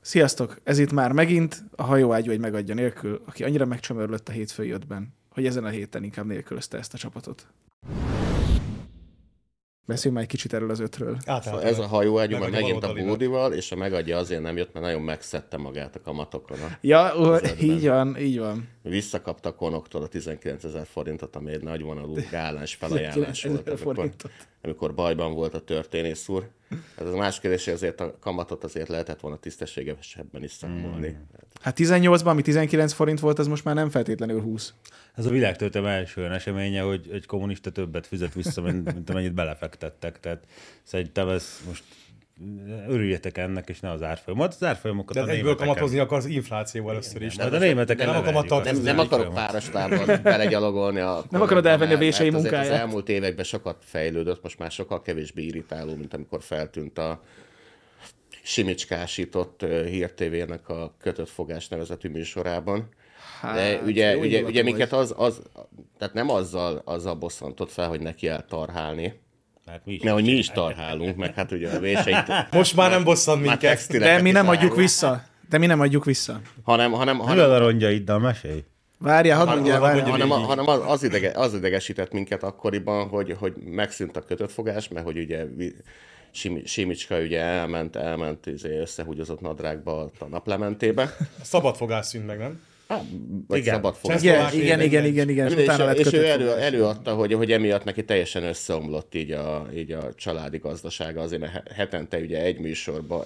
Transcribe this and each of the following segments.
Sziasztok! Ez itt már megint a hajóágyú egy megadja nélkül, aki annyira megcsömörlött a hétfői ötben, hogy ezen a héten inkább nélkülözte ezt a csapatot. Beszéljünk már egy kicsit erről az ötről. Szóval ez a hajóágyú már megint a Bódival, és a megadja azért nem jött, mert nagyon megszedte magát a kamatokon. Ja, így van. Visszakapta a konoktól a 19 000 forintot, ami egy nagyvonalú gálás felajánlás volt, amikor bajban volt a történész úr. Ez a más kérdés, hogy azért a kamatot azért lehetett volna tisztességesebben is számolni. Hát 18-ban, ami 19 forint volt, az most már nem feltétlenül 20. Ez a világtörténelem első olyan eseménye, hogy egy kommunista többet fizet vissza, mint amennyit belefektettek. Tehát szerintem ez most örüljetek ennek, és ne az árfolyamat. Az árfolyamokat de egyből kamatozni akarsz inflációval először is. De a németeken nem akarok párastában belegyalogolni a... Nem akarod elvenni a vései munkáját. Az elmúlt években sokat fejlődött, most már sokkal kevésbé irritáló, mint amikor feltűnt a simicskásított Hír TV-nek a Kötött fogás nevezetű műsorában. De ugye minket tehát nem azzal bosszantott fel, hogy neki eltarhálni. Mert hogy mi is tarhálunk, meg hát ugye a véseit... Most már nem bosszant minket. De mi nem adjuk vissza. Hanem a rongyaiddal mesélj. Várjál, hadd mondjál. Hanem az idegesített minket akkoriban, hogy megszűnt a kötött fogás, mert hogy ugye Simicska ugye elment összehúgyozott nadrágba a naplementébe. Szabadfogás szűnt meg, nem? Vagy szabadfogás. Igen. És ő előadta, hogy emiatt neki teljesen összeomlott így a családi gazdasága, azért mert hetente ugye egy műsorban,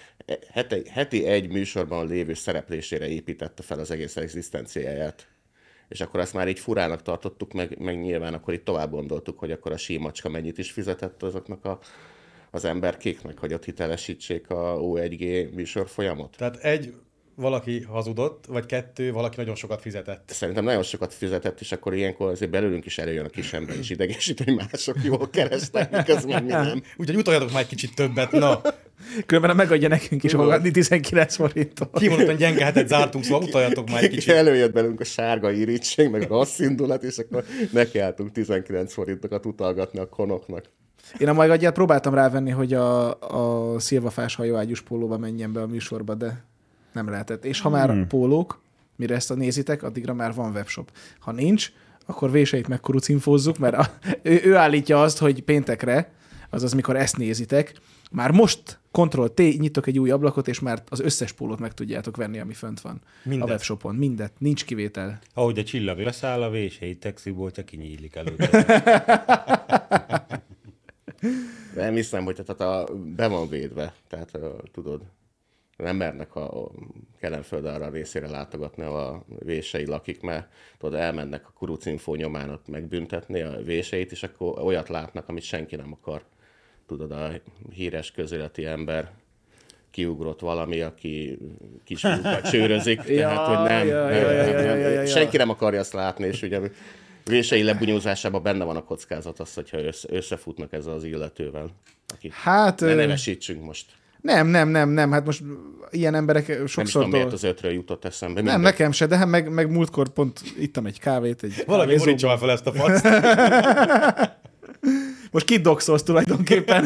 heti egy műsorban lévő szereplésére építette fel az egész egzisztenciáját. És akkor azt már így furának tartottuk, meg nyilván akkor itt tovább gondoltuk, hogy akkor a símacska mennyit is fizetett azoknak az emberkéknek, hogy ott hitelesítsék a O1G műsorfolyamot. Tehát valaki hazudott, vagy kettő, valaki nagyon sokat fizetett. Szerintem nagyon sokat fizetett, és akkor ilyenkor azért belőlünk is előjön a kis ember, és idegesít, hogy mások jól keresnek, miközben mi nem. Úgyhogy utaljatok már egy kicsit többet, na. Különben megadja nekünk is fogadni 19 forintot. Kimondottan gyenge hetet zártunk, szóval utaljatok már egy kicsit. Előjött belünk a sárga irítség, meg a rossz indulat, és akkor nekiálltunk 19 forintokat utalgatni a konoknak. Én a Majgadját próbáltam rávenni, hogy a szilvafás hajóágyús pólóba menjen be a műsorba, de nem lehetett. És ha már pólók, mire ezt nézitek, addigra már van webshop. Ha nincs, akkor véseit megkurucinfózzuk, mert ő állítja azt, hogy péntekre, azaz mikor ezt nézitek, már most Ctrl-T, nyitok egy új ablakot, és már az összes pólót meg tudjátok venni, ami fönt van a webshopon. Mindet, nincs kivétel. Ahogy a csillag leszáll, a vései texiboltja kinyílik előtte. Nem hiszem, hogy be van védve, tehát tudod, nem mernek a Kelenföld arra részére látogatni a vései lakik, mert tudod, elmennek a kurucinfó nyomán ott megbüntetni a véseit, és akkor olyat látnak, amit senki nem akar. Tudod, a híres közéleti ember kiugrott valami, aki kisfiúkat csőrözik, tehát hogy nem. Senki nem akarja azt látni, és ugye vései lebunyózásában benne van a kockázat az, hogyha összefutnak ezzel az illetővel. Hát, ne nevesítsünk most. Nem, hát most ilyen emberek sokszor... Nem is tudom, miért az 5-ről jutott eszembe. Nem, nekem se, de meg múltkor pont ittam egy kávét. Valami borítsa már fel ezt a fasz. Most kit doxolsz tulajdonképpen?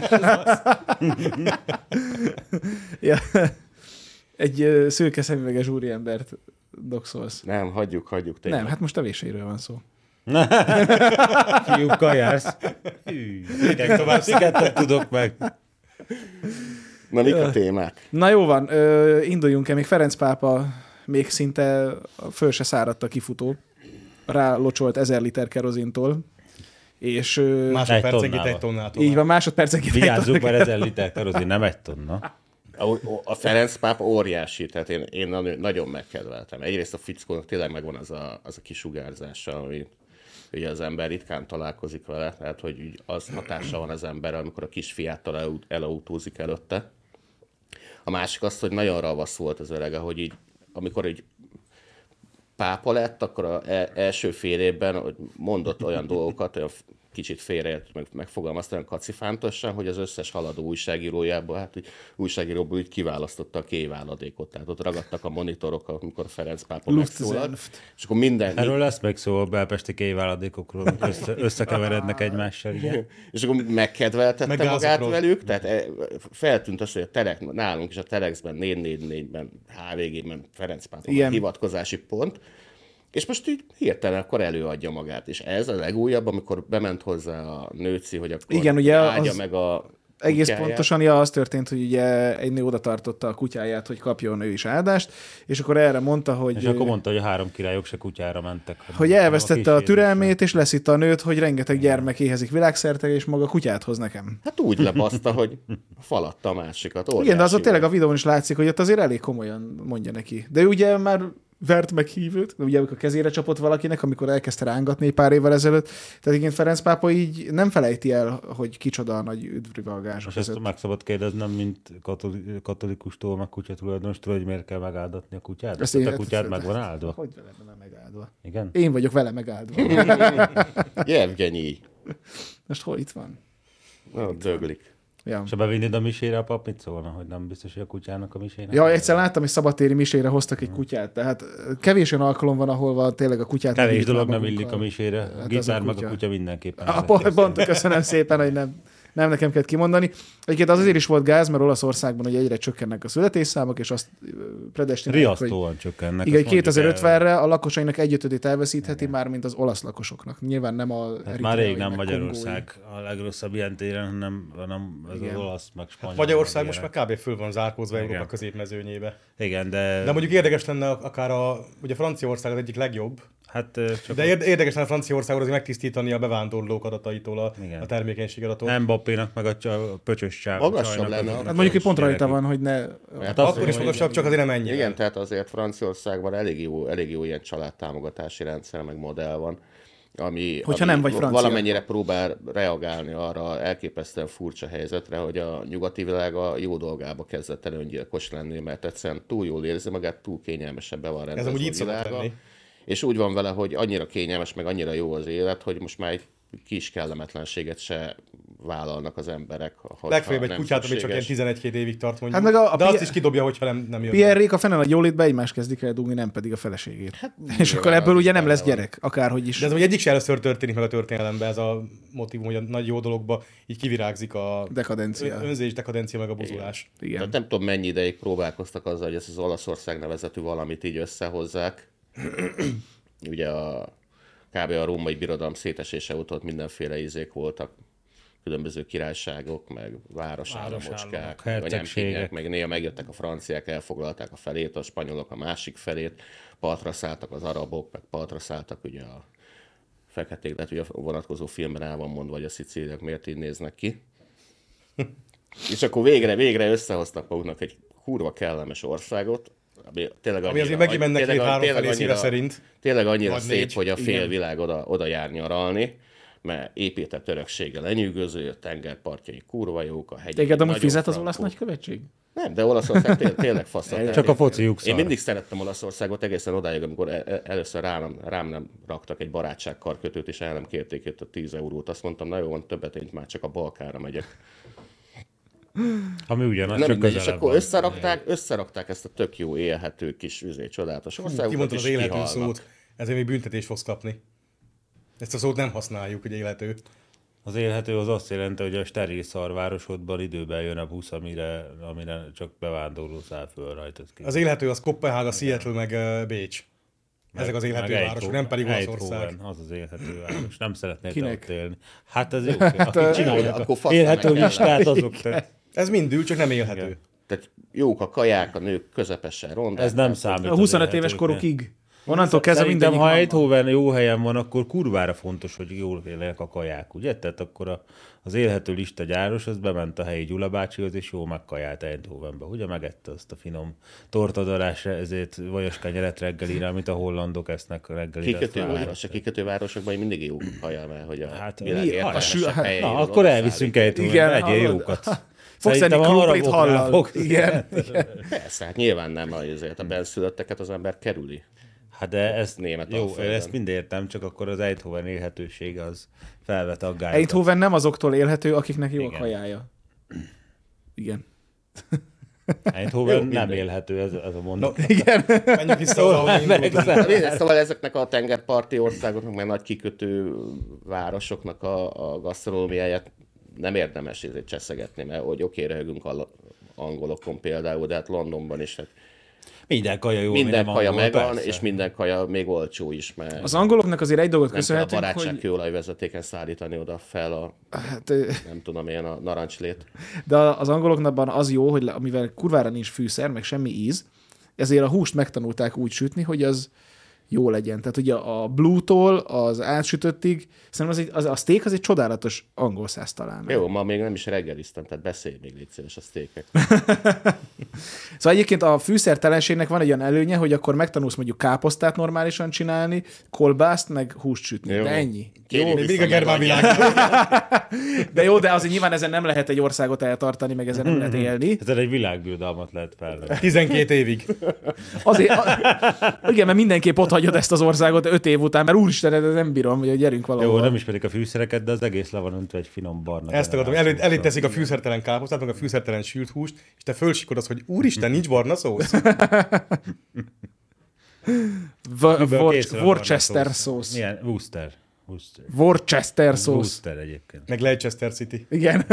Ja. Egy szőke szemüveges úriembert doxolsz. Nem, hagyjuk tényleg. Nem, hát most a véseiről van szó. Fiúkkal jársz. Tovább szigetet tudok meg. Na, mik a témák? Na jó van, induljunk el. Még Ferenc pápa még szinte föl se száradt a kifutó. Rálocsolt 1000 liter kerozintól. És másodpercenként 1 tonnától. Így van, másodpercenként 1 tonnától. Vigyázzuk, mert 1000 liter kerozin nem 1 tonna. A Ferenc pápa óriási, tehát én nagyon megkedveltem. Egyrészt a fickónak tényleg megvan az a kisugárzása, ami ugye az ember ritkán találkozik vele, tehát hogy az hatása van az emberre, amikor a kisfiáttal elautózik előtte. A másik az, hogy nagyon ravasz volt az öreg, hogy így, amikor így pápa lett, akkor az első fél évben mondott olyan dolgokat, olyan kicsit félreért, megfogalmazta olyan kacifántosan, hogy az összes haladó újságírójából, hát úgy, újságíróból úgy kiválasztotta a kéváladékot. Tehát ott ragadtak a monitorok, amikor Ferenc pápa megszólalt. És akkor minden... Erről lesz még szó a belpesti kéváladékokról, összekeverednek egymással. Igen. És akkor megkedveltette magát velük, tehát feltűnt az, hogy a Telex, nálunk is a Telexben, 444-ben, HVG-ben Ferenc pápa hivatkozási pont, és most így hirtelen akkor előadja magát. És ez a legújabb, amikor bement hozzá a nőci, hogy akkor igen, ugye áldja meg a egész kutyáját. Pontosan az történt, hogy ugye egy nő oda tartotta a kutyáját, hogy kapjon ő is áldást, és akkor erre mondta, hogy... És akkor mondta, hogy a 3 királyok se kutyára mentek. Hogy elvesztette a türelmét, és leszitta a nőt, hogy rengeteg gyermek éhezik világszerte, és maga kutyát hoz nekem. Hát úgy lebaszta, hogy falatta a másikat. Igen, de az ott tényleg a videón is látszik, hogy ott azért elég komolyan mondja neki. De ugye már vert meg hívőt, ugye amikor kezére csapott valakinek, amikor elkezdte rángatni pár évvel ezelőtt. Tehát igen, Ferenc pápa így nem felejti el, hogy kicsoda a nagy üdvrivalgások között. És ezt meg szabad kérdeznem, mint katolikustól, meg kutyatulajdonostól, hogy miért kell megáldatni a kutyát? Ezt a kutyád meg van áldva? Hogy vele megáldva? Igen? Én vagyok vele megáldva. Jevgenyi. Most hol itt van? Döglik. Ja. És ha bevinnéd a misére, a pap mit szólna, hogy nem biztos, hogy a kutyának a misének? Ja, egyszer láttam, hogy szabadtéri misére hoztak egy kutyát, tehát kevés olyan alkalom van, ahol tényleg a kutyát... Kevés dolog nem illik a misére, a hát gitár meg a kutya mindenképpen. Pont, köszönöm szépen, hogy nem nekem kellett kimondani. Egyébként az azért is volt gáz, mert Olaszországban hogy egyre csökkennek a születésszámok, és azt predestinálják, riasztóan csökkennek. Igen, 2050-re a lakosainak 1/5-ét elveszítheti már, mint az olasz lakosoknak. Nyilván nem a... Hát már rég nem Magyarország a legrosszabb ilyen téren, hanem az olasz, meg spanyol. Hát Magyarország most már kb. Föl van zárkózva Európa középmezőnyébe. Igen, de mondjuk érdekes lenne akár ugye Franciaország az egyik legjobb. Hát, de érdekes lenne Franciaországról azért megtisztítani a bevándorlók adataitól, a termékenység adatot. Mbappénak meg a pöcsös magasabb lenne. Hát mondjuk, hogy pont rajta van, hogy ne... Hát akkor is magasabb, csak azért nem ennyi. Igen, tehát azért Franciaországban elég jó ilyen családtámogatási rendszer, meg modell van, ami nem vagy francia, valamennyire próbál reagálni arra elképesztően furcsa helyzetre, hogy a nyugati világ a jó dolgába kezdett el öngyilkos lenni, mert egyszerűen túl jól érzi magát, túl kényelmesen be van rendezve. Ez amúgy így szokott lenni. És úgy van vele, hogy annyira kényelmes, meg annyira jó az élet, hogy most már egy kis kellemetlenséget se vállalnak az emberek. Legfeljebb egy kutyát, ami csak ilyen 11-2 évig tart mondjuk. Hát meg de azt is kidobja, hogyha nem jön. Pierre-rék a fene nagy jólétbe egymást kezdik el dugni, nem pedig a feleségét. Hát, és akkor ebből ugye nem lesz gyerek, akárhogy is. De ez ugye egyik se először történik meg a történelemben, ez a motivum, hogy a nagy jó dologba így kivirágzik a dekadencia. Önzés, dekadencia, meg a buzulás. Igen. Tehát nem tudom, mennyi ideig próbálkoztak azzal, hogy ezt az Olaszország nevezetű valamit így összehozzák. Ugye kb. A római birodalom szétesése óta mindenféle ízék voltak, különböző királyságok, meg városállamocskák, hercegségek, meg néha megjöttek a franciák, elfoglalták a felét, a spanyolok a másik felét, partra szálltak az arabok, meg partra szálltak ugye a feketék, lehet, hogy a vonatkozó filmben el van mondva, hogy a szicíliak miért így néznek ki. És akkor végre összehoztak maguknak egy kurva kellemes országot, ami azért megint mennek 2-3 felé szíve szerint. Tényleg annyira szép, 4, hogy a félvilág oda jár nyaralni, mert épített öröksége lenyűgöző, a tengerpartjai kurva jók, a hegyek. Téged amúgy fizet az olasz nagykövetség? Nem, de Olaszország tényleg faszat. Csak a fociuk szar. Én mindig szerettem Olaszországot egészen odáig, amikor először rám nem raktak egy barátságkarkötőt, és el nem kérték itt a 10 eurót. Azt mondtam, na jó, van többet, én már csak a Balkánra megyek. Ami ugyanaz, nem csak mindegy, és akkor összerakták ezt a tök jó, élhető kis csodálatos országokat, kimondtad az élhető szót, ezért még büntetést fogsz kapni. Ezt a szót nem használjuk, hogy élhető. Az élhető az azt jelenti, hogy a steril szarvárosodban időben jön a busz, amire csak bevándorló száll föl rajta. Az élhető az Koppenhága, Seattle meg Bécs. Ezek az élhető városok, nem pedig Olaszország. Az az élhető város. Nem szeretnél Kinek? ott élni. Hát ez jó. Akik csinálják élhető listát, azok. Ez mind csak nem élhető. Igen. Tehát jók a kaják, a nők közepesen rondák. Ez nem számít. A 25 éves korukig. Onnantól kezdve minden ha Eindhoven jó helyen van, akkor kurvára fontos, hogy jól élnek a kaják, ugye? Tehát akkor az élhető lista gyáros, az bement a helyi Gyula bácsihoz, és jó megkajált Eindhovenbe. Ugye megette azt a finom tortadarásra, ezért vajos kenyeret reggelire, amit a hollandok esznek reggelire. Kikötővárosokban mindig jó kaja, mert hogy a világ értelmesebb helyen. Na, akkor elviszünk Eindhovenbe, egyél jókat. Fogsz enni krumplit hallal. Igen. Persze, hát nyilván nem azért a benszülötteket az ember kerüli. Hát de ezt, német jó, Alföldön. ezt mind értem, csak akkor az Eindhoven élhetősége az felvet aggályokat. Eindhoven nem azoktól élhető, akiknek jó a Igen. kajája. Igen. Eindhoven nem élhető ez a mondat. Igen. Menjünk vissza oda, ahol indultunk. Szóval ezeknek a tengerparti országoknak, meg nagy kikötő városoknak a gasztronómiáját nem érdemes ezért cseszegetni, mert hogy röhögünk angolokon például, de hát Londonban is hát Minden kaja jó, minden ami kaja angol, megvan, persze. és minden kaja még olcsó is, mert Az angoloknak azért egy dolgot nem kell a köszönhetünk, barátság hogy... kőolajvezetéken szállítani oda fel a, Hát, nem tudom én, a narancslét. de az angoloknakban az jó, hogy mivel kurvára nincs fűszer, meg semmi íz, ezért a húst megtanulták úgy sütni, hogy az jó legyen. Tehát ugye a blue-tól az átsütöttig, szerintem a steak az egy csodálatos angol száz talán. Jó, ma még nem is reggeliztem, tehát beszélj még, légy szíves a sztékek. Szóval egyébként a fűszertelenségnek van egy olyan előnye, hogy akkor megtanulsz mondjuk káposztát normálisan csinálni, kolbászt, meg húst sütni. Jó. De ennyi. Kérjük Még vissza a germán meg világ. De jó, de azért nyilván ezen nem lehet egy országot eltartani, meg ezen nem lehet élni. Ezen egy világbirodalmat lehet felvenni. 12 évig. Azért, igen, mert mindenképp ott hagyod ezt az országot 5 év után, mert úristen, ez nem bírom, hogy gyerünk valahol. Jó, nem ismerik a fűszereket, de az egész le van öntve egy finom barna. Ezt akarom, elé teszik a fűszertelen káposztát, meg a fűszertelen sült húst, és te fölsikolodsz, hogy úristen, nincs barna szósz. Miből készül a Worcester barna szósz. Milyen? Worcester. Worcester szósz. Worcester egyébként. Meg Leicester City. Igen.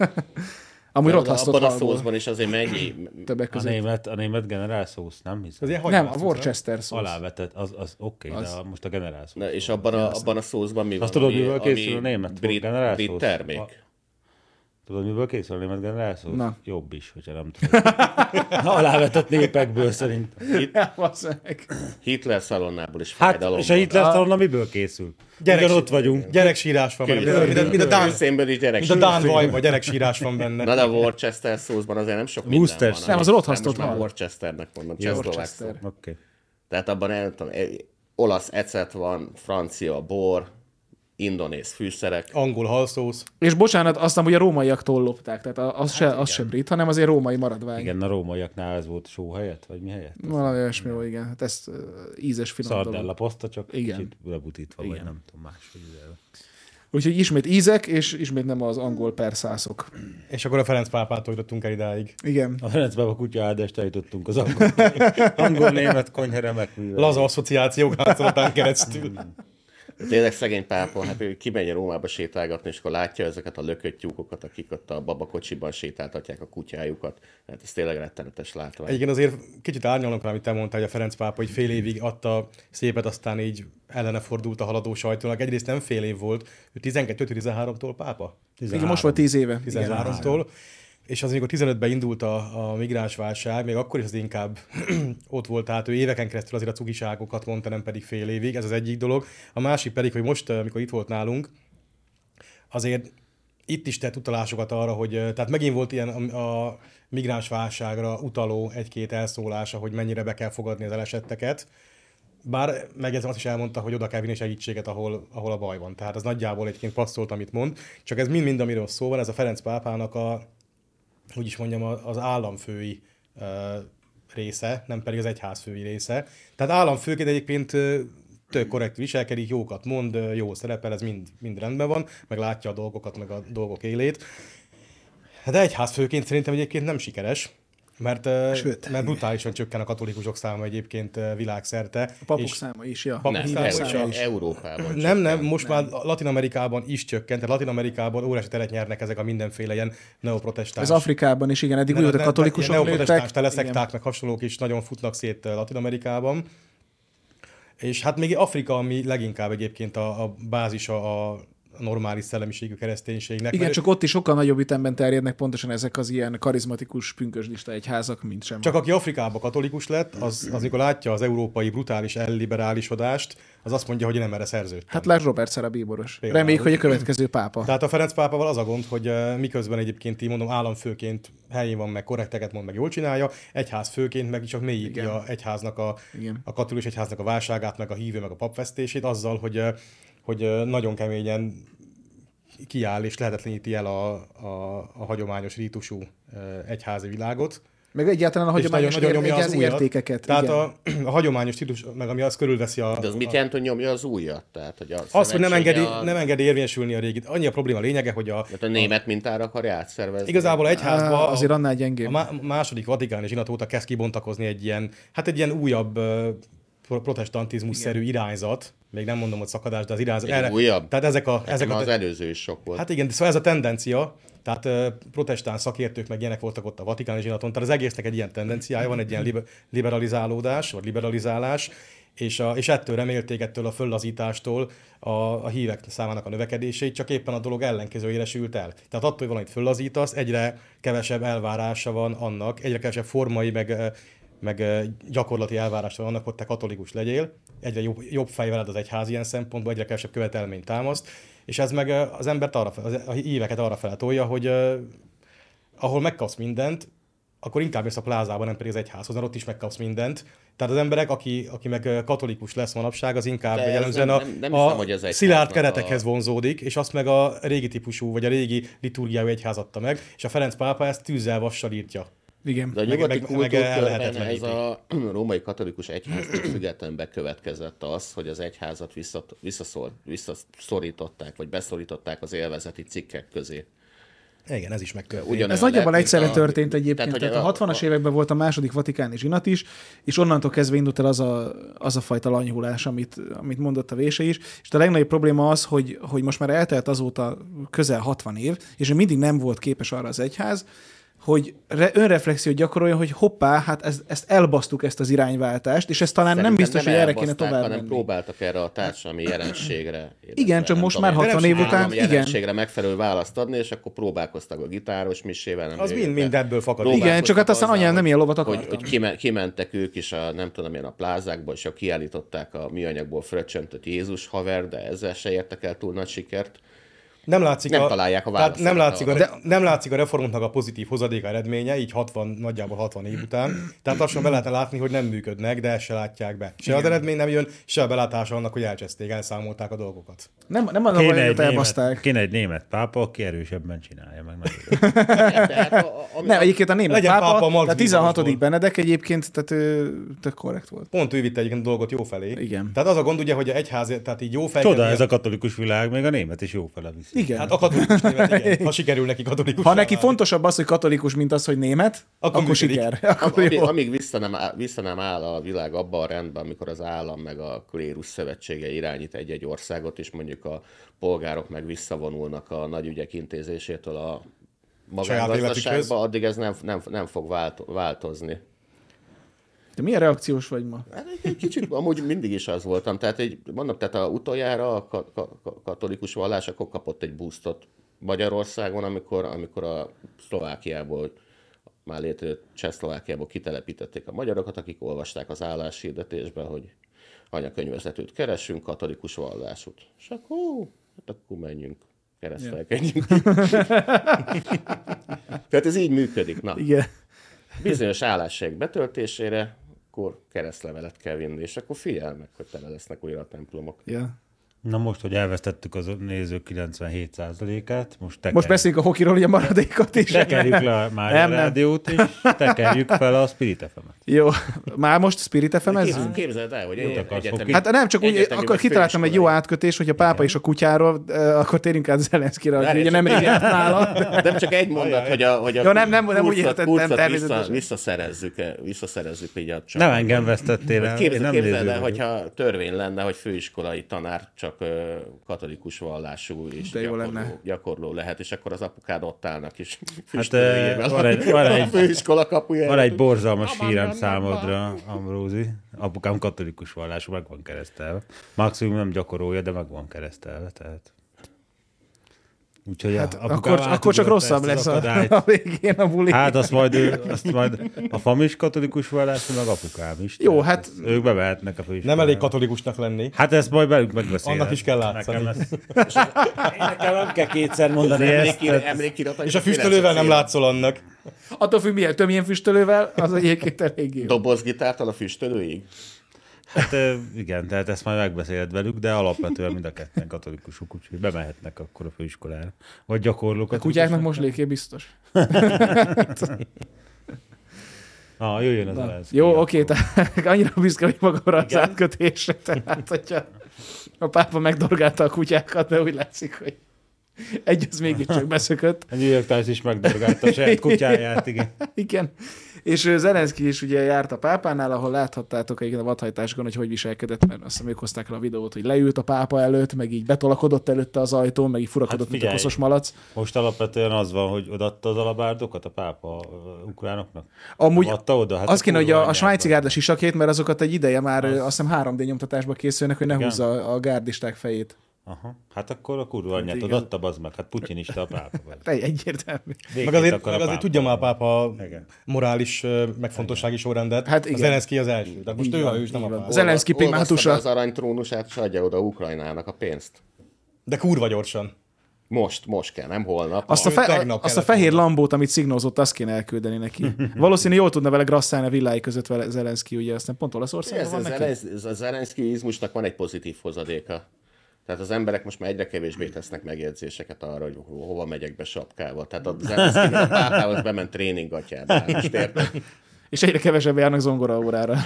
Amúgy abban rothasztott a halból. szószban is azért mennyi... Többek A között. német generál szósz, nem hiszem. Az ilyen Nem, hagyományos a szósz, Worcester szósz. Alávetett, az oké, de most a generál szósz. Na, és abban a szószban mi van? Azt tudod, ami- miből ami készül a német brit generálszósz? termék. Tudod, miből készül a német generál szósz? Na. Jobb is, hogyha nem tudod. Alávetett népekből szerintem. Basszeg. Hitler szalonnából is Hát, fájdalom és a Hitler szalonna miből készül? Ugyanott vagyunk. Gyereksírás van benne. Mint a Dán, Szénből is gyerek. mint a Dán vajba, gyereksírás van benne. Na de a Worcester szószban azért nem sok minden Worcester van. szósz. Nem, az amit- rothasztott most már hal. Worcesternek mondom, csehszlovák szó. Worcester. Oké. Tehát abban nem tudom, olasz ecet van, francia bor, indonéz fűszerek. Angol halszósz. És bocsánat, azt hogy a rómaiaktól lopták, tehát az sem brit, hanem azért római maradvány. Igen, a rómaiaknál ez volt só helyett, vagy mi helyett? Valami olyasmi volt, igen. Hát ez ízes, finom Szardella dolog. poszta, csak Igen. kicsit lebutítva, vagy Igen. nem tudom máshogy üzelve. Úgyhogy ismét ízek, és ismét nem az angol perszászok. És akkor a Ferenc pápától jutottunk el idáig. Igen. A Ferenc Pápa kutya áldást eljutottunk az angol-német konyha remek művel. Laza asszociációk hátszoltán keresztül. Tényleg szegény pápa, hát ő kimegy Rómába sétálgatni, és akkor látja ezeket a lökött tyúkokat, akik ott a babakocsiban sétáltatják a kutyájukat. Hát ez tényleg rettenetes látvány. Egyébként azért kicsit árnyalunk rá, amit te mondtál, hogy a Ferenc pápa hogy fél évig adta szépet, aztán így ellene fordult a haladó sajtónak. Egyrészt nem fél év volt, ő 12-13-tól pápa? Igen, most volt 10 éve. 13-tól. És az, amikor 15-ben indult a migránsválság, még akkor is az inkább ott volt, tehát ő éveken keresztül azért a cugiságokat mondta, nem pedig fél évig, ez az egyik dolog. A másik pedig, hogy most, amikor itt volt nálunk, azért itt is tett utalásokat arra, hogy tehát megint volt ilyen a migránsválságra utaló egy-két elszólása, hogy mennyire be kell fogadni az elesetteket. Bár megjegyzem, azt is elmondta, hogy oda kell vinni segítséget, ahol a baj van. Tehát az nagyjából egyébként passzolt, amit mond. Csak ez mind-mind, amiről szó van, ez a Ferenc pápának úgy is mondjam, az államfői része, nem pedig az egyházfői része. Tehát államfőként egyébként tök korrekt viselkedik, jókat mond, jó szerepel, ez mind rendben van, meg látja a dolgokat, meg a dolgok élét. De egyházfőként szerintem egyébként nem sikeres, mert brutálisan csökken a katolikusok száma egyébként világszerte. A papok száma is, ja. Papok Nem, száma csak is. Európában. Nem, most már Latin-Amerikában is csökkent, tehát Latin-Amerikában óriási teret nyernek ezek a mindenféle ilyen neoprotestáns. Ez Afrikában is, igen, eddig úgy, hogy a katolikusok neoprotestáns nőttek. teleszekták, meg hasonlók is nagyon futnak szét Latin-Amerikában. És hát még Afrika, ami leginkább egyébként a bázisa a normális szellemiségű kereszténységnek. Igen, csak ott is sokkal nagyobb ütemben terjednek pontosan ezek az ilyen karizmatikus pünkösdista egyházak, mint sem. Csak aki Afrikában katolikus lett, az mikor látja az európai brutális elliberálisodást, az azt mondja, hogy én nem erre szerződtem. Hát lásd Robert Szara bíboros. Például. Reméljük, hogy a következő pápa. Tehát a Ferenc pápával az a gond, hogy miközben egyébként így mondom, államfőként helyén van, meg korrekteket mond, meg jól csinálja, egyházfőként meg csak mélyíti a egyháznak a katolikus egyháznak a válságát, meg a hívő, meg a papvesztését azzal, hogy nagyon keményen kiáll és lehetetleníti el a hagyományos rítusú egyházi világot. Meg egyáltalán a hagyományos egyházi értékeket. Tehát a hagyományos stílus, meg ami azt körülveszi a... De az mit jelent, hogy nyomja az újat? Tehát, hogy az, hogy nem engedi érvényesülni a régit. Annyi a probléma lényege, hogy tehát a német mintára akarja átszervezni. Igazából egyházban azért annál gyengébb. A második vatikáni zsinat óta kezd kibontakozni egy ilyen újabb protestantizmus-szerű irányzat. Még nem mondom, hogy szakadás, de az irányzat. Újabb? Tehát ezek az előző is sok volt. Hát igen, szóval ez a tendencia, tehát protestáns szakértők meg ilyenek voltak ott a vatikáni zsinaton, tehát az egésznek egy ilyen tendenciája van, egy ilyen liberalizálódás, vagy liberalizálás, és ettől remélték, ettől a föllazítástól a hívek számának a növekedését, csak éppen a dolog ellenkezőjére sült el. Tehát attól, hogy valamit föllazítasz, egyre kevesebb elvárása van annak, egyre kevesebb formai, meg gyakorlati elvárása van annak, hogy te katolikus legyél, egyre jobb fej veled az egyház ilyen szempontból, egyre kevesebb követelményt támaszt, és ez meg az embert a híveket arra fele tolja, hogy ahol megkapsz mindent, akkor inkább mész a plázába, nem pedig az egyházhoz, mert ott is megkapsz mindent. Tehát az emberek, aki meg katolikus lesz manapság, az inkább jellemzően a szilárd keretekhez vonzódik, és azt meg a régi típusú, vagy a régi liturgiájú egyház adta meg, és a Ferenc pápa ezt tűzzel, vassal írtja. Igen. De a nyugati kultúrkörben ez a római katolikus egyháztól függetlenül bekövetkezett az, hogy az egyházat visszaszorították, vagy beszorították az élvezeti cikkek közé. Igen, ez is megtörtént. Ez nagyjából egyszerre történt egyébként. Tehát a 60-as években volt a második vatikáni zsinat is, és onnantól kezdve indult el az a fajta lanyhulás, amit mondott a Vése is. És a legnagyobb probléma az, hogy most már eltelt azóta közel 60 év, és mindig nem volt képes arra az egyház, hogy önreflexiót gyakoroljon, hogy hoppá, hát ezt elbasztuk, ezt az irányváltást, és ez talán szerintem nem biztos, hogy erre kéne tovább hanem menni. Próbáltak erre a társadalmi jelenségre. Igen, csak most már 60 év után, igen. Jelenségre megfelelő választ adni, és akkor próbálkoztak a gitáros misével. Az mind ebből fakad. Igen, csak hát aztán anyám nem ilyen lovat akartam. Hogy kimentek ők is nem tudom én a plázákba, és kiállították a műanyagból fröccsöntött Jézus haver, de ezzel se értek el túl nagy sikert. Nem látszik találják a választ. Nem látszik a reformoknak a pozitív hozadéka eredménye, így nagyjából 60 év után. Tehát lassan be lehetne látni, hogy nem működnek, de ezt se látják be. Se az eredmény nem jön, se a belátása annak, hogy elcseszték, elszámolták a dolgokat. Nem az a baj, hogy elbaszták. Kéne egy német pápa, aki erősebben csinálja meg. Nem, egyébként a német pápa, a 16. Benedek egyébként, tök korrekt volt. Pont ő vitte egyébként a dolgot jó felé. Igen. Tehát az a gond ugye, hogy a egyház, tehát így jó fel. Csoda ez a katolikus világ, még a német is jó fele viszi. Igen. Hát a katolikus német, igen. Ha sikerül neki katolikus. Ha neki fontosabb az, hogy katolikus, mint az, hogy német, akkor siker. Amíg vissza nem áll a világ abban a rendben, amikor az állam meg a klérus szövetsége irányít egy-egy országot, és mondjuk a polgárok meg visszavonulnak a nagy ügyek intézésétől a magángazdaságba, addig ez nem fog változni. De milyen reakciós vagy ma? Egy kicsit, amúgy mindig is az voltam. Tehát tehát a utoljára a katolikus vallás akkor kapott egy boostot Magyarországon, amikor a Szlovákiából, már létrejött Csehszlovákiából kitelepítették a magyarokat, akik olvasták az álláshirdetésben, hogy anyakönyvezetőt keresünk, katolikus vallásút. És akkor menjünk, keresztelkedjünk. Tehát ez így működik. Na. Igen. Bizonyos álláshelyek betöltésére akkor keresztlevelet kell vinni, és akkor figyelj meg, hogy tele lesznek újra a templomok. Ja. Na most, hogy elvesztettük az nézők 97%-át, most beszéljünk a hokiról, a maradékot is. Tekerjük le már a rádiót, és tekerjük fel a Spirit FM-et. Jó, már most Spirit FM-ezzünk? Képzeld el, hogy egyetemi. Hát nem, csak úgy, akkor kitaláltam egy jó átkötés, hogy a pápa és a kutyáról, akkor térjünk át Zelenszkire, hogy ugye nem járt nála. Nem csak egy mondat, hogy a nem úgy értettem természetesen. Visszaszerezzük így a csak. Nem engem vesztettél el. Képzeld el, hogyha törvény lenne, hogy főiskolai tanár csak katolikus vallású és gyakorló lehet, és akkor az apukád ott állnak is füstölőjével a főiskola kapujára. Van egy borzalmas hírem számodra, Ambrózi. Apukám katolikus vallású, meg van keresztelve. Maximum nem gyakorolja, de meg van keresztelve, tehát... Úgyhogy hát akkor csak rosszabb lesz a végén a buli. Hát azt majd a famis katolikus vallású, meg apukám is. Jó, hát... Ők bevehetnek a főiskolára. Nem elég katolikusnak lenni. Hát ezt majd velük megbeszélem. Annak is kell látszani. Nekem nem kell kétszer mondani ezt. És a füstölővel nem látszol annak. Attól függ, milyen több ilyen füstölővel, az egyébként eléggé. Dobozgitártal a füstölőig? Hát igen, tehát ezt majd megbeszéled velük, de alapvetően mind a ketten katolikusok, úgyhogy bemehetnek akkor a főiskolára. Vagy gyakorlók. A kutyáknak most léké biztos. Jöjjön az Zelenszky. Jó, oké, tehát annyira büszke vagy magamra az átkötésre, tehát hogyha a pápa megdorgálta a kutyákat, de úgy látszik, hogy egy az mégiscsak beszökött. A New York Times is megdorgálta a saját kutyáját, igen. Igen. És Zelenszky is ugye járt a pápánál, ahol láthattátok a vadhajtásgon, hogy viselkedett, mert azt hiszem ők hozták el a videót, hogy leült a pápa előtt, meg így betolakodott előtte az ajtón, meg így furakodott, mint a koszos malac. Most alapvetően az van, hogy odaadta az alabárdokat a pápa ukránoknak? Amúgy adta oda? Hát azt kéne, hogy a svájci anyját gárda sisakét, mert azokat egy ideje már azt hiszem 3D nyomtatásba készülnek, hogy ne Igen. húzza a gárdisták fejét. Aha. Hát akkor a kurva anyját igen. odaadta, bazd meg. Hát putyinista a pápa. Egyértelmű. Meg azért tudja már a pápa Igen. morális megfontossági sorrendet. Hát igen. A Zelenszky az első. De most Így ő van, a hős, nem így a van. pápa. Zelenszky primátusa. Az aranytrónusát, és adja oda Ukrajnának a pénzt. De kurva gyorsan. Most kell, nem holnap. Azt tegnap a kellett fehér volna. lambót, amit szignózott, azt kéne elküldeni neki. Valószínűleg jól tudna vele grasszálni a villái között vele Zelenszky, ugye aztán pont Olaszországban van neki. A Zelenszkyizmusnak van egy pozitív hozadéka. Tehát az emberek most már egyre kevésbé tesznek megjegyzéseket arra, hogy hova megyek be sapkával. Tehát a Zelenszky a pápához bement tréningatjába. Most érted? És egyre kevesebb járnak zongora órára.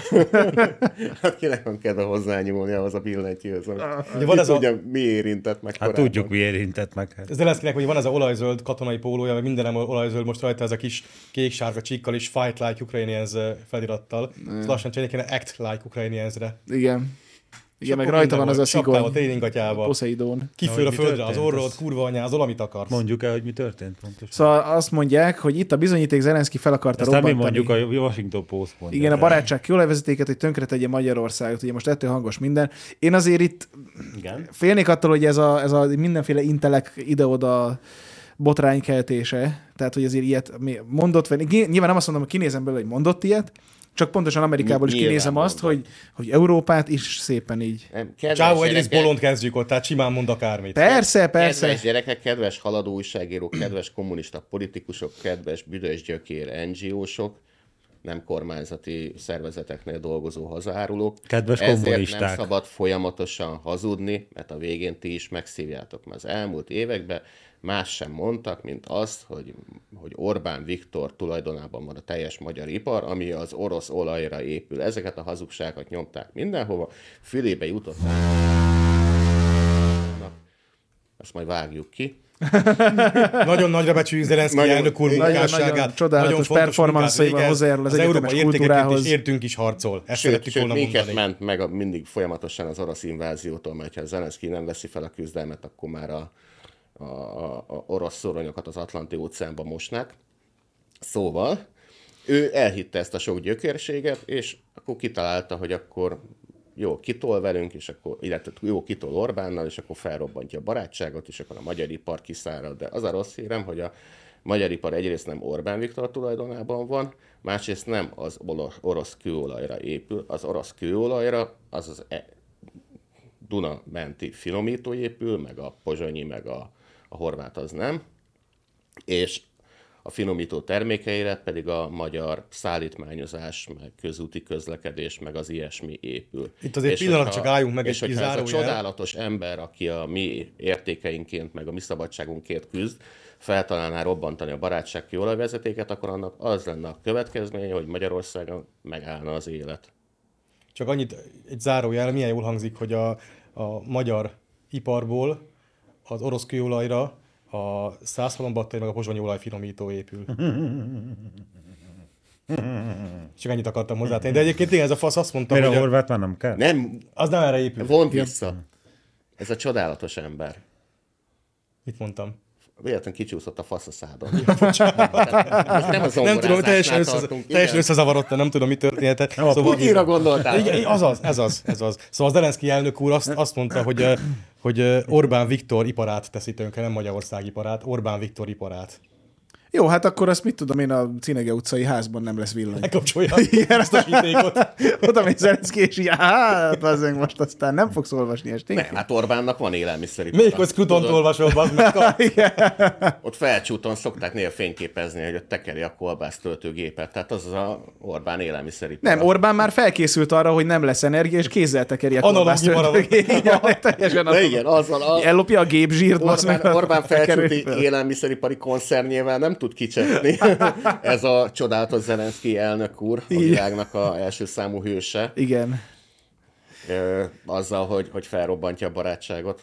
Hát kinek van kedve hozzányúlni ahhoz a billentyűhöz. Ugye van ez a- Tudja, mi érintett meg Hát korábban. tudjuk, mi érintett meg. Hát. Zelenszkynek, hogy van ez a olajzöld katonai pólója, meg mindenem olajzöld, most rajta ez a kis kék-sárga csíkkal is Fight Like Ukrainians felirattal. Lassan csinálni kéne Act Like Ukrainians-re. Igen. Igen, meg rajta van az a Sapkával, szigony. tréningatjával. Poseidon. Kifőr a mi földre, történt? az orrod, Az- kurva anyázol, amit akarsz. Mondjuk el, hogy mi történt pontosan. Szóval azt mondják, hogy itt a bizonyíték Zelenszky fel akarta Ezt nem mi robbantani. mondjuk, a Washington Post mondja. Igen, a barátság kiolajvezetéket, hogy tönkretegye Magyarországot. Ugye most ettől hangos minden. Én azért itt Igen. félnék attól, hogy ez a mindenféle intelek ide-oda botránykeltése. Tehát, hogy azért ilyet mondott, vagy nyilván nem azt mondom, hogy kinézem belőle, hogy mondott ilyet, csak pontosan Amerikából is Nyilván kinézem azt, mondott. hogy Európát is szépen így. Nem, kedves Csávó egyrészt gyerekek, bolond kezdjük ott, tehát simán mond akármit. Persze. Kedves gyerekek, kedves haladó újságírók, kedves kommunista politikusok, kedves büdös gyökér NGO-sok, nem kormányzati szervezeteknél dolgozó hazárulók. Kedves Ezért kommunisták. nem szabad folyamatosan hazudni, mert a végén ti is megszívjátok. Mert az elmúlt években más sem mondtak, mint azt, hogy Orbán Viktor tulajdonában van a teljes magyar ipar, ami az orosz olajra épül. Ezeket a hazugságot nyomták mindenhova. Fülébe jutották. Ezt majd vágjuk ki. Nagyon nagyra becsüljük Zelenszky Nagyon- elnök úr nagyon- munkásságát. nagyon csodálatos Nagyon fontos performanszaival munkát végez. hozzájárul az egyetemes európai értékekért kultúrához. is értünk is harcol. Ezt Sőt, szerettük volna minket mondani. ment meg mindig folyamatosan az orosz inváziótól, mert ha Zelenszky nem veszi fel a küzdelmet, akkor már a orosz szoronyokat az Atlanti-óceánba mosnák. Szóval ő elhitte ezt a sok gyökérséget, és akkor kitalálta, hogy akkor jó, kitol velünk, és akkor, illetve jó, kitol Orbánnal, és akkor felrobbantja a barátságot, és akkor a magyar ipar kiszárad. De az a rossz hírem, hogy a magyar ipar egyrészt nem Orbán Viktor tulajdonában van, másrészt nem az orosz kőolajra épül. Az orosz kőolajra az Duna menti finomító épül, meg a pozsonyi, meg a horvát az nem. És a finomító termékeire pedig a magyar szállítmányozás, meg közúti közlekedés, meg az ilyesmi épül. Itt azért És pillanat hogyha- csak álljunk meg és egy hogyha ez a kizárójel. csodálatos ember, aki a mi értékeinkért, meg a mi szabadságunkért küzd, feltalálná robbantani a barátság kőolajvezetéket, akkor annak az lenne a következménye, hogy Magyarországon megállna az élet. Csak annyit, egy zárójel, milyen jól hangzik, hogy a magyar iparból az orosz kőolajra a Szászhalombatteri meg a pozsonyi olajfinomító épül. Csak ennyit akartam hozzátenni. De egyébként igen, ez a fasz azt mondta, Miért hogy a horvát már nem kell? Nem, az nem erre épül. vond vissza. Ez a csodálatos ember. Mit mondtam? Véletlenül kicsúszott a fasz a szádon. Most nem a Nem tudom, teljesen, tartunk. teljesen összezavarodtam, nem tudom, mi történt. Szóval, Putyinra gondoltál. igen, ez az. Szóval a Zelenszky elnök úr azt mondta, hogy Orbán Viktor iparát teszi tönkre, nem Magyarország iparát, Orbán Viktor iparát. Jó, hát akkor azt mit tudom én, a Cinege utcai házban nem lesz villany. Lekapcsolja a biztosítékot. Oda megy Zelenszky, és így, hát azért most aztán nem fogsz olvasni estig. Nem, hát Orbánnak van élelmiszeripara. Még hogy Scrutont olvasol, bazd meg. Ott Felcsúton szokták néha fényképezni, hogy ott tekeri a kolbásztöltőgépet. Tehát az Orbán élelmiszeripara. Nem, Orbán már felkészült arra, hogy nem lesz energia, és kézzel tekeri a Analóg ipara van. Teljesen De igen, az van. ellopja a gépzsírt, basz meg. Orbán tekerő felcsúti föl. élelmiszeripari konszernjével nem tud kicsapni. Ez a csodálatos Zelenszkij elnök úr, a világnak a első számú hőse. Igen. Azzal, hogy felrobbantja a barátságot.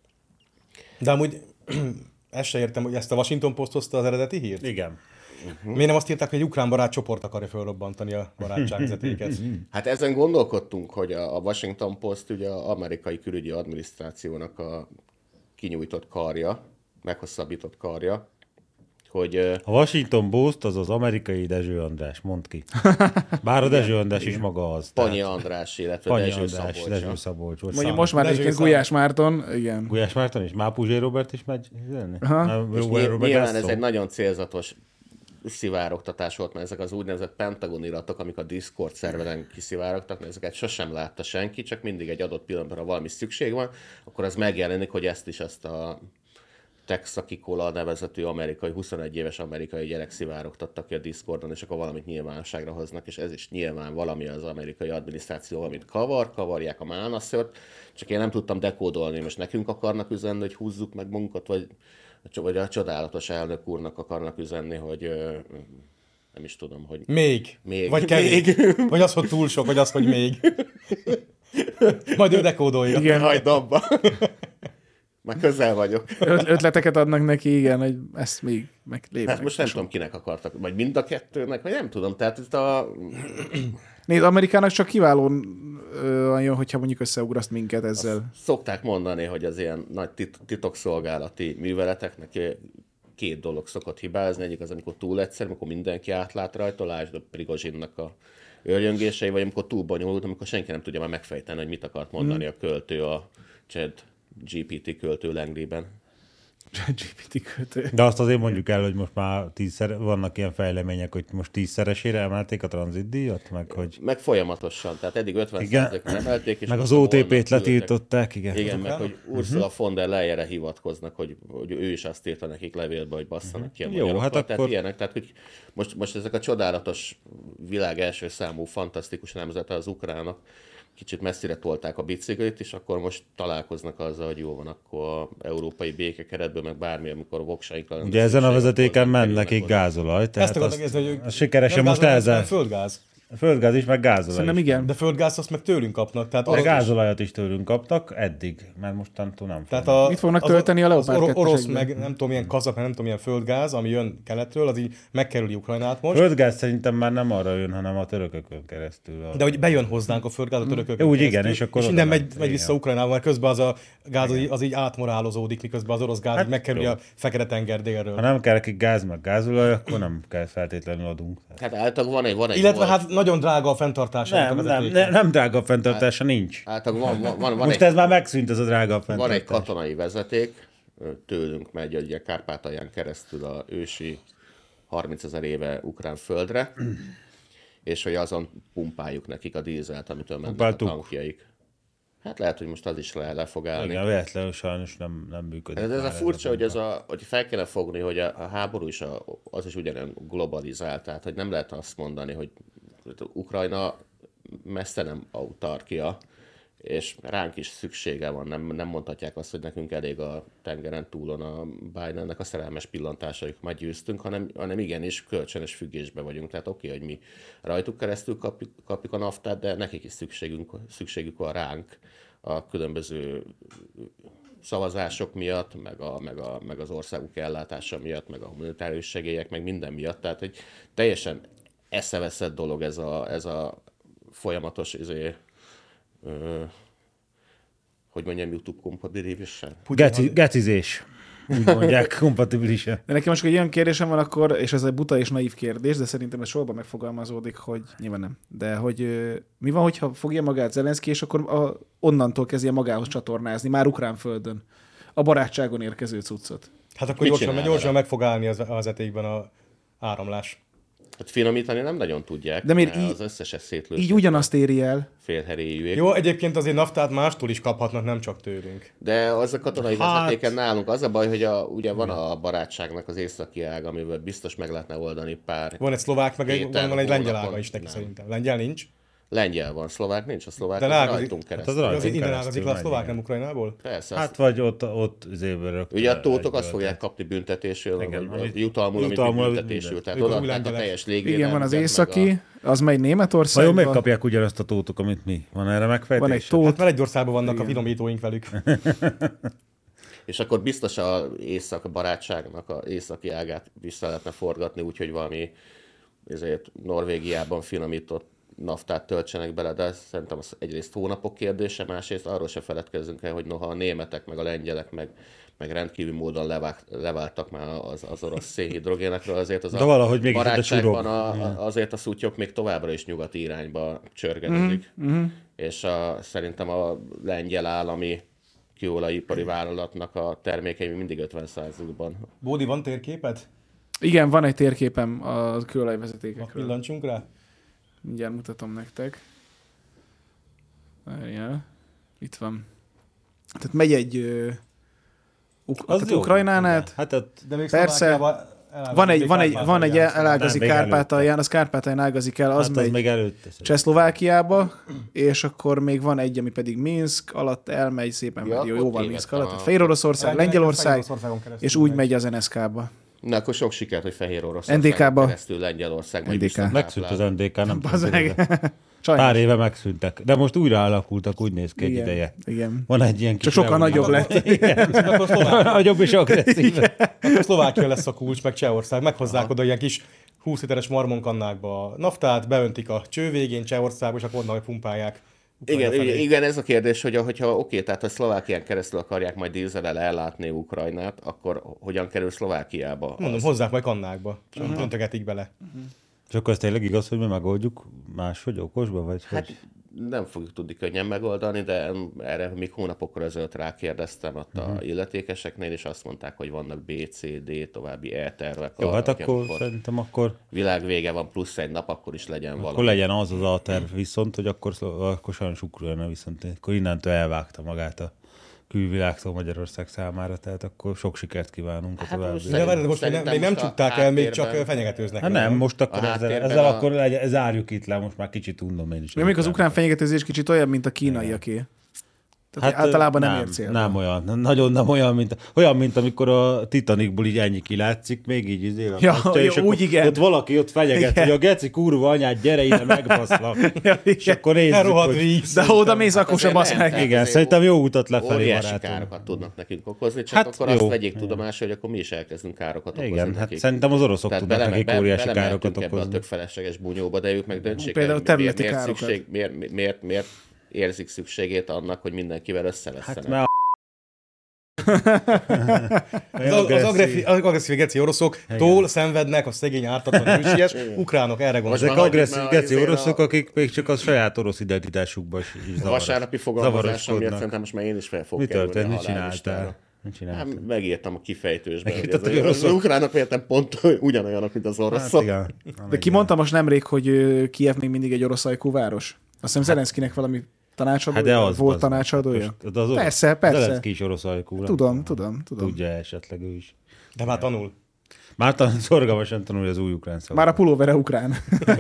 De amúgy ezt se értem, hogy ezt a Washington Post hozta az eredeti hírt? Igen. Miért nem azt írták, hogy egy ukrán barát csoport akarja felrobbantani a barátságvezetéket? Hát ezen gondolkodtunk, hogy a Washington Post ugye az amerikai külügyi adminisztrációnak a kinyújtott karja, meghosszabbított karja, hogy... A Washington Post az az amerikai Dezső András, mondd ki. Bár a Dezső András is maga az. Panyi András, illetve Panyi Dezső András, Szabolcsa. Dezső Szabolcs. Mondjuk most már egyébként Gulyás Márton, igen. Gulyás Márton és Mápuzsé Robert is megy. És nyilván ez egy nagyon célzatos szivárogtatás volt, mert ezek az úgynevezett Pentagon iratok, amik a Discord szerveren kiszivárogtak, mert ezeket sosem látta senki, csak mindig egy adott pillanatban, ha valami szükség van, akkor az megjelenik, hogy ezt a Texaci-Cola nevezetű amerikai, 21 éves amerikai gyerek szivárogtattak ki a Discordon, és akkor valamit nyilvánosságra hoznak, és ez is nyilván valami az amerikai adminisztráció, amit kavarják a málnaszört, csak én nem tudtam dekódolni, most nekünk akarnak üzenni, hogy húzzuk meg munkat, vagy a csodálatos elnök úrnak akarnak üzenni, hogy nem is tudom, hogy... Még. Vagy kevés. Vagy az, hogy túl sok, vagy az, hogy még. Majd ő dekódolja. Igen. Hagyd abba. Már közel vagyok. Ötleteket adnak neki, igen, hogy ezt még meglépnek. Hát most nem tudom, kinek akartak, vagy mind a kettőnek, vagy nem tudom. Tehát itt Nézd, Amerikának csak kiválóan jön, hogyha mondjuk összeugraszt minket ezzel. Azt szokták mondani, hogy az ilyen nagy titokszolgálati műveleteknek két dolog szokott hibázni. Egyik az, amikor túl egyszerű, amikor mindenki átlát rajta, lásd a Prigozsinnak a őrjöngései, vagy amikor túl bonyolult, amikor senki nem tudja már megfejteni, hogy mit akart mondani a költő, a ChatGPT költő Langley-ben. GPT költő. De azt azért mondjuk el, hogy most már vannak ilyen fejlemények, hogy most 10-szeresére emelték a tranzitdíjat, meg folyamatosan, tehát eddig 50%-ra emelték. És meg az OTP-t letiltották, igen. Igen, meg hogy Ursula von der Leyenre hivatkoznak, hogy ő is azt írta nekik levélbe, hogy basszanak ki a magyarokkal. Hát tehát akkor... ilyenek, tehát hogy most ezek a csodálatos világ első számú, fantasztikus nemzete az ukránok, kicsit messzire tolták a biciklit, és akkor most találkoznak azzal, hogy jó van, akkor a európai békekeretből, meg bármi, amikor a voksainkra... Ugye ezen a vezetéken ment nekik gázolaj, tehát azt sikeresen most ezzel... Földgáz. A földgáz is, meg gázolaj. Szerintem igen. De földgáz azt meg tőlünk kapnak. Tehát a gázolajat is tőlünk kaptak, eddig, mert mostantól nem. Tehát mit fognak tölteni a Leopard 2-esekben? orosz, meg nem tudom, milyen kazak, meg nem tudom, milyen földgáz, ami jön keletről, az így megkerüli Ukrajnát most. Földgáz szerintem már nem arra jön, hanem a törökökön keresztül. De hogy bejön hozzánk a földgáz a törökökön úgy keresztül, igen, és akkor innen megy vissza Ukrajnába, mert közben az a gáz az így átmorálozódik, miközben az orosz gáz megkerüli a Fekete-tenger délről. Ha nem kell nekik gáz, meg gázolaj, akkor nem kell feltétlenül adunk. Hát általában van egy illetve hát nagyon drága a fenntartása. Nem drága a fenntartása, nincs. Van most ez már megszűnt, ez a drága a fenntartás. Van egy katonai vezeték, tőlünk megy ugye Kárpátalján keresztül a ősi 30 000 éve ukrán földre, és hogy azon pumpáljuk nekik a dízelt, amitől mennek a tankjaik. Hát lehet, hogy most az is le fog állni. Igen, véletlenül sajnos nem működik. Ez a furcsa, hogy fel kellene fogni, hogy a háború is az is ugyanolyan globalizált, tehát hogy nem lehet azt mondani, hogy Ukrajna messze nem autarkia, és ránk is szüksége van. Nem mondhatják azt, hogy nekünk elég a tengeren túlon a Bidennek a szerelmes pillantásaik, majd győztünk, hanem igenis kölcsönös függésbe vagyunk. Tehát oké, hogy mi rajtuk keresztül kapjuk a naftát, de nekik is szükségük van ránk a különböző szavazások miatt, meg az országuk ellátása miatt, meg a humanitárius segélyek, meg minden miatt. Tehát egy teljesen eszeveszett dolog ez a folyamatos hogy mondjam, YouTube kompatibilisen? Gecizés. Úgy mondják, kompatibilisen. De nekem most egy olyan kérdésem van akkor, és ez egy buta és naív kérdés, de szerintem ez sorban megfogalmazódik, hogy nyilván nem. De hogy mi van, hogyha fogja magát Zelenszkij, és akkor onnantól kezdje magához csatornázni, már ukrán földön, a barátságon érkező cuccot? Hát akkor gyorsan meg fog állni az etékben a áramlás. Hát finomítani nem nagyon tudják, de miért az összeset szétlőszik. Így ugyanazt éri el. Félheréjűek. Jó, egyébként azért naftát mástól is kaphatnak, nem csak tőlünk. De az a katonai vezetéken nálunk az a baj, hogy ugye van a barátságnak az északi ág, amivel biztos meg lehetne oldani pár. Van egy szlovák, meg van egy lengyel ága is neki szerintem. Lengyel nincs? Lengyel van, szlovák nincs, a szlovák De az ágazik. rajtunk Hát az keresztül. rajtunk Az innen keresztül ágazik le a megy, szlovák, igen. nem Ukrajnából? Persze, Hát vagy ott zéből ugye a tótok azt fogják kapni büntetésül, Igen, vagy amit- jutalmul, amit jutalmul, büntetésül. minden. Tehát Ők oda új tehát a lengyelek. teljes légvédelmet. Igen, van az meg északi, az megy Németországba. Vajon megkapják ugyanazt a tótok, amit mi? Van erre megfejtés? Van egy tó, Hát mert egy országban vannak a finomítóink velük. És akkor biztos a észak barátságnak a északi ágát vissza lehetne forgatni, úgyhogy valami ezért Norvégiában finomított naftát töltsenek bele, de szerintem az egyrészt hónapok kérdése, másrészt arról se feledkezzünk el, hogy noha a németek, meg a lengyelek, meg rendkívül módon leváltak már az orosz szénhidrogénekről, azért az de valahogy mégis barátságban azért a szutyok még továbbra is nyugati irányba csörgedezik. És szerintem a lengyel állami kőolajipari vállalatnak a termékei mindig 50%-ban. Bódi, van térképet? Igen, van egy térképem a Ha kőolajvezetékekről. pillancsunk rá. Mindjárt mutatom nektek. Várjál. Itt van. Tehát megy egy tehát Ukrajnán át. Hát ott De még Persze. Szlovákiában van egy elágazik még Kárpátalján, az Kárpátalján ágazik el, az hát az megy még előtte. Csehszlovákiába, és akkor még van egy, ami pedig Minsk alatt elmegy szépen, Ja, jó akkor van Minsk tévedtem alatt, a- tehát Fehér Oroszország, Lengyelország, és úgy megy az NSZK-ba. Na akkor sok sikert, hogy Fehér Oroszország NDK-ba. keresztül Lengyelország majd NDK. visszatáplál. Megszűnt az NDK, nem Bazd tudom, meg. pár Sajnos. éve megszűntek. De most újra alakultak, úgy néz ki egy Igen, ideje. igen. Van egy ilyen Csak sokkal nagyobb lett. Akkor Nagyobb és agresszív. Szlovákia lesz a kulcs, meg Csehország. Meghozzák oda ilyen kis 20 literes marmonkannákba a naftát, beöntik a cső végén Csehországba, és akkor onnan hogy pumpálják. Ukrajna felé. Igen, ez a kérdés, hogyha oké, tehát ha Szlovákián keresztül akarják majd dízellel ellátni Ukrajnát, akkor hogyan kerül Szlovákiába? Mondom, hozzák majd kannákba, és öntögetik bele. És akkor ez tényleg igaz, hogy mi megoldjuk máshogy, okosba, vagy Hát hogy? nem fogjuk tudni könnyen megoldani, de erre még hónapokkal ezelőtt rákérdeztem ott a illetékeseknél, és azt mondták, hogy vannak B, C, D, további E-tervek. Jó, hát akkor amikor szerintem akkor világvége van, plusz egy nap, akkor is legyen Akkor valami. legyen az az a terv viszont, hogy akkor sajnos Ukrajna viszont akkor innentől elvágta magát a külvilágtól Magyarország számára, tehát akkor sok sikert kívánunk a Hát további. most De várj, de most még Szerintem nem most a csukták el, még csak háttérben- fenyegetőznek. Hát vele, nem, most akkor A ezzel háttérben akkor zárjuk itt le, most már kicsit undom én is. Még az ukrán fenyegetőzés kicsit olyan, mint a kínaiaké. Tehát általában nem ér célba. Nem olyan, nagyon nem olyan, mint amikor a Titanicból így ennyi kilátszik, még így izé. Ja, és jó, akkor úgy igen. Ott valaki ott fenyeget, Igen. hogy a geci kurva anyát, gyere ide, megbaszlak. Ja, És igen. akkor nézzük, Elrohadt hogy... víz. De ha oda mész, akkor sem azért basz nem, meg. Igen, azért szerintem jó utat lefelé, óriási barátom. károkat tudnak nekünk okozni, csak Hát akkor jó. azt vegyék tudomásul, hogy akkor mi is elkezdünk károkat okozni Igen, hát nekik. szerintem az oroszok Tehát tudnak nekik óriási károkat belemeltünk ebbe a okozni. tök felesleges bunyóba, de ők meg döntsék Például el, területi károkat. miért érzik szükségét annak, hogy mindenkivel összevesztenek. Hát mert Az agresszív geci oroszok tól szenvednek a szegény ártatlan ősies ukránok, erre Most ezek már agresszív hagyjuk, geci mert oroszok, a- akik még csak a saját orosz identitásukban is A vasárnapi fogalmazásom miatt zavaroskodnak. szerintem most már én is fel fog Mi kerülni történt? a Mit halállistára. csináltál? Mit csináltál? Hát megírtam a kifejtősben, hogy Megírtad, az, hogy az oroszok? ukránok értem pont ugyanolyanok, mint az Hát oroszok. igen. De ki mondta most nemrég, hogy Kijev még mindig egy orosz ajkú város? Azt hiszem Zelenszkinek valami tanácsadója? Hát de az volt az- tanácsadója? most az orosz- Persze, persze. Zelenszky is orosz ajkú. nem Tudom. Tudja esetleg ő is. De már tanul. Már szorgalmasan tanulja az új ukrán szavakat. Már a pulóvere ukrán.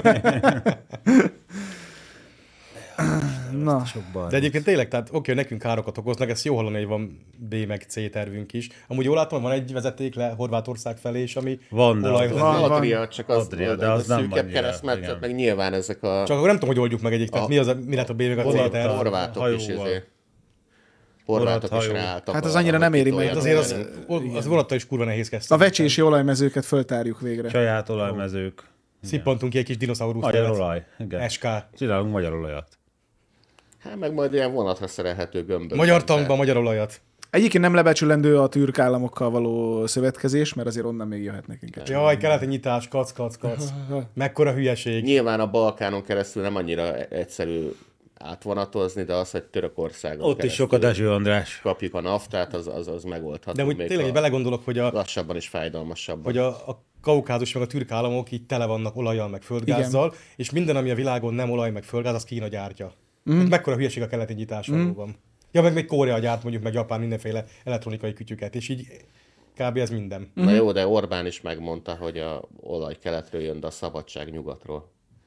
Na, Sok baj. De egyébként tényleg, tehát oké, nekünk károkat okoznak, ezt jó hallani, hogy van B meg C tervünk is. Amúgy jól látom, van egy vezeték le Horvátország felé is, ami Van, de olajvezeték. van. Adria, csak az, Adria, de az nem szűkebb annyira, keresztmetszet, igen. meg nyilván ezek a Csak akkor nem tudom, hogy oldjuk meg egyik, tehát mi lett a B meg a C terv. horvátok is hajóval. horvátok is hajó. ráálltak. Hát az annyira nem éri meg. Hát azért az vonattal is kurva nehéz kezdte. a vecsési olajmezőket föltárjuk végre. Saját olajmezők. Szippantunk ki egy kis dinoszaurusz Magyar nevet. olaj. Igen. SK. Csinálunk magyar olajat. Hát meg majd ilyen vonatra szerelhető gömbök. Magyar tankban magyar olajat. Egyébként nem lebecsülendő a türk államokkal való szövetkezés, mert azért onnan még jöhet nekünk. Jaj, keleti nyitás, kac. Mekkora hülyeség. Nyilván a Balkánon keresztül nem annyira egyszerű átvonatozni, de az, hogy Törökországon Ott is keresztül sok a Dezső András. kapjuk a naftát, az megoldható. De úgy még tényleg, hogy belegondolok, hogy lassabban és fájdalmasabban. hogy a Kaukázus meg a türk államok így tele vannak olajjal meg földgázzal, és minden, ami a világon nem olaj meg földgáz, az Kína gyártja. Hát mekkora hülyeség a keleti nyitás valóban. Ja, meg még Korea gyárt mondjuk, meg Japán mindenféle elektronikai kütyüket, és így kb. Ez minden. Na jó, de Orbán is megmondta, hogy a olaj keletről jön, de a szabadság nyugatról.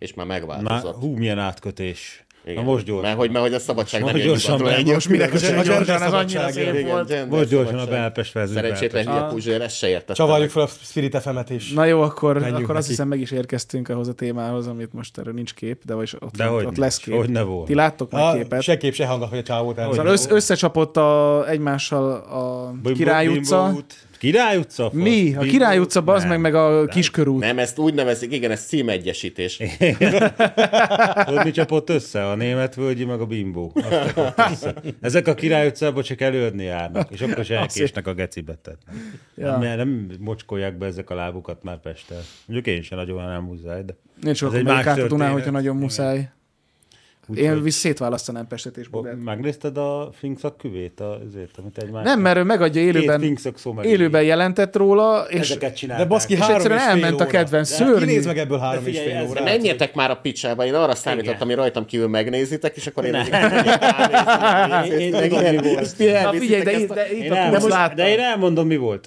és már megváltozott. Milyen átkötés. Igen. Na most gyorsan. Mert hogy a szabadság Most nem ilyen gyorsan nyugatról. Most minek A gender gyorsan, az annyira szabadság, szép volt. Most gyorsan a Belpest vezünk. Szerencsétlen a Puzsér ezt se értette. Csavarjuk fel a Spirit FM-et is. Na jó, akkor Menjünk azt neki. hiszem meg is érkeztünk ahhoz a témához, amit most erről nincs kép, de vagy ott lesz kép. Hogy ne volt. Ti láttok meg képet? Se kép, se hang, hogy a csávót Szóval összecsapott egymással a Király utca. Király utca? Mi? A Király utca, bazd meg a Kiskörút. Nem, ezt úgy nevezik, igen, ez címegyesítés. Tudod, mi csapott össze? A Németvölgyi, meg a Bimbó. Ezek a Király utcába csak előadni járnak, és akkor se elkésnek a gecibetet. Ja. Nem mocskolják be ezek a lábukat már Pestel. Mondjuk én sem nagyon nem muszáj, de... Nincs Ez akkor egy melyik más át a Dunán, történet. hogyha nagyon Igen. muszáj. Én szétválasztanám Pestet és Budát. Megnézted a Finkszak küvét, azért, amit egymás... Nem, mert ő megadja élőben, Finkszak szó meg élőben jelentett róla, és ezeket csinálták. De baszki, És 3,5 egyszerűen elment a óra. kedvenc, De szörnyű. Kinéz meg ebből figyelj, 3,5 ez órát. Menjetek már a picsába, én arra számítottam, Igen. hogy rajtam kívül megnézitek, és akkor én Én megnézem. tudom, mi volt. Ezt ti Na figyelj, elviszitek de ezt a- itt Én a kurz láttam. de én elmondom, mi volt.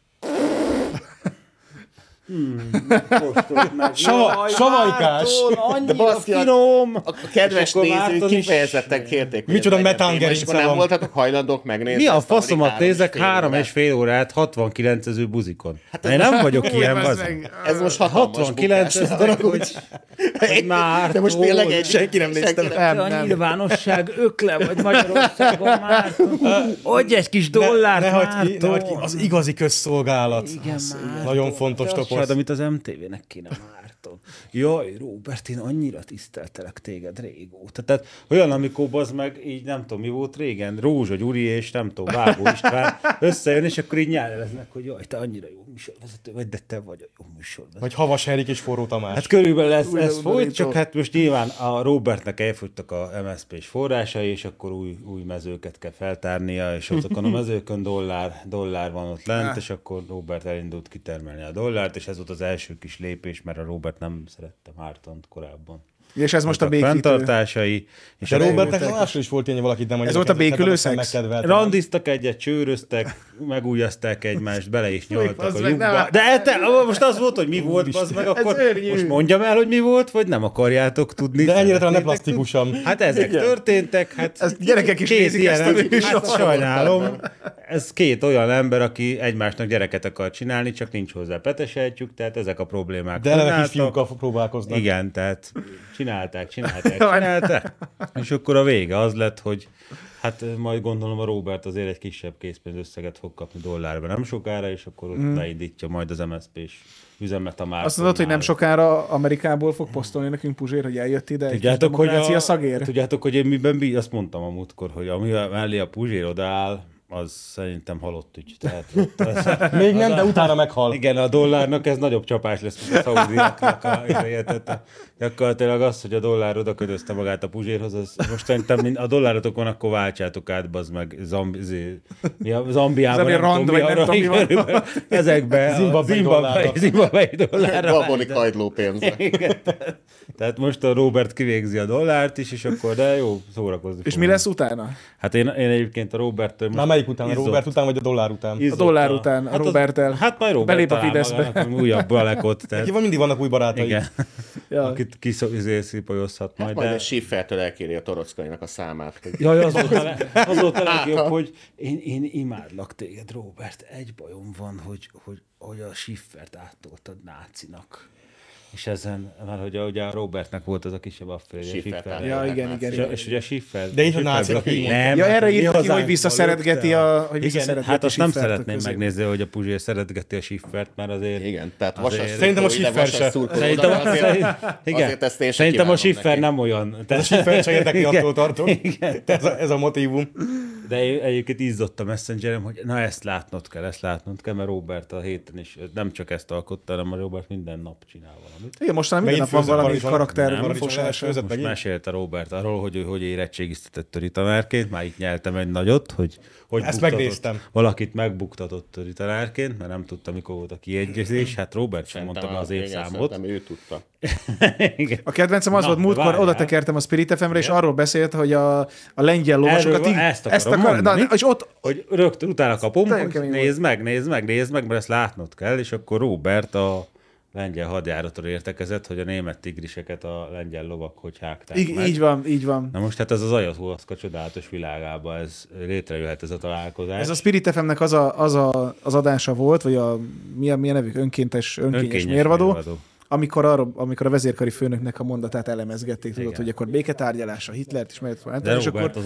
Savajkás. Annyira baszki, finom. A kedves És akkor nézők Márton is- kifejezetten kérték, hogy Micsoda ez legyen metángerince téma, és akkor nem van. voltatok hajlandók megnézni. Mi a ezt faszomat harmadik nézek 3,5 3,5 órát 69 buzikon? Én nem vagyok ilyen, bazd bazd. meg. Ez most hatalmas 69 bukás. ez darab, hogy már De most tényleg egy... Senki nem nézte meg. Nem, a nem. nyilvánosság ökle vagy Magyarországon már. Adj egy kis dollárt, Ne hagyd ki, Márton. ne hagyd ki. Az igazi közszolgálat. Igen, Márton. Nagyon fontos Te azt toposz. csináld, amit az MTV-nek kéne, Márton. Jaj, Róbert, én annyira tiszteltelek téged régóta. Tehát olyan, amikor bazd meg, így nem tudom, mi volt régen, Rózsa Gyuri és nem tudom, Vágó István összejön, és akkor így nyelveznek, hogy jaj, te annyira jó műsorvezető vagy, de te vagy a jó műsorvezető. Vagy Havas Erik és Forró Tamás. Hát körülbelül ez undorító. folyt, csak hát most nyilván a Robertnek elfogytak a MSZP-s forrásai, és akkor új mezőket kell feltárnia, és azokon a mezőkön dollár van ott lent, és akkor Robert elindult kitermelni a dollárt, és ez volt az első kis lépés, mert a Robert nem szerette Mártont korábban. És ez most a békítő. Fenntartásai. És De a Robertnek máshol is volt ilyen, hogy valakit nem Ez volt a békülő szex? megkedvelte. randiztak egyet, csőröztek, megújazták egymást, bele is nyaltak bazd a meg, lyukba. nem. De most az volt, hogy mi volt, az meg akkor szörnyű. most mondjam el, hogy mi volt, vagy nem akarjátok tudni. De ennyire talán ne Szeretnétek plastikusan. Hát ezek történtek, hát Ezt gyerekek is két nézik ilyen, ezt a műsort. hát sajnálom, ez két olyan ember, aki egymásnak gyereket akar csinálni, csak nincs hozzá petesejtjük, tehát ezek a problémák. De eleve fönnálltak. kisfiúkkal próbálkoznak. Igen, tehát csinálták, és akkor a vége az lett, hogy hát majd gondolom a Robert azért egy kisebb készpénzösszeget fog kapni dollárba nem sokára, és akkor ott beindítja majd az MSZP-s üzemet a Mártonnál. Azt mondod, hogy nem sokára Amerikából fog posztolni nekünk Puzsér, hogy eljött ide egy Tudjátok, hogy demokrácia szagér? tudjátok, hogy én miben azt mondtam a múltkor, hogy ami mellé a Puzsér odaáll, az szerintem halott ügy. Tehát Még nem, de utána meghal. igen, a dollárnak ez nagyobb csapás lesz, mint a szaudiaknak gyakorlatilag az, hogy a dollár oda kötözte magát a Puzsérhoz, az most szerintem a dollárotok van, akkor váltsátok át, bazd meg Zambiában, Zami rand, vagy nem tudom, mi van. ezekbe zimbabwei dollárra. Baboni kagyló pénzre. Igen. Tehát most a Robert kivégzi a dollárt is, és akkor de jó, szórakozni És fogunk. mi lesz utána? Hát én egyébként a Roberttől most Na melyik után? A izzott. Robert után vagy a dollár után? Izzott A dollár után, a Roberttel. Hát majd Robert Belép a talál Fideszbe. magának újabb balekot. Tehát, Neki mindig vannak új barátai. igen, Ja. akit kiszipolyozhat majd. Majd De... a Schiffertől elkéri a Torockainak a számát. Hogy... Jaj, az volt a legjobb, hogy én imádlak téged, Robert. Egy bajom van, hogy a Schiffert áttoltad nácinak. És ezen, mert hogy ugye a Robertnek volt az a kisebb afférje. Schiffert Schiffer. Ja, igen. És ugye a Schiffer... De így a nácinak így Nem, Ja, hát erre mi írta ki, hogy hazánkban visszaszeretgeti lőtte hogy Igen, visszaszeretgeti hát azt nem Schiffert a szeretném közé. megnézni, hogy a Puzsér szeretgeti a Schiffert, mert azért... Igen, tehát Azért- vasas Szerintem a szurkoló, Schiffer ide se. vasas szurkoló, Szerintem, de azért- igen. azért ezt én sem Szerintem a kívánom Schiffer neki. nem olyan. A Schiffer se érdekli, Igen. attól tartok. Ez a motívum. De én egyébként izzott a messengerem, hogy na ezt látnod kell, mert Robert a héten is nem csak ezt alkotta, hanem a Robert minden nap csinál valamit. Igen, mostanában minden Megint nap van főzött valami paradicsom. karakter Nem, fosás. főzött Most megint. mesélt a Robert arról, hogy érettségiztetett töritanárként, már itt nyeltem egy nagyot, hogy Ezt megnéztem. Valakit megbuktatott töritanárként, mert nem tudta, mikor volt a kiegyezés. Hát Robert sem mondta be az évszámot. Nem, ő tudta. Igen. A kedvencem az Na, volt, de múltkor várjál. oda tekertem a Spirit FM-re, és arról beszélt, hogy a lengyel lovasokat... Erről ezt akarom mondani. Na, és ott Hogy rögtön utána kapom, Nagyon hogy kemény nézd meg, mert ezt látnod kell, és akkor Robert a lengyel hadjáraton értekezett, hogy a német tigriseket a lengyel lovak hogy hágták meg. Így van. Na most hát ez az Ayahuasca csodálatos világában ez létrejöhet ez a találkozás. Ez a Spirit FM-nek az adása volt, vagy milyen nevük? Önkényes mérvadó. Amikor a vezérkari főnöknek a mondatát elemezgették, tudod, hogy akkor béketárgyalás, a Hitlert is megtalálták, és akkor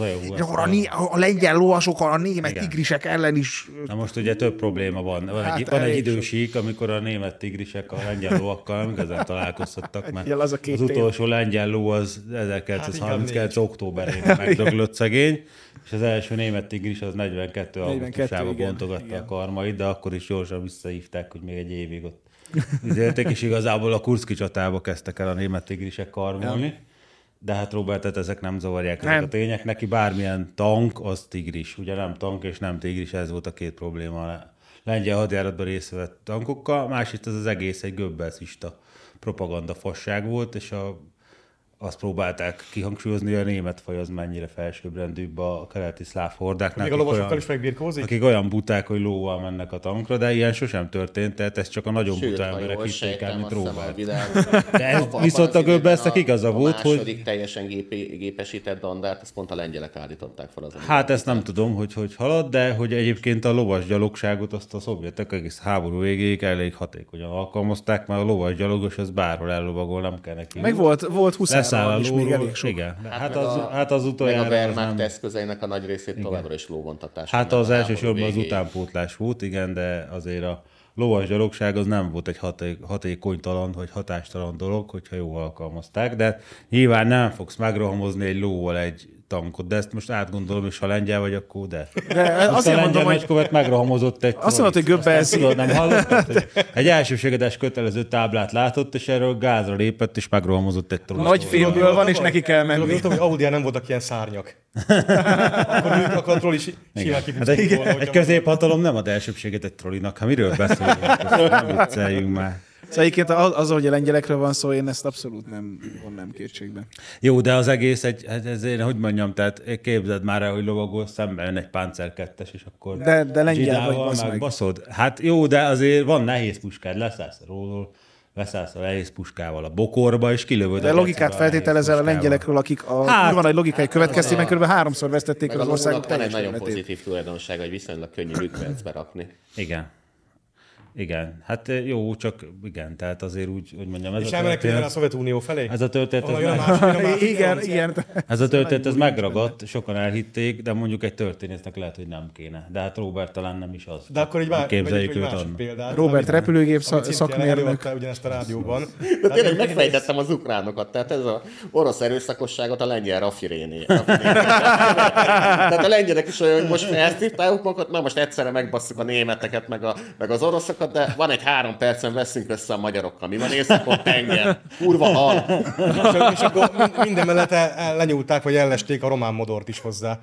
a lengyel lovasok a német tigrisek ellen is... Na most ugye több probléma van. Van egy idősík, amikor a német tigrisek a lengyel lovakkal nem igazán találkozhattak, mert az utolsó lengyel ló az 1939. októberén megdöglött szegény, és az első német tigris az 42. augusztusában bontogatta a karmait, de akkor is gyorsan visszahívták, hogy még egy évig ott üzélték, és igazából a Kurszki csatába kezdtek el a német tigrisek karmolni, de hát Robertet ezek nem zavarják ezek a tények. Neki bármilyen tank, az tigris. Ugye nem tank és nem tigris, ez volt a két probléma a lengyel hadjáratban részt vett tankokkal. Másrészt ez az egész egy göbbelszista propaganda fasság volt, és azt próbálták kihangsúlyozni, hogy a német faj az mennyire felsőbbrendűbb a keleti szláv hordáknál. Még a lovasokkal is megbirkózik? Akik olyan buták, hogy lóval mennek a tankra, de ilyen sosem történt, tehát ez csak a nagyon buta emberek hitték el, mint Robert. De ez viszont a Goebbelsnek igaza volt, hogy... A második teljesen gépesített dandát, ezt pont a lengyelek állították fel. Hát ezt nem tudom, hogy halad, de hogy egyébként a lovas gyalogságot azt a szovjetek egész háború végéig elég hatékonyan alkalmazták, mert a lovas gyalogos az bárhol ellovagol, nem kell neki. Meg volt 20 is még elég sok. Igen. Hát az utoljára... Meg a Wehrmacht eszközeinek a nagy részét továbbra is lóvontatás. Hát az elsősorban az utánpótlás volt, igen, de azért a lovas gyalogság az nem volt egy hatékonytalan vagy hatástalan dolog, hogyha jól alkalmazták, de nyilván nem fogsz megrohamozni egy lóval egy tankot, de ezt most átgondolom, és ha lengyel vagy, akkor de. Azért mondom, hogy megrohamozott egy azt mondod, hogy Goebbels... Tudod, nem hallottad, hogy egy elsőségedes kötelező táblát látott, és erről gázra lépett, és megrohamozott egy trollot. Nagy filmből van, és neki kell menni. Gondoltam, hogy Audián nem voltak ilyen szárnyak. Akkor a troll is simán kipütték volna. Egy középhatalom nem ad elsőbséget egy trollinak. Hát miről beszélünk? Nem vicceljünk már. Szóval egyébként az, hogy a lengyelekről van szó, én ezt abszolút nem vonnám kétségbe. Jó, de az egész ezért, hogy mondjam, tehát képzeld már el, hogy lovagol, szemben jön egy Panzer 2-es, és akkor de lengyel vagy, basz meg. Baszod. Hát jó, de azért van nehéz puskád, leszállsz a róról, leszállsz a nehéz puskával a bokorba, és kilövöd. De logikát feltételezel a lengyelekről, akik van egy logikai következtében kb. 3-szor vesztették az országok teljes van egy nagyon pozitív tulajdonság, hogy viszonylag könnyű működésbe rakni. Igen, hát jó, csak igen, tehát azért úgy, hogy mondjam, ez és elmenekülni a Szovjetunió felé? Ez a történet, igen. Ez a történet, ez megragadt, sokan elhitték, de mondjuk egy történésznek lehet, hogy nem kéne. De hát Robert talán nem is az. De akkor egy másik példát. Robert repülőgép szakmérnök. Ugyanezt a rádióban. De tényleg megfejtettem az ukránokat, tehát ez az orosz erőszakosságot a lengyel raffiréné. Tehát a lengyelek is olyan, hogy most elszívták magukat, na most egyszerre megbasszuk a németeket, meg az oroszokat, de van egy 3 percen, veszünk össze a magyarokkal. Mi van északon tenger? Kurva hal! És akkor minden mellett lenyúlták, vagy ellesték a román modort is hozzá.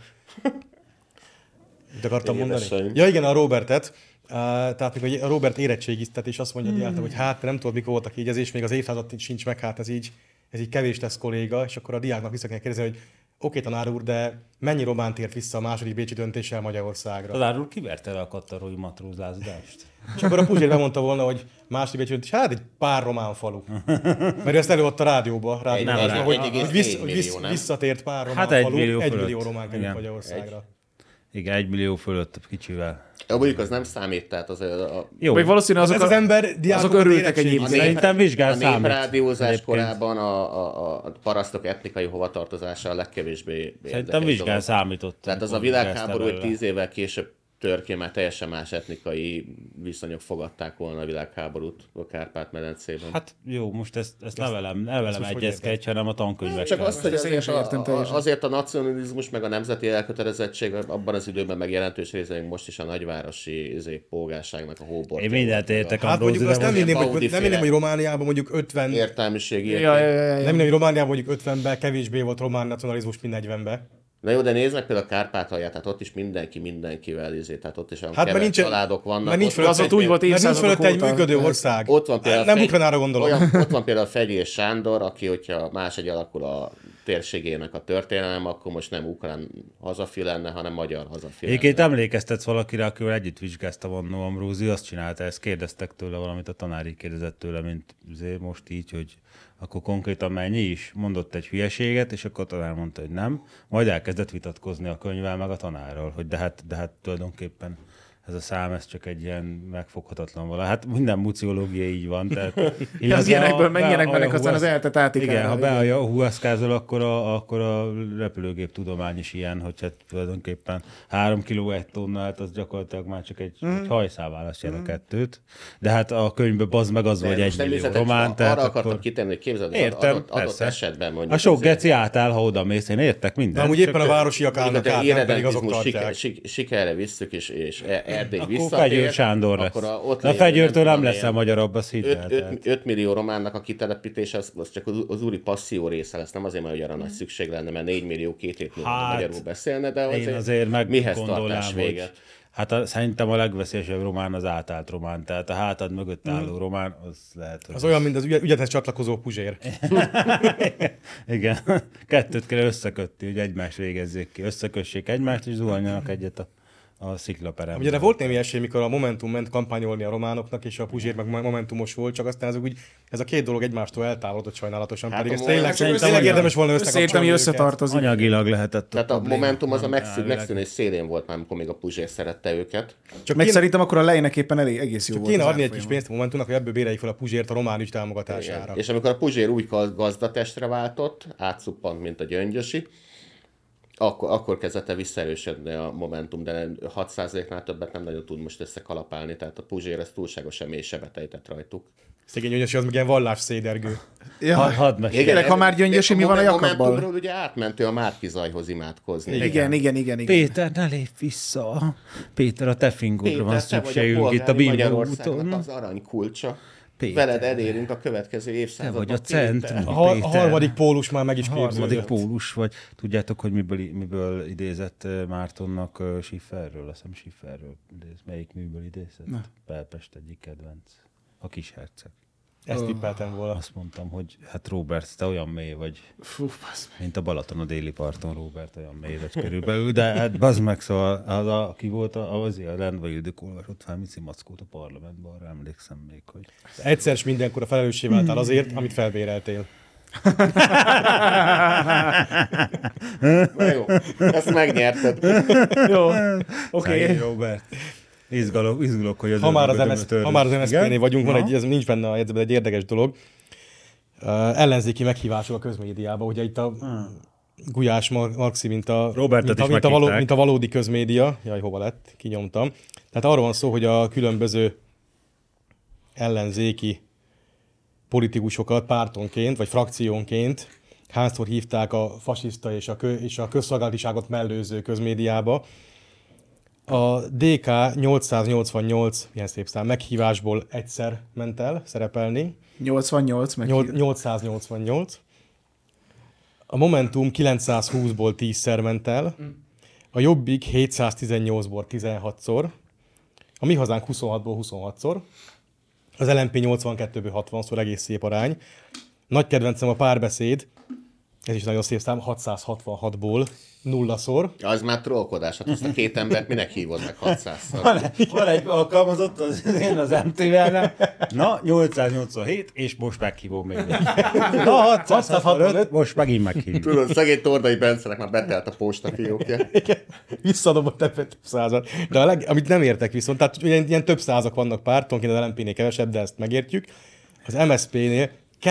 Mit akartam mondani? Ja igen, a Robertet. Tehát még a Robert érettségiztet, és azt mondja a diáknak, hogy hát nem tudod, mikor volt a kiegyezés, még az évszázad sincs meg, hát ez így kevés tesz kolléga, és akkor a diáknak vissza kell kérdezni, hogy oké, tanár úr, de mennyi román tért vissza a második bécsi döntéssel Magyarországra? Tanár úr, kiverte le a katarói matrózlázdást? És akkor a Puzsér bemondta volna, hogy második bécsi döntés, hát egy pár román falu. Mert ezt előadta a rádióba, hogy visszatért pár román falu, 1 millió román került Magyarországra. Igen, 1 millió fölött kicsivel. Mondjuk az nem számít, tehát az jó. Vagy valószínűleg azok örültek egyébként. Szerintem vizsgál számít. A néprádiózás korában a parasztok etnikai hovatartozása a legkevésbé szerintem vizsgál számított. Tehát az a világháború, hogy 10 évvel később törként már teljesen más etnikai viszonyok fogadták volna a világháborút a Kárpát-medencében. Hát jó, most ezt ne velem egyezkedj, hanem a tankönyvek. Csak azt, hogy azért a nacionalizmus meg a nemzeti elkötelezettség abban az időben meg jelentős része most is a nagyvárosi polgárságnak a hóbort. Én mindent értek, hát mondjuk azt nem hinném, hogy Romániában mondjuk 50... értelmiségi Nem hinném, hogy Romániában mondjuk 50-ben kevésbé volt román nacionalizmus, mint 40-ben. Na jó, de nézd meg például a Kárpátalját, tehát ott is mindenkivel tehát ott is olyan hát kevés családok vannak. Mert nincs fölött egy működő ország. Ott van például nem Ukrajnára gondolom. Ott van például Fegyi és Sándor, aki, hogyha máshogy alakul a térségének a történelem, akkor most nem ukrán hazafi lenne, hanem magyar hazafi Egyébként lenne. emlékeztetsz valakire, akivel együtt vizsgáztam annó Ambrózi, azt csinálta, ezt kérdeztek tőle valamit, a tanár így kérdezett tőle, mint most így, hogy akkor konkrétan mennyi is, mondott egy hülyeséget, és akkor a tanár mondta, hogy nem, majd elkezdett vitatkozni a könyvvel meg a tanárral, hogy de hát tulajdonképpen ez a szám, ez csak egy ilyen megfoghatatlan vala. Hát minden muciológia így van. Tehát, Az ilyenekből menjenek mennek aztán az eltet átikára. Igen, ha be a Yahoo-aszkázol, akkor a repülőgép tudomány is ilyen, hogy hát tulajdonképpen 3 kiló 1 tonna, hát az gyakorlatilag már csak egy hajszávállás jel a kettőt. De hát a könyvben bazd meg az, hogy 1 millió román. Arra akartam kitenni, hogy képzeld, értem, adott esetben mondjuk. A sok geci átáll, ha oda mész, én értek minden. De amúgy éppen a városiak állnak át, nem pedig azok irredentizmus tartják. sikerre visszük, és Erdély Akkor visszatér. Fegyőr Sándor lesz. Ott a Fegyőrtől nem leszel magyarabb, azt hidd el. 5 millió románnak a kitelepítése, az csak az úri passzió része lesz, nem azért, mert olyan nagy szükség lenne, mert 4 millió 2 hét múlva magyarul beszélne, de azért mihez tartás véget? Hát szerintem a legveszélyesebb román az átállt román, tehát a hátad mögött álló román, az lehet, hogy... Az olyan, mint az ügyethez csatlakozó Puzsér. Igen, kettőt kell összekötni, hogy egymást végezzék ki. Összekössék egymást, és zuhanjanak egyet a sziklaperemben. Ugye de volt némi esély, mikor a Momentum ment kampányolni a románoknak, és a Puzsér meg momentumos volt, csak aztán ez a két dolog egymástól eltávolodott sajnálatosan, pedig ez tényleg érdemes volna összekapcsolni. Szerintem összetartozik. Anyagilag lehetett. Tehát a Momentum az a megszűnés szélén volt már, amikor még a Puzsér szerette őket. Meg szerintem akkor a lejnek éppen egész jó volt. Kéne adni egy kis pénzt a Momentumnak, hogy ebből béreljük fel a Puzsért a román ügy támogatására. És amikor a Puzsér új gazdatestre váltott, átszuppant, mint a Gyöngyösi, akkor kezdett visszaerősödni a Momentum, de 6%-nál többet nem nagyon tud most összekalapálni, tehát a Puzsér ez túlságosan mély sebet ejtett rajtuk. Szegény Gyöngyösi az meg ilyen vallásszédergő. Hadd Igen, ha már Gyöngyösi, mi van a Jakabbal? Momentumról ugye átmentő a Márki-Zajhoz imádkozni. Igen. Péter, ne lépj vissza! Péter, a te fingódra van szükségünk itt a Bimba úton. Az aranykulcsa. Péter. Veled elérünk a következő Te évszázadban. vagy a centrum. A harmadik pólus már meg is Harmadik képződött. pólus vagy. Tudjátok, hogy miből idézett Mártonnak Schifferről? Azt hiszem Schifferről idéz. Melyik műből idézett? Belpest egyik kedvenc. A Kisherceg. Ezt tippeltem volna. Azt mondtam, hogy hát Robert, te olyan mély vagy, mint a Balaton a déli parton, Robert, olyan mély vagy körülbelül, de hát bazd meg, szóval aki volt az a Lendvai Ildikó olvasott fel Mici Mackót a parlamentben, arra emlékszem még, hogy... Egyszer s mindenkor a felelőssé váltál azért, amit felbéreltél. Na jó, ezt megnyerted. Jó, oké. Robert. Izgulok, hogy Ha már az MSZP-nél vagyunk, van ez nincs benne a jegyzetben egy érdekes dolog. Ellenzéki meghívások a közmédiába. Ugye itt a Gulyás Maxi, mint a valódi közmédia. Jaj, hova lett? Kinyomtam. Tehát arról van szó, hogy a különböző ellenzéki politikusokat pártonként, vagy frakciónként hányszor hívták a fasiszta és a közszolgálatiságot mellőző közmédiába. A DK 888, ilyen szép szám, meghívásból egyszer ment el szerepelni. 888. A Momentum 920-ból 10-szer ment el. A Jobbik 718-ból 16-szor. A Mi Hazánk 26-ból 26-szor. Az LMP 82-ből 60-szor, egész szép arány. Nagy kedvencem a Párbeszéd, ez is nagyon szép szám, 666-ból 0-szor. Az már trollkodás, hát azt a két embert minek hívod meg 600-szor? Van egy alkalmazott az MTV-vel, na 887, és most meghívom még. Na 665, most megint meghívom. Tudod, szegény Tordai Bencenek már betelt a postafiókja. Visszaadom a több százat. De amit nem értek viszont, tehát ilyen több százak vannak pártonként, az LMP-nél kevesebb, de ezt megértjük. Az MSZP-nél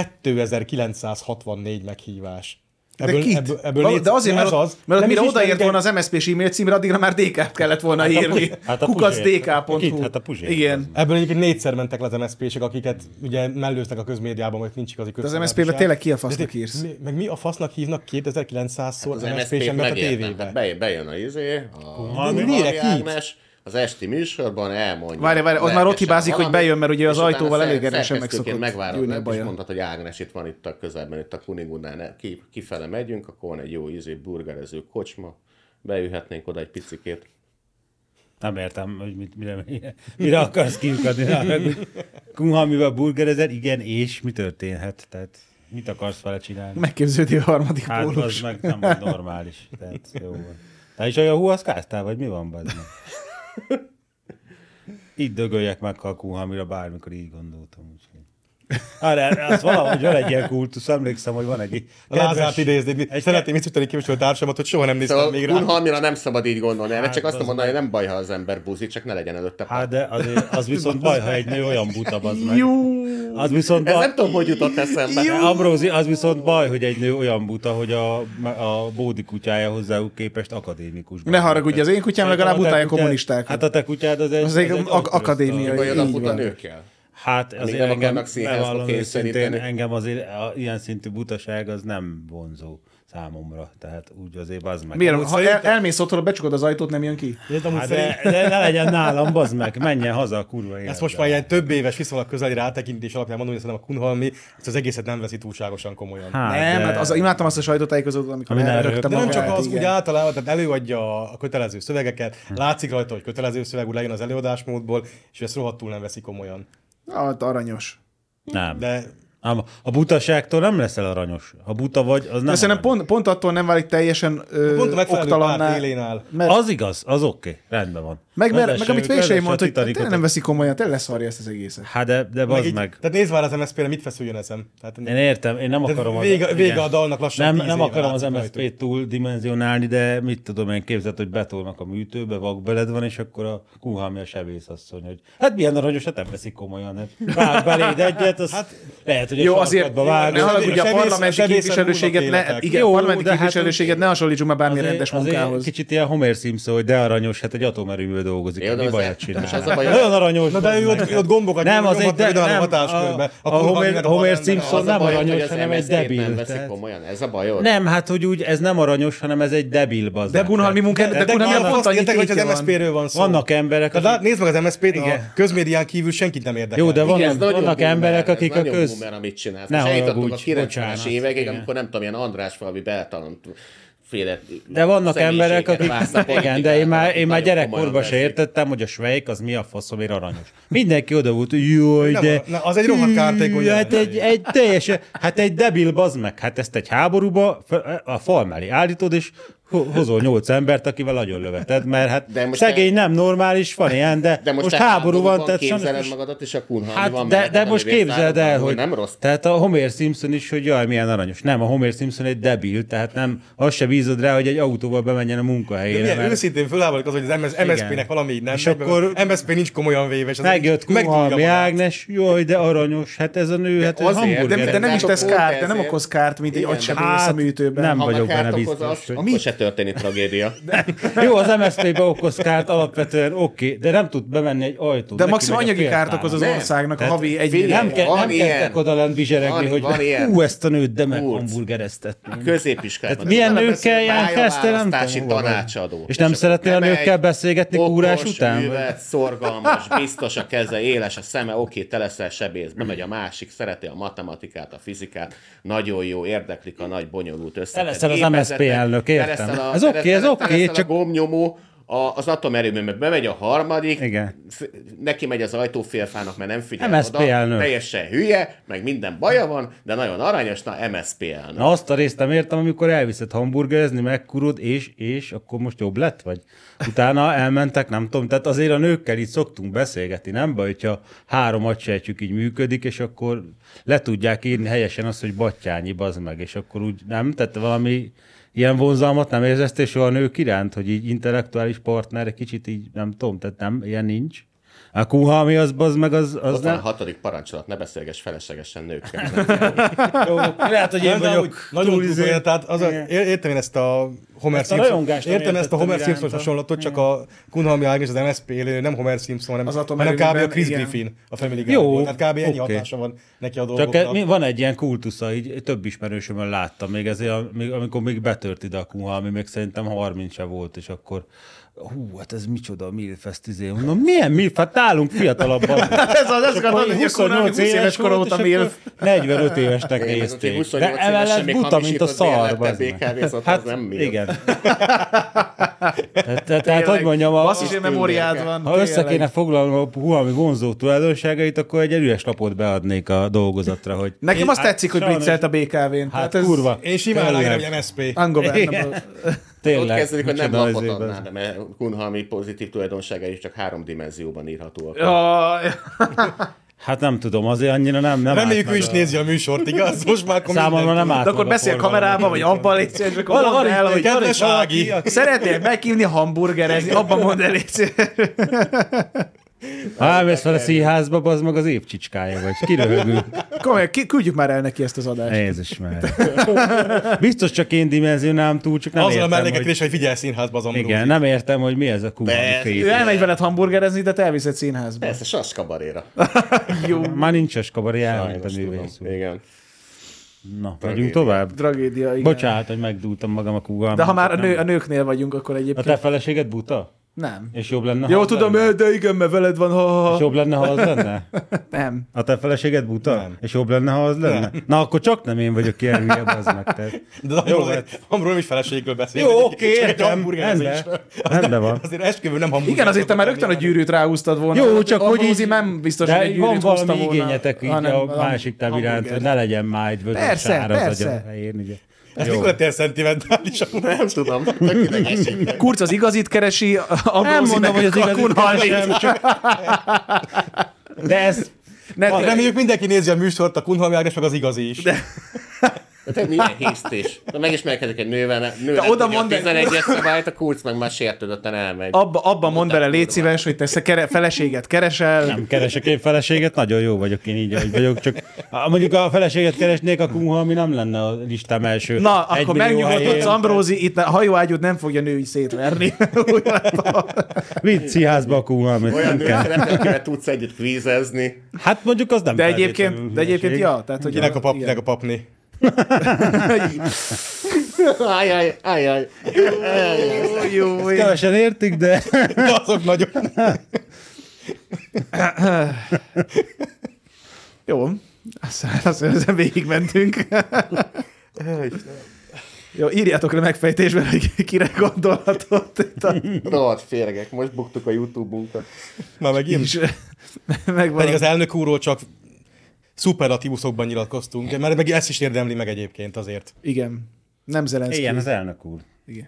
2964 meghívás. De azért, mert mire odaért volna az MSZP-s e-mail címre, addigra már DK-t kellett volna írni. kukacdk.hu. Hát a Puzsér. Igen. Ebből egyébként 4-szer mentek le az MSZP-sek, akiket ugye mellőztek a közmédiában, hogy nincs igazi Az MSZP-ben tényleg ki a fasznak írsz? Meg mi a fasznak hívnak 2900-szor Az az MSZP-s MSZP-t embert a megértem. tévébe? Hát bejön a Mire Ágnes, az esti műsorban elmondja. Várj, az már ott hibázik, hogy bejön, mert ugye az és utána ajtóval elég erősen meg szokott megvárod, jönni a és baja. mondtad, hogy Ágnes itt van itt a közelben, itt a Kunigundán, kifele megyünk, akkor van egy jó burgerező kocsma, beülhetnénk oda egy picikét. Nem értem, hogy mire akarsz kiukadni. Kunhalmival burgerezel, igen, és mi történhet? Tehát Mit akarsz vele csinálni? Megképződi a harmadik Hát pólus. az meg nem vagy normális. Tehát jó van. Te is olyan huaszkáztál, vagy mi van benne? Itt dögöljek meg kalkul, amire bármikor így gondoltam. Az valahogy van egy ilyen kultusz, emlékszem, hogy van egy... Lázát idézni, szeretném biztosítani képviselő társamat, hogy soha nem néztem Szóval még rá. Kunhalmira nem szabad így gondolni, erre csak azt az mondani, hogy nem baj, ha az ember buzi, csak ne legyen előtte. Hát de az viszont baj, ha egy nő olyan buta, bazd meg. Az viszont Ez baj... nem tudom, hogy jutott eszembe. Ambrózi, az viszont baj, hogy egy nő olyan buta, hogy a bódi kutyája hozzájuk képest akadémikus. Ne haragudj, az én kutyám legalább utálja kommunistákat. Hát a te kutyád az Az egy akadémiai. Vagy oda így fut a van. nőkkel. Hát azért nem engem, akarnak színházba bevallom kényszeríteni. őszintén, engem azért ilyen szintű butaság az nem vonzó számomra. Tehát úgy azért bazd meg. Miért? Ha elmész otthon, becsukod az ajtót, nem jön ki? Hát de ne legyen nálam, bazd meg, menjen haza a kurva életbe. Ezt most már ilyen több éves viszonylag közeli rátekintés alapján mondom, hogy szerintem a Kunhalmi ezt az egészet nem veszi túlságosan komolyan. Nem, hát imádtam azt a sajtótájékozót, amikor Ami nem elrögtem De nem magát, csak az, igen. úgy általában, tehát előadja a kötelező szövegeket, látszik rajta, hogy kötelező szöveg, úgy lejön az előadásmódból, és ezt rohadtul nem veszi komolyan. Hát aranyos. Nem. De A butaságtól nem leszel aranyos. Ha buta vagy, az nem De szerintem pont attól nem válik teljesen pont a megfelelő oktalanná. párt élén áll. Az igaz, az oké, rendben van. Meg amit Vései mondta, hogy Titanicot- tényleg nem veszi komolyan, tényleg leszarja ezt az egészet. Hát de bazd meg. Tehát nézd már az MSZP-re, mit feszüljön eszem. Tehát, Én értem, én nem akarom... vége a dalnak lassan 10 Nem éve akarom az látszik MSZP-t túl dimenzionálni, de mit tudom én, képzeld, hogy betolnak a műtőbe, vakbeled van, és akkor a Kunhalmi a sebészasszony, hogy hát milyen aranyos, hát nem veszik komolyan. Hát vág beléd egyet, az lehet, hogy Jó, a azért sarkadba vág. ne haragudj, a sebész- parlamenti sebészen képviselőséget múlnak ne, életek. igen, Jó, a parlamenti de hát képviselőséget ne hasonlítsuk már bármilyen rendes munkához. Kicsit ilyen Homer Simpson, hogy de aranyos, hát egy atomerőművel dolgozik. Jó, de Mi az- bajat csinál? most az a baj, Nagyon aranyos. Na de ő ott gombokat nem, az egy nyomhat, de, a nem, hatáskörbe. a Kunhalmi meg Homer a Simpson az a nem bajod, hogy aranyos, az hanem egy MSZP-t debil. nem veszik tehát- komolyan, ez a bajod? Nem, hát hogy úgy ez nem aranyos, hanem ez egy debil bazd. De Kunhalmi munkát, de Kunhalmi Kunhalmi pont annyi értek, hogy az tétje van. MSZP-ről van szó. Vannak emberek, Tehát nézd meg az MSZP-t, a Igen. közmédián kívül senkit nem érdekel. Jó, de Igen, ez nagyon vannak boomer, emberek, ez akik a nagyon köz... boomer, amit csinálsz. Ne És eljutottunk a haragudj, 90-es bocsánat. évekig, Igen. amikor nem tudom, ilyen András valami beltalant féle De vannak emberek, akik... vásznak Igen, de én már nagyon gyerekkorban komolyan se veszik. értettem, hogy a svejk az mi a faszomért aranyos. Mindenki oda volt, hogy jaj, Nem, de... az egy rohadt kártékony Hát egy teljesen... Hát egy debil bazd meg. Hát ezt egy háborúba a fal mellé állítod, és hozol 8 embert, akivel nagyon löveted, mert hát De most szegény nem normális, van ilyen, de most te háború van, háborúban tehát képzeled sajnos... magadat, és a Kunhalmi Hát, van de melletted, most ami képzeld el, hogy nem rossz. tehát a Homer Simpson is, hogy jaj, milyen aranyos. Nem, a Homer Simpson egy debil, tehát nem, azt se bízod rá, hogy egy autóval bemenjen a munkahelyére. Milyen mert őszintén fölháborik az, hogy az MSZP-nek valami így nem És megy, akkor MSZP nincs komolyan véve, és az megjött megdúlja Kunhalmi magát. Ágnes, jaj, de aranyos, hát ez a nő, hát ez azért, hamburger. De nem is tesz Pont kárt, de nem ezért. okoz kárt, mint egy Igen. agysebész a műtőben. nem Ha vagyok meg benne kárt okoz, biztos, hogy... akkor se történik tragédia. Jó, az MSZP-be okoz kárt alapvetően oké, de nem tud bemenni egy ajtót. De neki maximum megy a anyagi kárt féltámla. okoz az Nem. országnak a Tehát havi egy figyelj, milliárd. Nem, Van nem ilyen. kezdtek oda lent bizseregni, Van hogy ilyen. ezt a nőt, de meg Kurc. hamburgereztetni. Középiskolában. Milyen Utána nőkkel beszél, ilyen kezdte, nem pályaválasztási tudom, hova van. tanácsadó. És nem akkor szeretnél a bemegy, nőkkel beszélgetni kúrás okos, után? művelt, szorgalmas, biztos a keze, éles a szeme, oké, te leszel sebész, bemegy a másik, szereti a matematikát, a fizikát, nagyon jó, érdeklik a nagy, bonyolult összetett leszel az gépezetek, MSZP elnök, te értem. leszel Ez oké, ez oké, te leszel csak- a gombnyomó, az atomerőműben bemegy a harmadik, Igen. neki megy az ajtófélfának, mert nem figyel MSZP oda, elnök. teljesen hülye, meg minden baja van, de nagyon aranyos, na MSZP elnök. Na azt a részt nem értem, amikor elviszed hamburgerezni, megkurod, és akkor most jobb lett? Vagy utána elmentek, nem tudom. Tehát azért a nőkkel így szoktunk beszélgetni, nem baj, hogyha 3 agysejtjük így működik, és akkor le tudják írni helyesen azt, hogy Battyányi, bazd meg, és akkor úgy nem? Tehát valami ilyen vonzalmat nem érzeztél soha a nők iránt, hogy így intellektuális partner, egy kicsit így, nem tudom, tehát nem, ilyen nincs? A Kunhalmi az, bazd meg, az Ott van a nem... 6. parancsolat, ne beszélgess feleslegesen nőkkel. Jó, lehet, hogy én De amúgy vagyok nagyon túl túl, tehát értem én ezt a Homer Ezt a Simpson, rajongást nem értem ezt a Homer értettem Simpson iránta. hasonlatot, csak a Kunhalmi Ágnes az MSZP élő, nem Homer Simpson, Az hanem kb. atomerőműben, a Chris igen. Griffin a Family Jó, Guy-ból. Tehát kb. Ennyi oké. hatása van neki a Csak dolgoknak. van egy ilyen kultusza, így több ismerősömön láttam, még ezért, amikor még betört ide a Kunhalmi, még szerintem 30 se volt, és akkor hát ez micsoda milf, ezt mondom, milyen milf? Hát nálunk fiatalabban. Ez az, ezt gondolom, hogy a Kunhalmi 20 éves kor óta milf. 45 évesnek Én meg aki nézték. 28 De évesen emellett még buta, mint a hamisított szar. bérlettel bazd meg. BKV-zott, az Hát nem milf. igen. Tehát, hogy mondjam, Basszus, én memóriád van. ha össze kéne foglalnom a Huawei vonzó tulajdonságait, akkor egy erős lapot beadnék a dolgozatra, hogy... Nekem azt tetszik, hogy viccelt a BKV-n. Hát kurva. Én simán állítom, hogy MSP. Tényleg. Ott kezdődik, hogy nem micsoda lapot izébe. adná, de mert Kunhalmi pozitív tulajdonságai is csak 3 dimenzióban írhatóak. Hát nem tudom, azért annyira nem Reméljük, állt ő is meg nézi a műsort, igaz? Most már akkor Számomra mindent nem tud. állt De akkor meg a beszél forgalom. kamerába, vagy abban légy szíves, akkor mondd el, hogy Kedves Ági! szeretnél meghívni hamburgerezni, abban mondd el, légy szíves. Ha elmész fel a színházba, az meg az év csicskája vagy. Kiröhögül. Komolyan, küldjük már el neki ezt az adást. Jézus már. Biztos csak én dimenzionálom túl, csak nem Azzal a értem, melléketérés, hogy figyelj színházba az Ambrózi. igen, nem értem, hogy mi ez a Kuba Persze. Ő fél. elmegy veled hamburgerezni, de te elviszed színházba. Persze, saskabaréra. Jó. Már nincs eskabar, elment a Sajnos tudom. művész úr. Igen. Na, megyünk tovább? Tragédia, igen. Bocsánat, hogy megdúltam magam a Kuba. De ha már a nőknél vagyunk, akkor A egyébként te feleséged buta? nem. És jobb lenne, Jó, ha az tudom, lenne? de igen, mert veled van, ha. És jobb lenne, ha az lenne? Nem. A te feleséged buta? Nem. És jobb lenne, ha az lenne? Na, akkor csak nem én vagyok ilyen hülye, az meg. Tehát. De Ambrózi is feleségről beszél. Jó, oké, Csak egy értem. hamburgerezésről. Rendben van. Azért esküvő nem hamburger. Igen, azért te már rögtön a gyűrűt ráhúztad volna. Jó, csak hogy Ambrózi így- nem biztos, hogy De egy van gyűrűt húzta valami volna. igényetek így hanem a másik nem iránt, hamburger. hogy ne legyen máj vödör Persze, sár az persze. agya helyén, ugye. Ez mikor lettél szentimentális? Nem tudom, tök idegesít. Kurz az igazit keresi, Nem Ambrózi mondom, meg hogy az a igazit kunhalmit. keresem, csak... De ez... Reméljük mindenki nézi a műsort, a Kunhalmi Ágnes meg az igazi is. De te milyen hisztés? De megismerkedik egy nővel, nő nem oda tudja a mondd el- 11-es szabályt, a Kurz meg már sértődötten elmegy. Abba mondd bele, légy szíves, hogy te feleséget keresel. Nem keresek én feleséget, nagyon jó vagyok én így, ahogy vagyok, csak ha mondjuk a feleséget keresnék, a Kunhalmi nem lenne a listám első. Na, 1 akkor millió megnyugodhatsz, helyén. Ambrózi, itt a hajóágyút nem fogja női szétverni. Vidd színházba a Kunhalmit. Olyan nem kell. nőt, akivel tudsz együtt kvízezni. Hát mondjuk az nem De feltétlenül egyébként hülyeség. ja. Tehát, hogy Kinek a pap, igen. kinek a papni. Ajaj. Jó, Ezt kevesen értik, de... Azok nagyon. Jó. Aztán végigmentünk. Jó, írjátok le megfejtésben, hogy kire gondolhatott itt a Rohadt férgek, most buktuk a YouTube-unkat. Már megint. kis... Megvan. Pedig az elnök úrról csak szuperlatívuszokban nyilatkoztunk, mert meg ezt is érdemli meg egyébként azért. Igen. Nem Zelenszky. Ilyen az elnök úr. Igen.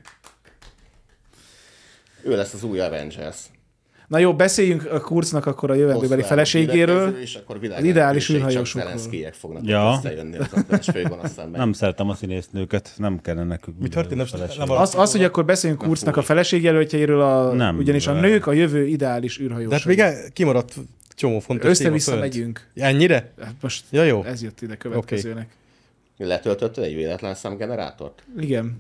Ő lesz az új Avengers. Na jó, beszéljünk a Kurznak akkor a jövendőbeli Hosszú feleségéről. elmúlt és akkor Az ideális világ űrhajósokról. Csak Zelenszkijek fognak Ja. összejönni az ötvenes főgonosz szemben. Nem szeretem a színésznőket, nem kellene nekük. Mi történt? feleség. Nem Az, hogy akkor beszéljünk Kurznak a feleségjelöltjeiről, Nem. ugyanis a nők a jövő ideális űrhajósok. De hát még kimaradt csomó fontos Össze-vissza téma fönt. megyünk. Ennyire? Hát most Ja, jó. ez jött ide következőnek. Letöltötted egy véletlen számgenerátort? Igen.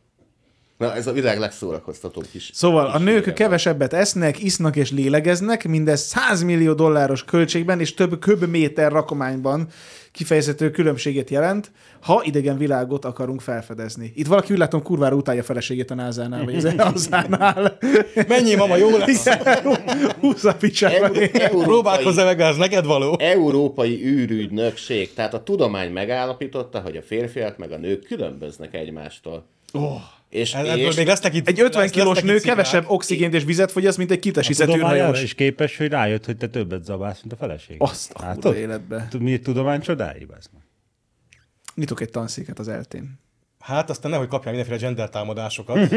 Na, ez a világ legszórakoztatóbb kis... Szóval a kis nők híre kevesebbet esznek, isznak és lélegeznek, mindez $100 millió költségben és több köbméter rakományban kifejezető különbséget jelent, ha idegen világot akarunk felfedezni. Itt valaki úgy látom kurvára utálja a feleségét a NASA-nál, vagy az NASA-nál. Mennyi, mama, jó lesz? Húsz a picsába. Próbálkozz meg, ez neked való. Európai űrügynökség. Tehát a tudomány megállapította, hogy a férfiak meg a nők különböznek egymástól. És, Ebből még lesznek itt... Egy 50 kilós lesznek nő itt szikák. kevesebb oxigént és vizet fogyaszt, mint egy A kitesített tudomány arra űrhajós. is képes, hogy rájött, hogy te többet zabálsz, mint a feleség. Azt a kurva életbe. Mi a tudomány csodái? Bazd meg? Nyitok egy tanszéket az eltén. Hát aztán nehogy kapjál mindenféle gender támadásokat.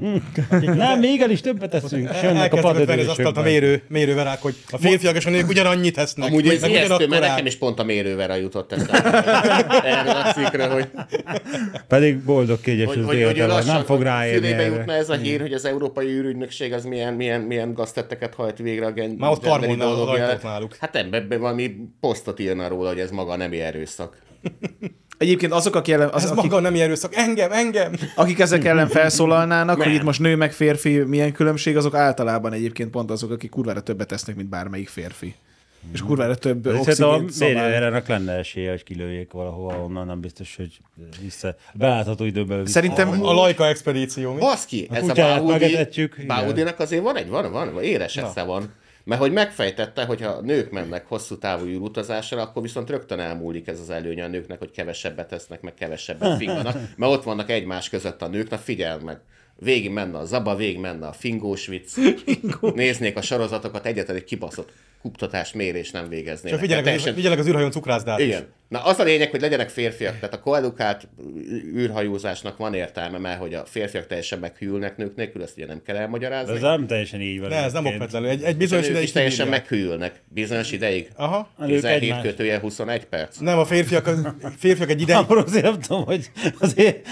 Nem, még el is többet teszünk. És jönnek a Elkezdtek venni az asztalt a padödörösökben. mérővel rák, hogy a férfiak és a nők ugyanannyit tesznek. amúgy ez meg ijesztő, mert ugyanakkorák. nekem is pont a mérővel jutott ez erről a cikkre, hogy Pedig boldog, kényes az élete van. Nem fog ráérni fülébe jutna erre. ez a hír, hogy az Európai űrügynökség az milyen gaztetteket hajt végre a Már ott genderi karmolnál az dologjára. ajtót náluk. Hát ebben valami posztot írna róla, hogy ez maga a nemi erőszak. Egyébként azok, Ez maga nem erőszak. Engem! akik ezek ellen felszólalnának, hogy itt most nő meg férfi milyen különbség, azok általában egyébként pont azok, akik kurvára többet tesznek, mint bármelyik férfi. És kurvára több Szerintem a oxigént szabál. mérőerőnek lenne esélye, hogy kilőjék valahova onnan, nem biztos, hogy belátható időben vissza. Szerintem A Lajka expedíció. Mi? Baszki, ez a kutyáját megetetjük, igen. Baudinak azért van éres esze van. Mert hogy megfejtette, hogy ha nők mennek hosszú távú űrutazásra, akkor viszont rögtön elmúlik ez az előny a nőknek, hogy kevesebbet tesznek, meg kevesebbet finganak, mert ott vannak egymás között a nők, na figyeld meg. végig menne a Zaba, végig menne a fingós vicc, néznék a sorozatokat, egyetlen egy kibaszott kuptatás mérés nem végeznének. Csak figyelek az űrhajón cukrászdát igen. Na az a lényeg, hogy legyenek férfiak, tehát a koedukált űrhajózásnak van értelme, mert hogy a férfiak teljesen meghűlnek nők nélkül, ezt ugye nem kell elmagyarázni. Ez nem teljesen így van. Ne, ez nem okvetlenül. Egy bizonyos Nők ideig is teljesen meghűlnek. Bizonyos ideig. Aha. 17 / 21 perc. Nem, a férfiak egy ideig... Azért nem tudom, hogy azért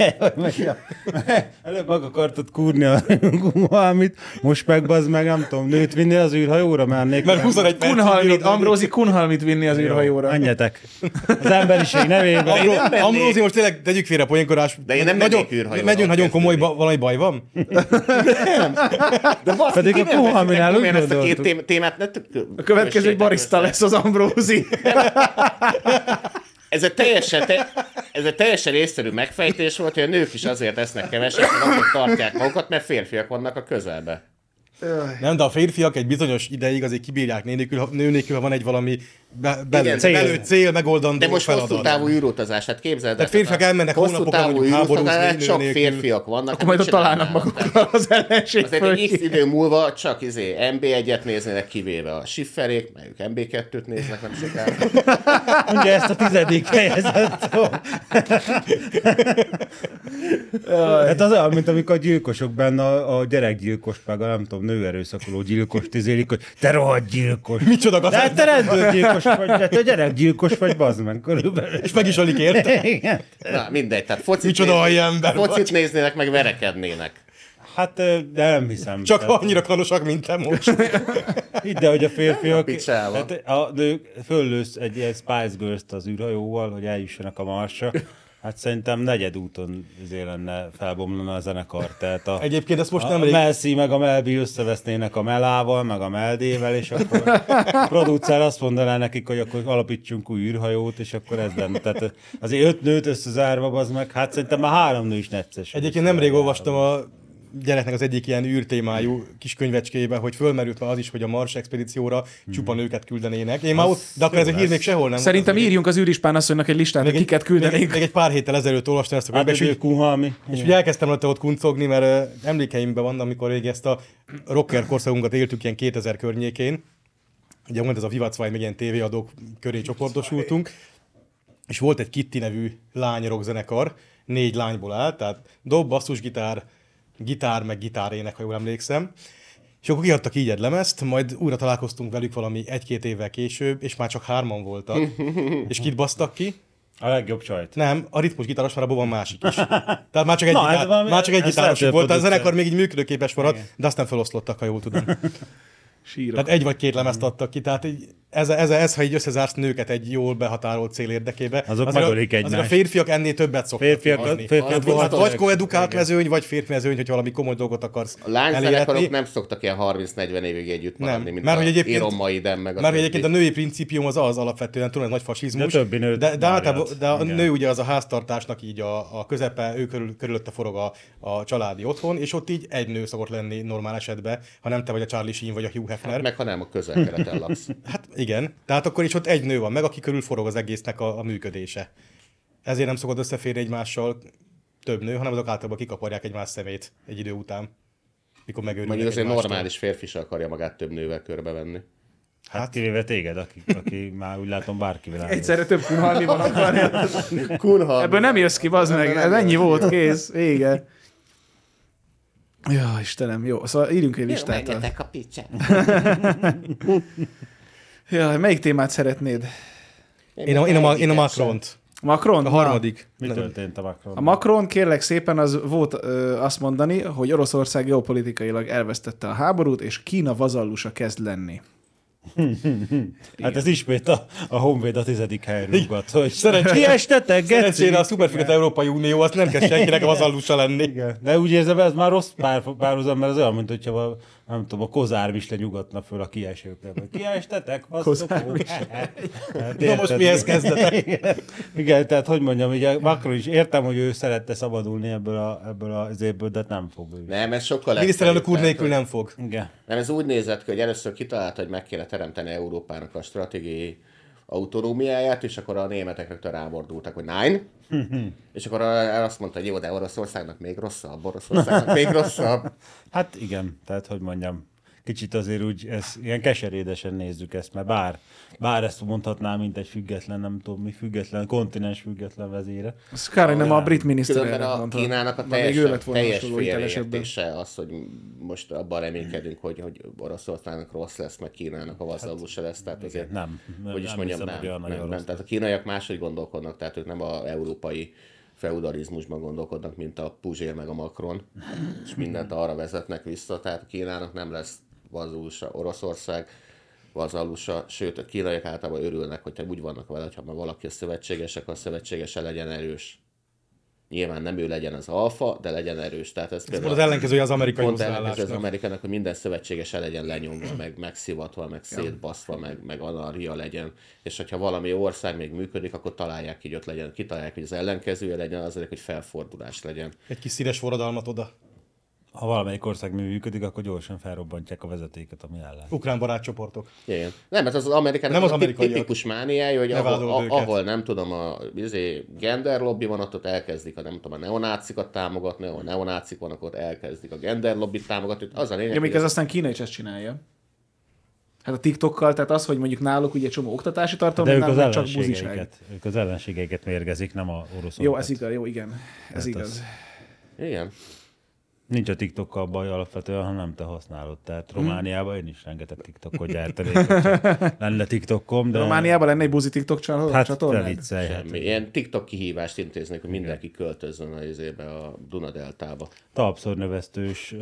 előbb meg akartad kúrni valamit, most meg bazd meg, nem tudom, nőt vinni az űrhajóra, mennék. Mert 21 perc... Ambrózi Kunhalmit vinni az űrhajóra. Menjetek. Az emberiség nevében. Ambrózi, most tényleg tegyük félre a poénkodás. De én nem mennék űrhajóra. Megyünk, nagyon komoly, valami baj van? De basz, Pedig a Kunhalminál úgy ezt a két gondoltuk. témát A következő barista lesz az Ambrózi. Ez egy teljesen észszerű megfejtés volt, hogy a nők is azért esznek keveset, mert azért tartják magukat, mert férfiak vannak a közelbe. Nem, de a férfiak egy bizonyos ideig azért kibírják nő nélkül, ha van egy valami belőtt cél, megoldandó de most feladat. hosszú távú űrutazás, hát képzeld el. Tehát férfiak elmennek hosszú távú űrutazás, csak nélkül. férfiak vannak. Akkor majd ott találnak magukkal az ellenség azért egy x idő múlva csak MB1-et néznének, kivéve a Schifferék, mert ők MB2-t néznek, nem sokára. Mondja ezt a 10. fejezet. Hát az olyan, mint amikor a gyilkosok benne a gyerekgyilkos, meg a nem tudom, nőerőszakoló gyilkost izélik, hogy te rohadt gyilkos. Micsoda De hát te rendőrgyilkos vagy, de te gyerekgyilkos vagy, bazd meg körülbelül. És meg is alig érte. Igen. Na, mindegy, tehát Micsoda ember focit néznének, meg verekednének. Hát, de nem hiszem. Csak Tehát, annyira kanosak, mint te most. hidd el, hogy a férfiak, Picsába. tehát a nők föllősz egy ilyen Spice Girls-t az űrhajóval, hogy eljussanak a Marsra. Hát szerintem negyed úton lenne felbomlana a zenekar. Tehát Egyébként ezt most a nemrég... Melsi meg a Melbi összevesznének a Melával, meg a Meldével, és akkor a producer azt mondaná nekik, hogy akkor alapítsunk új űrhajót, és akkor ez lenne. Tehát azért 5 nőt összezárva, az meg, hát szerintem már 3 nő is necces. Egyébként nemrég olvastam a gyereknek az egyik ilyen űrtémájú kis könyvecskében, hogy fölmerült már az is, hogy a Mars expedícióra csupa nőket küldenének. Én már de akkor ez a hír még sehol nem. Szerintem írjunk az űrispán asszonynak egy listát, hogy kiket küldenénk. Még egy pár héttel ezelőtt olvastam ezt a könyvet, Hát Kunhalmi. és ugye elkezdtem ott kuncogni, mert emlékeimben van, amikor még ezt a rocker korszakunkat éltük ilyen 2000 környékén. Ugye mondta, ez a Vivac még ilyen tévéadók köré csoportosultunk, és volt egy Kitty nevű lány rockzenekar, 4 lányból állt, tehát dob, basszusgitár, gitár, meg gitárének, ha jól emlékszem. És akkor kiadtak így egy lemezt, majd újra találkoztunk velük valami 1-2 évvel később, és már csak 3-an voltak. És kit basztak ki? A legjobb csajt. Nem, a ritmus gitáros, már abban van másik is. Tehát már csak egy, Na, gitárosuk volt, a zenekar még így működőképes maradt, de aztán feloszlottak, ha jól tudom. Sírok. Tehát 1 vagy 2 lemezt adtak ki, tehát így ez, ha így összezársz nőket egy jól behatárolt cél érdekébe, Azok megölik egymást. azért a férfiak ennél többet szoktak adni. Férfiak Vagy koedukált mezőny, vagy férfi mezőny, hogy valami komoly dolgot akarsz A lányzenekarok elérni. nem szoktak ilyen 30-40 évig együtt maradni, mint mert hogy a egyébként, Iron Maiden, meg a mert hogy egyébként a női principium az alapvetően tudom, nagy fasizmus, De többi nőt de általában várjad. de a Igen. nő ugye az a háztartásnak így a közepe, ő körülötte forog a családi otthon, és ott így egy nő szokott lenni normál esetben, ha nem te vagy a Charlie Sheen vagy a Hugh Hefner. meg ha nem, a közel-keleten laksz. Hát igen, tehát akkor is ott egy nő van meg, aki körül forog az egésznek a működése. Ezért nem szokott összeférni egymással több nő, hanem azok általában kikaparják egymás szemét egy idő után, mikor megőrülnek Mondjuk azért egymástól. normális férfi se akarja magát több nővel körbevenni. Hát kivéve téged, aki már úgy látom bárkivel áll. Egyszerre több Kunhalmi van akar. Kunhalmi. Ebből nem jössz ki, bazd meg. Ez ennyi volt, kész, vége. Ja, Istenem, jó. Szóval írjunk egy listát. Menjetek a picsát. Ja, melyik témát szeretnéd? Én a Macront. Macron? A harmadik. Mi történt a Macron? A Macron, kérlek szépen, az volt azt mondani, hogy Oroszország geopolitikailag elvesztette a háborút, és Kína vazallusa kezd lenni. Hát ez ismét a Honvéd a 10. helyen rúgat, hogy Szerencsére- kiestetek, geci! Szerencsére a szuperfüggetlen Európai Unió, azt nem kell senkinek a vazallusa lenni. Igen. De úgy érzem, ez már rossz párhuzam, mert az olyan, mint hogyha nem tudom, a Kozár is lenyugatna föl a kiesőkre. Kiestetek, basszokó. Na most mihez kezdetek? Igen, tehát hogy mondjam, ugye Macron is értem, hogy ő szerette szabadulni ebből az évből, de nem fog ő. Nem, ez sokkal Miniszterelnök úr egyszerűbb, nélkül tehát, nem fog. Igen. Nem, ez úgy nézett ki, hogy először kitalálta, hogy meg kéne teremteni Európának a stratégiai autonómiáját, és akkor a németek rögtön rámordultak, hogy nein. És akkor azt mondta, hogy jó, de Oroszországnak még rosszabb. Hát igen, tehát hogy mondjam, kicsit azért úgy, ilyen keserédesen nézzük ezt, mert bár ezt mondhatnám, mint egy független, nem tudom mi, kontinens független vezére. Az kár, hogy nem a brit miniszterelnök mondta. mondta. Kínának a teljes félreértése az, hogy most abban reménykedünk, hogy Oroszországnak rossz lesz, meg Kínának a vazallusa lesz. Tehát azért, nem. Hogy is mondjam, nem. Tehát a kínaiak máshogy gondolkodnak, tehát ők nem az európai feudalizmusban gondolkodnak, mint a Puzsér meg a Macron, és mindent arra vezetnek vissza, tehát Kínának nem lesz vazallusa Oroszország, vazallusa, sőt a kínaiak általában örülnek, hogyha úgy vannak vele, hogyha már valaki a szövetséges, akkor a szövetségese legyen erős. Nyilván nem ő legyen az alfa, de legyen erős. Tehát ez pont az ellenkezője az amerikai hozzáállásnak. Az Amerikának, hogy minden szövetségese legyen lenyomva, meg megszivatva, meg szétbaszva, meg anarchia legyen. És hogyha valami ország még működik, akkor találják ki, hogy ott legyen. Kitalálják, hogy az ellenkezője legyen, azért, hogy felfordulás legyen. Egy kis színes forradalmat oda. Ha valamelyik ország működik, akkor gyorsan felrobbantják a vezetéket, ami ellen. Ukrán barátcsoportok. Igen. Nem, mert az Amerikának nem az tipikus mániája, hogy ahol nem tudom, a gender lobby van, ott elkezdik a neonácikat támogatni, ahol neonácik van, akkor elkezdik a gender lobbyt támogatni. Az a lényeg, még ez aztán Kína is ezt csinálja. Hát a TikTokkal, tehát az, hogy mondjuk náluk ugye csomó oktatási tartalom, nem csak buziság. Ők az ellenségeiket mérgezik, nem a oroszokat. Jó, ez igaz, jó, igen. Ez igaz. Igen. Nincs a TikTokkal baj alapvetően, ha nem te használod. Tehát Romániában én is rengeteg TikTokot gyártanék, lenne TikTokom, de... Romániában lenne egy buzi TikTok csatornád? Semmi. Ilyen TikTok kihívást intéznék, hogy mindenki költözzön a Dunadeltába. Talpszornövesztős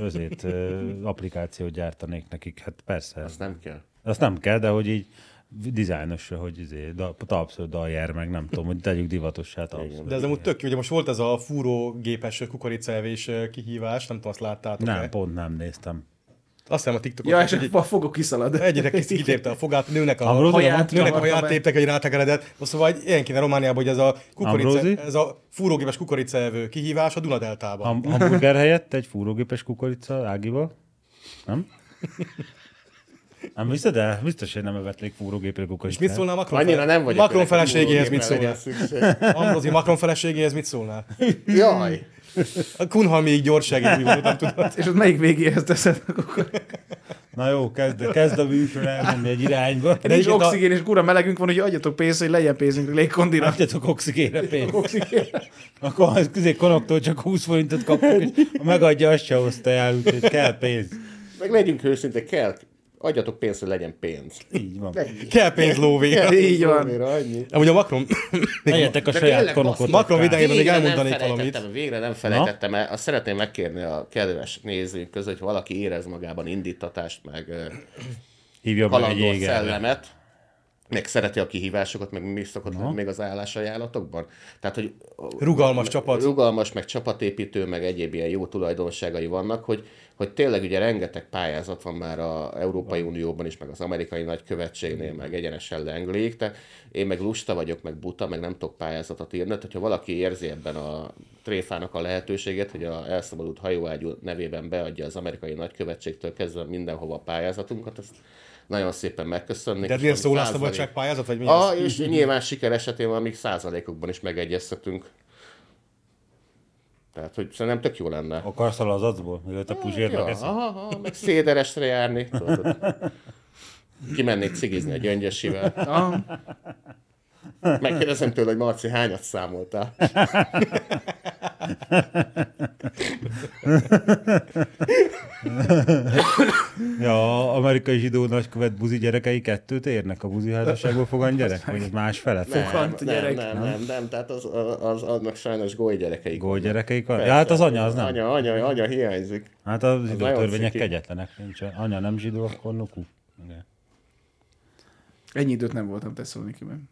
applikációt gyártanék nekik, hát persze. Azt nem kell. Azt nem kell, de hogy így dizájnosra, hogy talpszor daljer, meg nem tudom, hogy tegyük divatossá talpszor. De ez amúgy tök jó, ugye most volt ez a fúrógépes kukoricaevés kihívás, nem tudom, azt láttátok. Nem, pont nem néztem. Azt hiszem a TikTokot. Ja, és a fogok kiszalad. Egyre kitépte a fogát, nőnek a haját téptek, hogy rátekeredett. Szóval ilyen kéne Romániában, hogy ez a fúrógépes kukoricaevő kihívás a Dunadeltában. Hamburger helyett egy fúrógépes kukorica ágival? Nem? Nem hiszed el? Biztos, hogy nem evetlék fúrógépre kukoricát. És mit szólnál Macron? Annyira nem vagyok. Macron feleségéhez mit szólnál? Ambrózi Macron feleségéhez mit szólnál? Jaj! A Kunhalmiig gyors segély, úgy nem tudod. És ott melyik végéhez teszed akkor? Na jó, kezd a műsor elmenni egy irányba. De is oxigén, és kura melegünk van, hogy adjatok pénzt, hogy legyen pénzünk légkondira. Adjatok oxigénre pénzt. Akkor az konoktól csak 20 forintot kaptuk, és ha megadja, azt se hozta el, úgyhogy kell pénz. Meg legyünk őszintén, kell. Adjatok pénzt, hogy legyen pénz. Így van. Kell pénz lóvéra. Így van. Amúgy a Macron... Legyetek a saját konokot. Macron videójában még elmondanék valamit. Végre nem felejtettem el. Azt szeretném megkérni a kedves nézőink között, hogy valaki érez magában indítatást, meg kalandor szellemet, meg szereti a kihívásokat, meg mi szokott lenni még az állásajánlatokban. Tehát, hogy rugalmas csapat. Rugalmas, meg csapatépítő, meg egyéb ilyen jó tulajdonságai vannak, hogy tényleg ugye rengeteg pályázat van már az Európai Unióban is, meg az amerikai nagykövetségnél, meg egyenesen lenglék, tehát én meg lusta vagyok, meg buta, meg nem tudok pályázatot írni, tehát hogyha valaki érzi ebben a tréfának a lehetőséget, hogy az elszabadult hajóágyú nevében beadja az amerikai nagykövetségtől kezdve mindenhova a pályázatunkat, ezt nagyon szépen megköszönnék. De miért szólásszabadság pályázat, vagy mi és nyilván siker esetén van, még százalékokban is megegyeztetünk. Tehát, hogy szerintem tök jó lenne. Akarsz az acból? Mielőtt a Puzsérnak eszem? Meg Széderesre járni. Kimennék cigizni a Gyöngyösivel. Megkérdezem tőle, hogy Marci, hányat számoltál? Ja, amerikai zsidó nagykövet buzi gyerekei 2 érnek a buzi házasságból fogant gyerek? Vagy más felett? Fogant gyerek. Nem, tehát az annak sajnos góly gyerekeik. Góly gyerekeik van? Ja, hát az anya, az nem. Anya hiányzik. Hát a zsidó törvények kegyetlenek. Nincs. Anya nem zsidó, akkor nuku. Okay. Ennyi időt nem voltam Tesszalonikiben.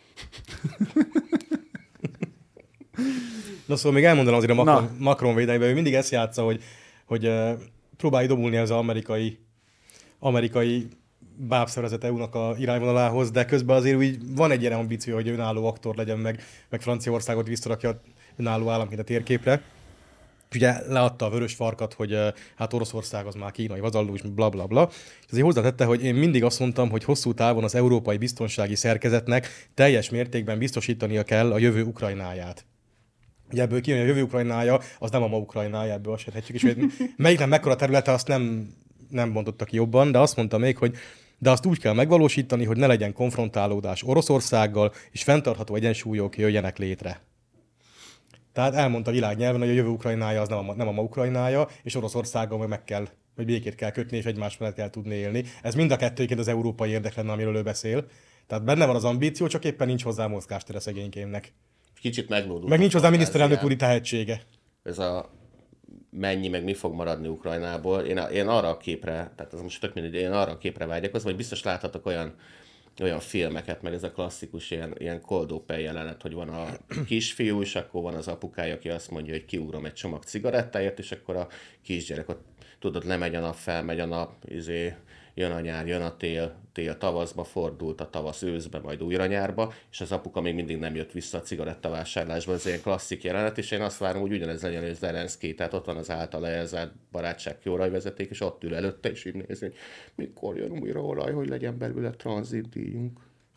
Na szóval még elmondanám azért a Macron védelmében, ő mindig ezt játsza, hogy próbálj dobulni az amerikai bábszervezet EU-nak a irányvonalához, de közben azért úgy van egy ilyen ambíció, hogy önálló aktor legyen, meg Franciaországot visszarakja önálló államként a térképre. és ugye leadta a vörös farkat, hogy hát Oroszország az már kínai vazalló, és bla bla bla. És azért hozzátette, hogy én mindig azt mondtam, hogy hosszú távon az európai biztonsági szerkezetnek teljes mértékben biztosítania kell a jövő Ukrajnáját. Ugye ebből kijön, hogy a jövő Ukrajnája, az nem a ma Ukrajnája, ebből azt sejthetjük, és melyik nem mekkora területe, azt nem bontotta ki jobban, de azt mondta még, hogy de azt úgy kell megvalósítani, hogy ne legyen konfrontálódás Oroszországgal, és fenntartható egyensúlyok jöjjenek létre. Tehát elmondta világnyelven, hogy a jövő Ukrajnája az nem a ma Ukrajnája, és Oroszországgal meg kell, hogy békét kell kötni, és egymás mellett kell tudni élni. Ez mind a kettőként az európai érdek lenne, amiről ő beszél. Tehát benne van az ambíció, csak éppen nincs hozzá mozgástere szegénykémnek. Kicsit meglódult. Meg nincs hozzá miniszterelnök úri tehetsége. Ez a mennyi, meg mi fog maradni Ukrajnából. Én arra a képre, tehát ez most tök mindegy, én arra a képre vágyakozom, hogy biztos láthatok olyan filmeket, meg ez a klasszikus ilyen cold open jelenet, hogy van a kisfiú, és akkor van az apukája, aki azt mondja, hogy kiugrom egy csomag cigarettáért, és akkor a kisgyerek ott, tudod, lemegy a nap, felmegy a nap, jön a nyár, jön a tél tavaszba fordult, a tavasz őszbe, majd újra nyárba, és az apuka még mindig nem jött vissza a cigarettavásárlásba, ez ilyen klasszik jelenet, és én azt várom, hogy ugyanez legyen, hogy Zelenszky, tehát ott van az általa elzárt barátság kiolajvezeték, és ott ül előtte, és így nézi, hogy mikor jön újra olaj, hogy legyen belőle tranzitdíjunk.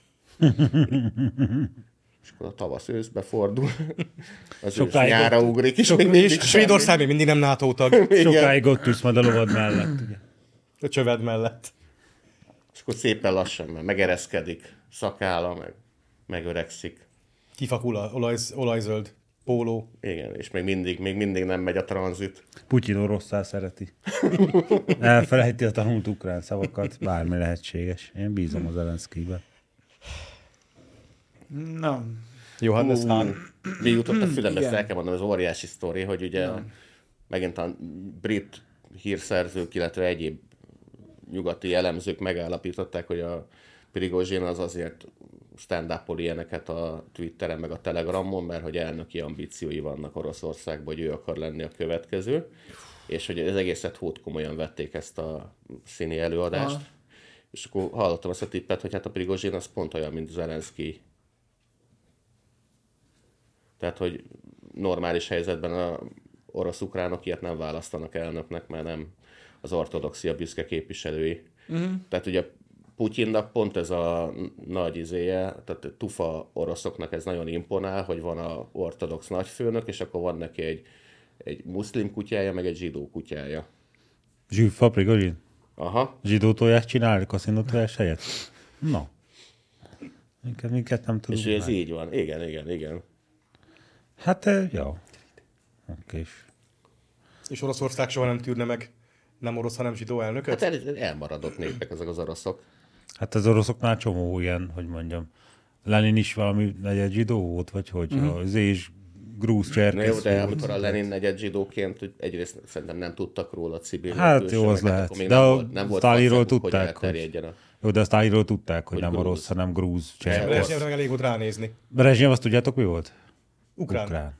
És akkor a tavasz őszbe fordul, az ősz nyára ugrik, és Svédország még mindig nem NATO tag. Sokáig ott ülsz majd a lovad mellett. Ugye. A csöved mellett. És akkor szépen lassan megereszkedik, szakálla, megöregszik. Kifakul a olajzöld póló. Igen, és még mindig nem megy a tranzit. Putyin orosszá szereti. Elfelejti a tanult ukrán szavakat, bármi lehetséges. Én bízom az Zelenszkyben. Na. Johannes Hahn. Mi jutott a fülembe, ezt el kell mondanom, az óriási sztori, hogy ugye megint a brit hírszerzők, illetve egyéb nyugati elemzők megállapították, hogy a Prigozsin az azért stand-up-ol ilyeneket a Twitteren, meg a Telegramon, mert hogy elnöki ambíciói vannak Oroszországban, hogy ő akar lenni a következő, és hogy az egészet hódkomolyan vették ezt a színi előadást. És akkor hallottam azt a tippet, hogy hát a Prigozsin az pont olyan, mint Zelenszky. Tehát, hogy normális helyzetben a orosz-ukránok ilyet nem választanak elnöknek, mert nem az ortodoxia büszke képviselői. Tehát ugye Putyinnak pont ez a nagy izéje, tehát tufa oroszoknak ez nagyon imponál, hogy van a ortodox nagyfőnök, és akkor van neki egy muszlim kutyája, meg egy zsidó kutyája. Zsűfa Prigozsin? Aha. Zsidó tojást csinál, kaszinó tojás helyett? No. Minket nem tudunk. És ez így van. Igen. Hát, jó. Oké. És Oroszország soha nem tűrne meg nem orosz, hanem zsidó elnököt? Hát elmaradott népek ezek az oroszok. Hát az oroszoknál csomó ilyen, hogy mondjam. Lenin is valami negyed zsidó volt, vagy hogy? Az és grúz cserkész. Jó, de amikor a Lenin negyed zsidóként, egyrészt szerintem nem tudtak róla civil. Hát jó, az lehet. De a Sztálinról tudták, jó, de a Sztálinról tudták, hogy nem orosz, hanem grúz cserkész. Brezsnyevre elég volt ránézni. Brezsnyev, azt tudjátok, mi volt? Ukrán.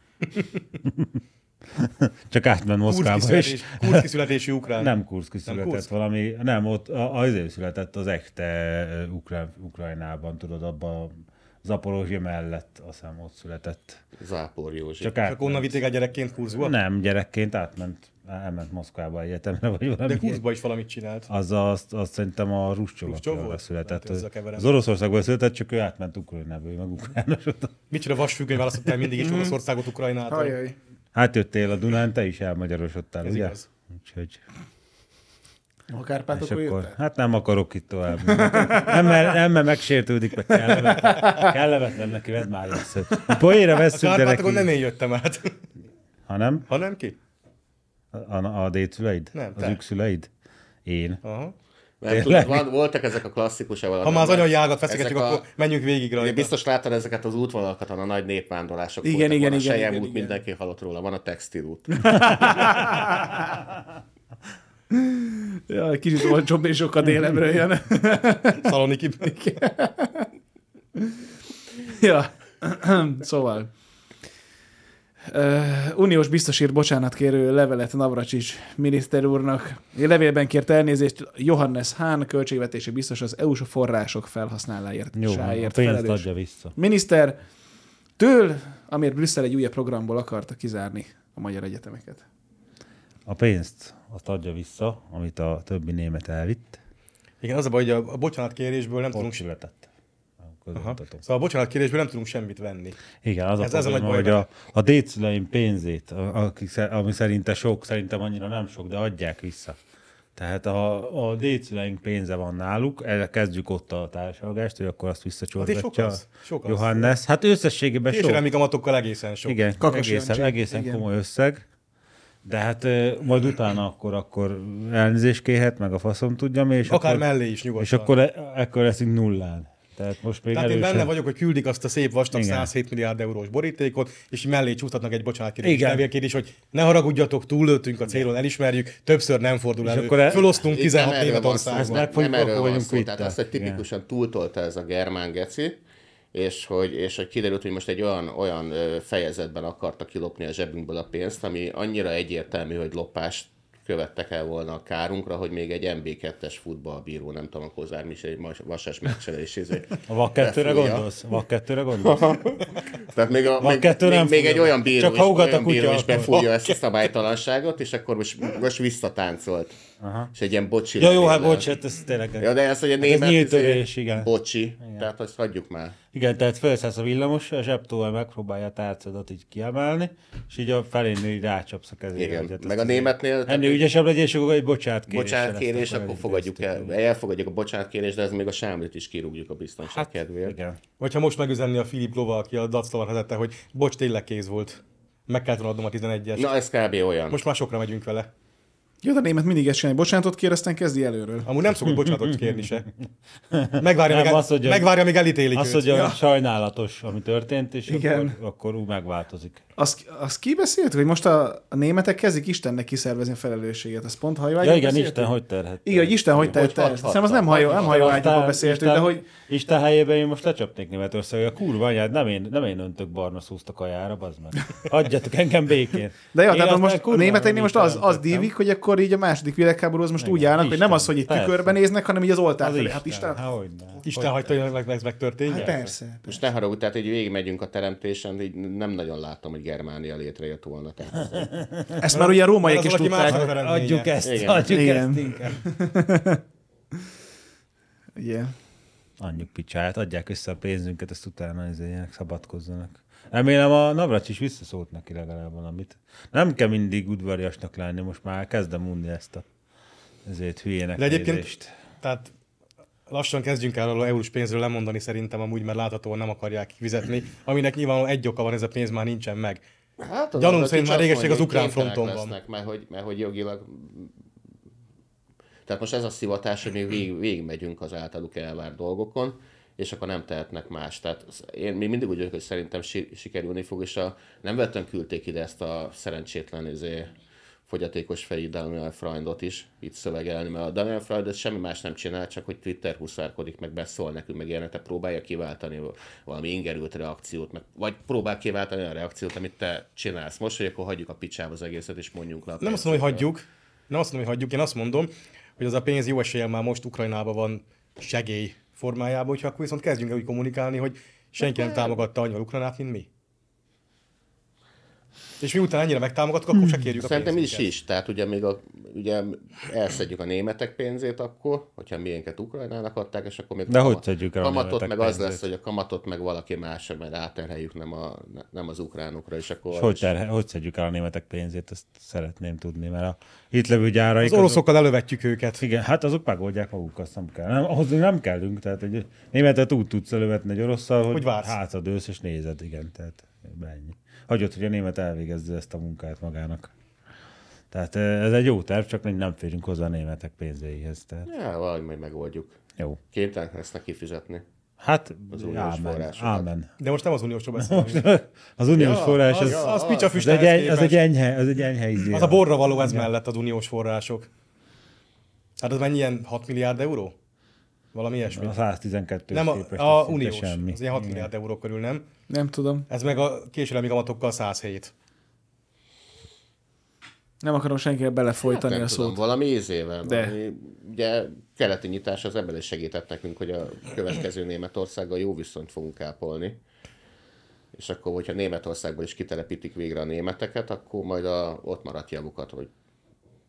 Csak átment Moszkvába is. Kurszki születésű ukrán. Nem Kurszki született valami, nem, ott azért született az echte Ukrajnában, tudod, abban Zaporozsja mellett, azt hiszem ott született. Záporjózsi. Csak onnan vitték el gyerekként Kurszba? Nem, gyerekként elment Moszkvába egyetemre, vagy valami. De Kurszba is valamit csinált. Azt szerintem a Ruscsovakra született. Az Oroszországból született, csak ő átment Ukrajnába, ő meg ukránasodott. Micsoda vasfüggöny választottál mindig is Oroszországot Ukrajnától. Ajaj. Hát jöttél a Dunán, te is elmagyarosodtál, ugye? Igaz. Úgyhogy... A Kárpátokról jöttek? Hát nem akarok itt tovább. Nem, mert megsértődik, meg kellemetlen neki, vedd már lesz. Poénra vesszük, de neki... A Kárpátokon nem én jöttem át. Hanem? Hanem ki? A dédszüleid? Nem, az ükszüleid? Én. Aha. Voltak ezek a klasszikus... Ha már az anyai ágat feszegetjük, akkor menjünk végig rajta. Biztos láttad ezeket az útvonalakat, a nagy népvándorlások igen, voltak. Igen, a Selyem út, mindenki hallott róla. Van a textilút. Ja, kicsit olcsóbb és sokkal délebbről jön. Szaloniki. Ja, szóval... uniós biztos írt bocsánatkérő levelet Navracsics miniszter úrnak. Levélben kért elnézést Johannes Hahn, költségvetési biztos, az EU-s források felhasználáért. Jó, a pénzt adja vissza. Miniszter amiért Brüsszel egy újabb programból akarta kizárni a magyar egyetemeket. A pénzt azt adja vissza, amit a többi német elvitt. Igen, az a baj, hogy a bocsánatkérésből nem tudunk... született. Szóval a bocsánatkérésből nem tudunk semmit venni. Igen, az a probléma, hogy a dédszüleim pénzét, ami szerintem annyira nem sok, de adják vissza. Tehát a dédszüleink pénze van náluk, kezdjük ott a társalgást, hogy akkor azt visszacsorgatja sok Johannes. Hát összességében sok. Később kamatokkal egészen sok. Igen, egészen komoly összeg. De hát majd utána akkor elnézést kérhet, meg a faszom tudja mi. És akár akkor, mellé is nyugodtan. És akkor leszünk nullán. Tehát most még én benne vagyok, hogy küldik azt a szép vastag 107 milliárd eurós borítékot, és mellé csúsztatnak egy bocsánatkérés levélkérés, hogy ne haragudjatok, túllőttünk a célon, elismerjük, többször nem fordul elő. Fölosztunk 16 Németországban. Nem erről van szó, tehát azt, hogy tipikusan túltolta ez a germán geci, és hogy kiderült, hogy most egy olyan fejezetben akarta kilopni a zsebünkből a pénzt, ami annyira egyértelmű, hogy lopást követtek el volna a kárunkra, hogy még egy MB2-es futballbíró, nem tudom, a Kozár Mis egy vasas meccsen is. A VAK 2-re gondolsz? VAK 2-re gondolsz? Tehát még egy olyan bíró is befújja ezt a szabálytalanságot, és akkor most visszatáncolt. Aha. És egy ilyen bocsi. Ja, jó, hát bocs, hát ez tényleg. Ja, de ez, hogy a német bocsi, igen. Tehát azt hagyjuk már. Igen, tehát felszállsz a villamos, a zsebtóval megpróbálja a tárcadat így kiemelni, és így a felénél így rácsapsz a kezére. Igen, meg a németnél... Ennél ügyesebb legyen, és akkor egy bocsánatkérés. Bocsánatkérés, akkor fogadjuk el. Elfogadjuk a bocsánatkérést, de ez még a sámlit is kirúgjuk a biztonság kedvéért. Igen. Vagy ha most megüzenni a Filip Lova, aki a Daclavan vezette, hogy bocs, tényleg kéz volt. Meg kellett volna adnom a 11-es. Na, ez kb. Olyan. Most már sokra megyünk vele. Jó, de a német mindig ezt csinálja. Bocsánatot kér, aztán kezdi előről. Amúgy nem szokott bocsánatot kérni se. Megvárja, még elítélik őt. Hogy olyan sajnálatos, ami történt, és akkor úgy megváltozik. Azt ki beszélt, hogy most a németek kezdik Istennek kiszervezni a felelősséget. Az pont hajóágyban ja, igen, Isten hogy terhet. Igen, hogy Isten hogy terhet. Szerintem az nem hajóágyban beszéltünk, de hogy... Isten helyében én most lecsapnék Németország, a kurva anyád, nem én öntök barna szúzt a kajára, bazd meg. Hagyjatok engem békén. De jó, tehát most a németeknél most az dívik, hogy akkor így a második világháborúhoz most úgy állnak, hogy nem az, hogy itt tükörben néznek, hanem így az oltár felé. Hát Isten hagyta, hogy ez megtörténjen. Hát persze. Most ne haragudj, tehát így végigmegyünk a teremtésen, így nem nagyon láttam, hogy Germánia létrejött volna. Ezt már ugye a rómaiak is tudták. Adjuk ezt inkább. Igen. Adjuk picsát, adják össze a pénzünket, ezt utána ilyenek szabadkozzanak. Remélem a Navracs is visszaszólt neki legalább valamit. Nem kell mindig udvariasnak lenni, most már kezdem unni ezt a ezért hülyének de egyébként, tehát lassan kezdjünk el a eurós pénzről lemondani szerintem amúgy, mert láthatóan nem akarják fizetni, aminek nyilván egy oka van, ez a pénz már nincsen meg. Hát gyanúm szerint már régeség az ukrán fronton van. Mert hogy jogilag... Tehát most ez a szivatás, hogy még végigmegyünk az általuk elvárt dolgokon, és akkor nem tehetnek más. Tehát én mindig úgy vagyok, hogy szerintem sikerülni fog, és nem vettem küldték ide ezt a szerencsétlen fogyatékos fejű Daniel Freundot is itt szövegelni, mert a Daniel Freund semmi más nem csinál, csak hogy Twitter huszárkodik, meg beszól nekünk, meg ilyenek, próbálja kiváltani valami ingerült reakciót, vagy próbál kiváltani a reakciót, amit te csinálsz most, hogy akkor hagyjuk a picsába az egészet, és mondjunk le. Nem azt mondom, hogy hagyjuk, én azt mondom, hogy az a pénz jó eséllyel már most Ukrajnában van segély formájában, hogyha akkor viszont kezdjünk el úgy kommunikálni, hogy senki nem támogatta annyira Ukrajnát, mint mi. És miután ennyire megtámogattuk, akkor se kérjük a pénzünket. Szerintem is. Tehát ugye elszedjük a németek pénzét akkor, hogyha miénket Ukrajnának adták, és akkor még de hogy szedjük el a kamatot, meg pénzét? Az lesz, hogy a kamatot meg valaki másra, mert áterheljük nem az ukránokra, és akkor... Hogy szedjük el a németek pénzét, ezt szeretném tudni, mert a itt levő gyáraik... Az oroszokkal elővetjük őket. Igen, hát azok megoldják maguk, azt nem kell. Ahhoz nem kellünk, tehát egy németet úgy tudsz elővetni egy orosszal, hogy hátradőlsz és nézed, igen, tehát ennyi. Hagyott, hogy a német elvégezze ezt a munkát magának. Tehát ez egy jó terv, csak nem férünk hozzá a németek pénzéhez. Tehát... Ja, valahogy majd megoldjuk. Jó. Képtelenek lesznek kifizetni. Hát, az uniós forrásokat. Ámen. De most nem az uniósról beszélünk. Az uniós forrás, az picsa füstelhez az egy enyhe izé. Az a borra való ez mellett az uniós források. Hát az mennyi ilyen 6 milliárd euró? Valami ilyesmi. A 112 nem a uniós, semmi. Az ilyen 6 milliárd euró körül, nem? Nem tudom. Ez meg a későlemi kamatokkal 107. Nem akarom senkivel belefolytani a szót. Tudom, valami ízével. De. Ugye keleti nyitás az ebben is segített nekünk, hogy a következő Németországgal jó viszonyt fogunk ápolni. És akkor, hogyha Németországból is kitelepítik végre a németeket, akkor majd ott maradt javukat, hogy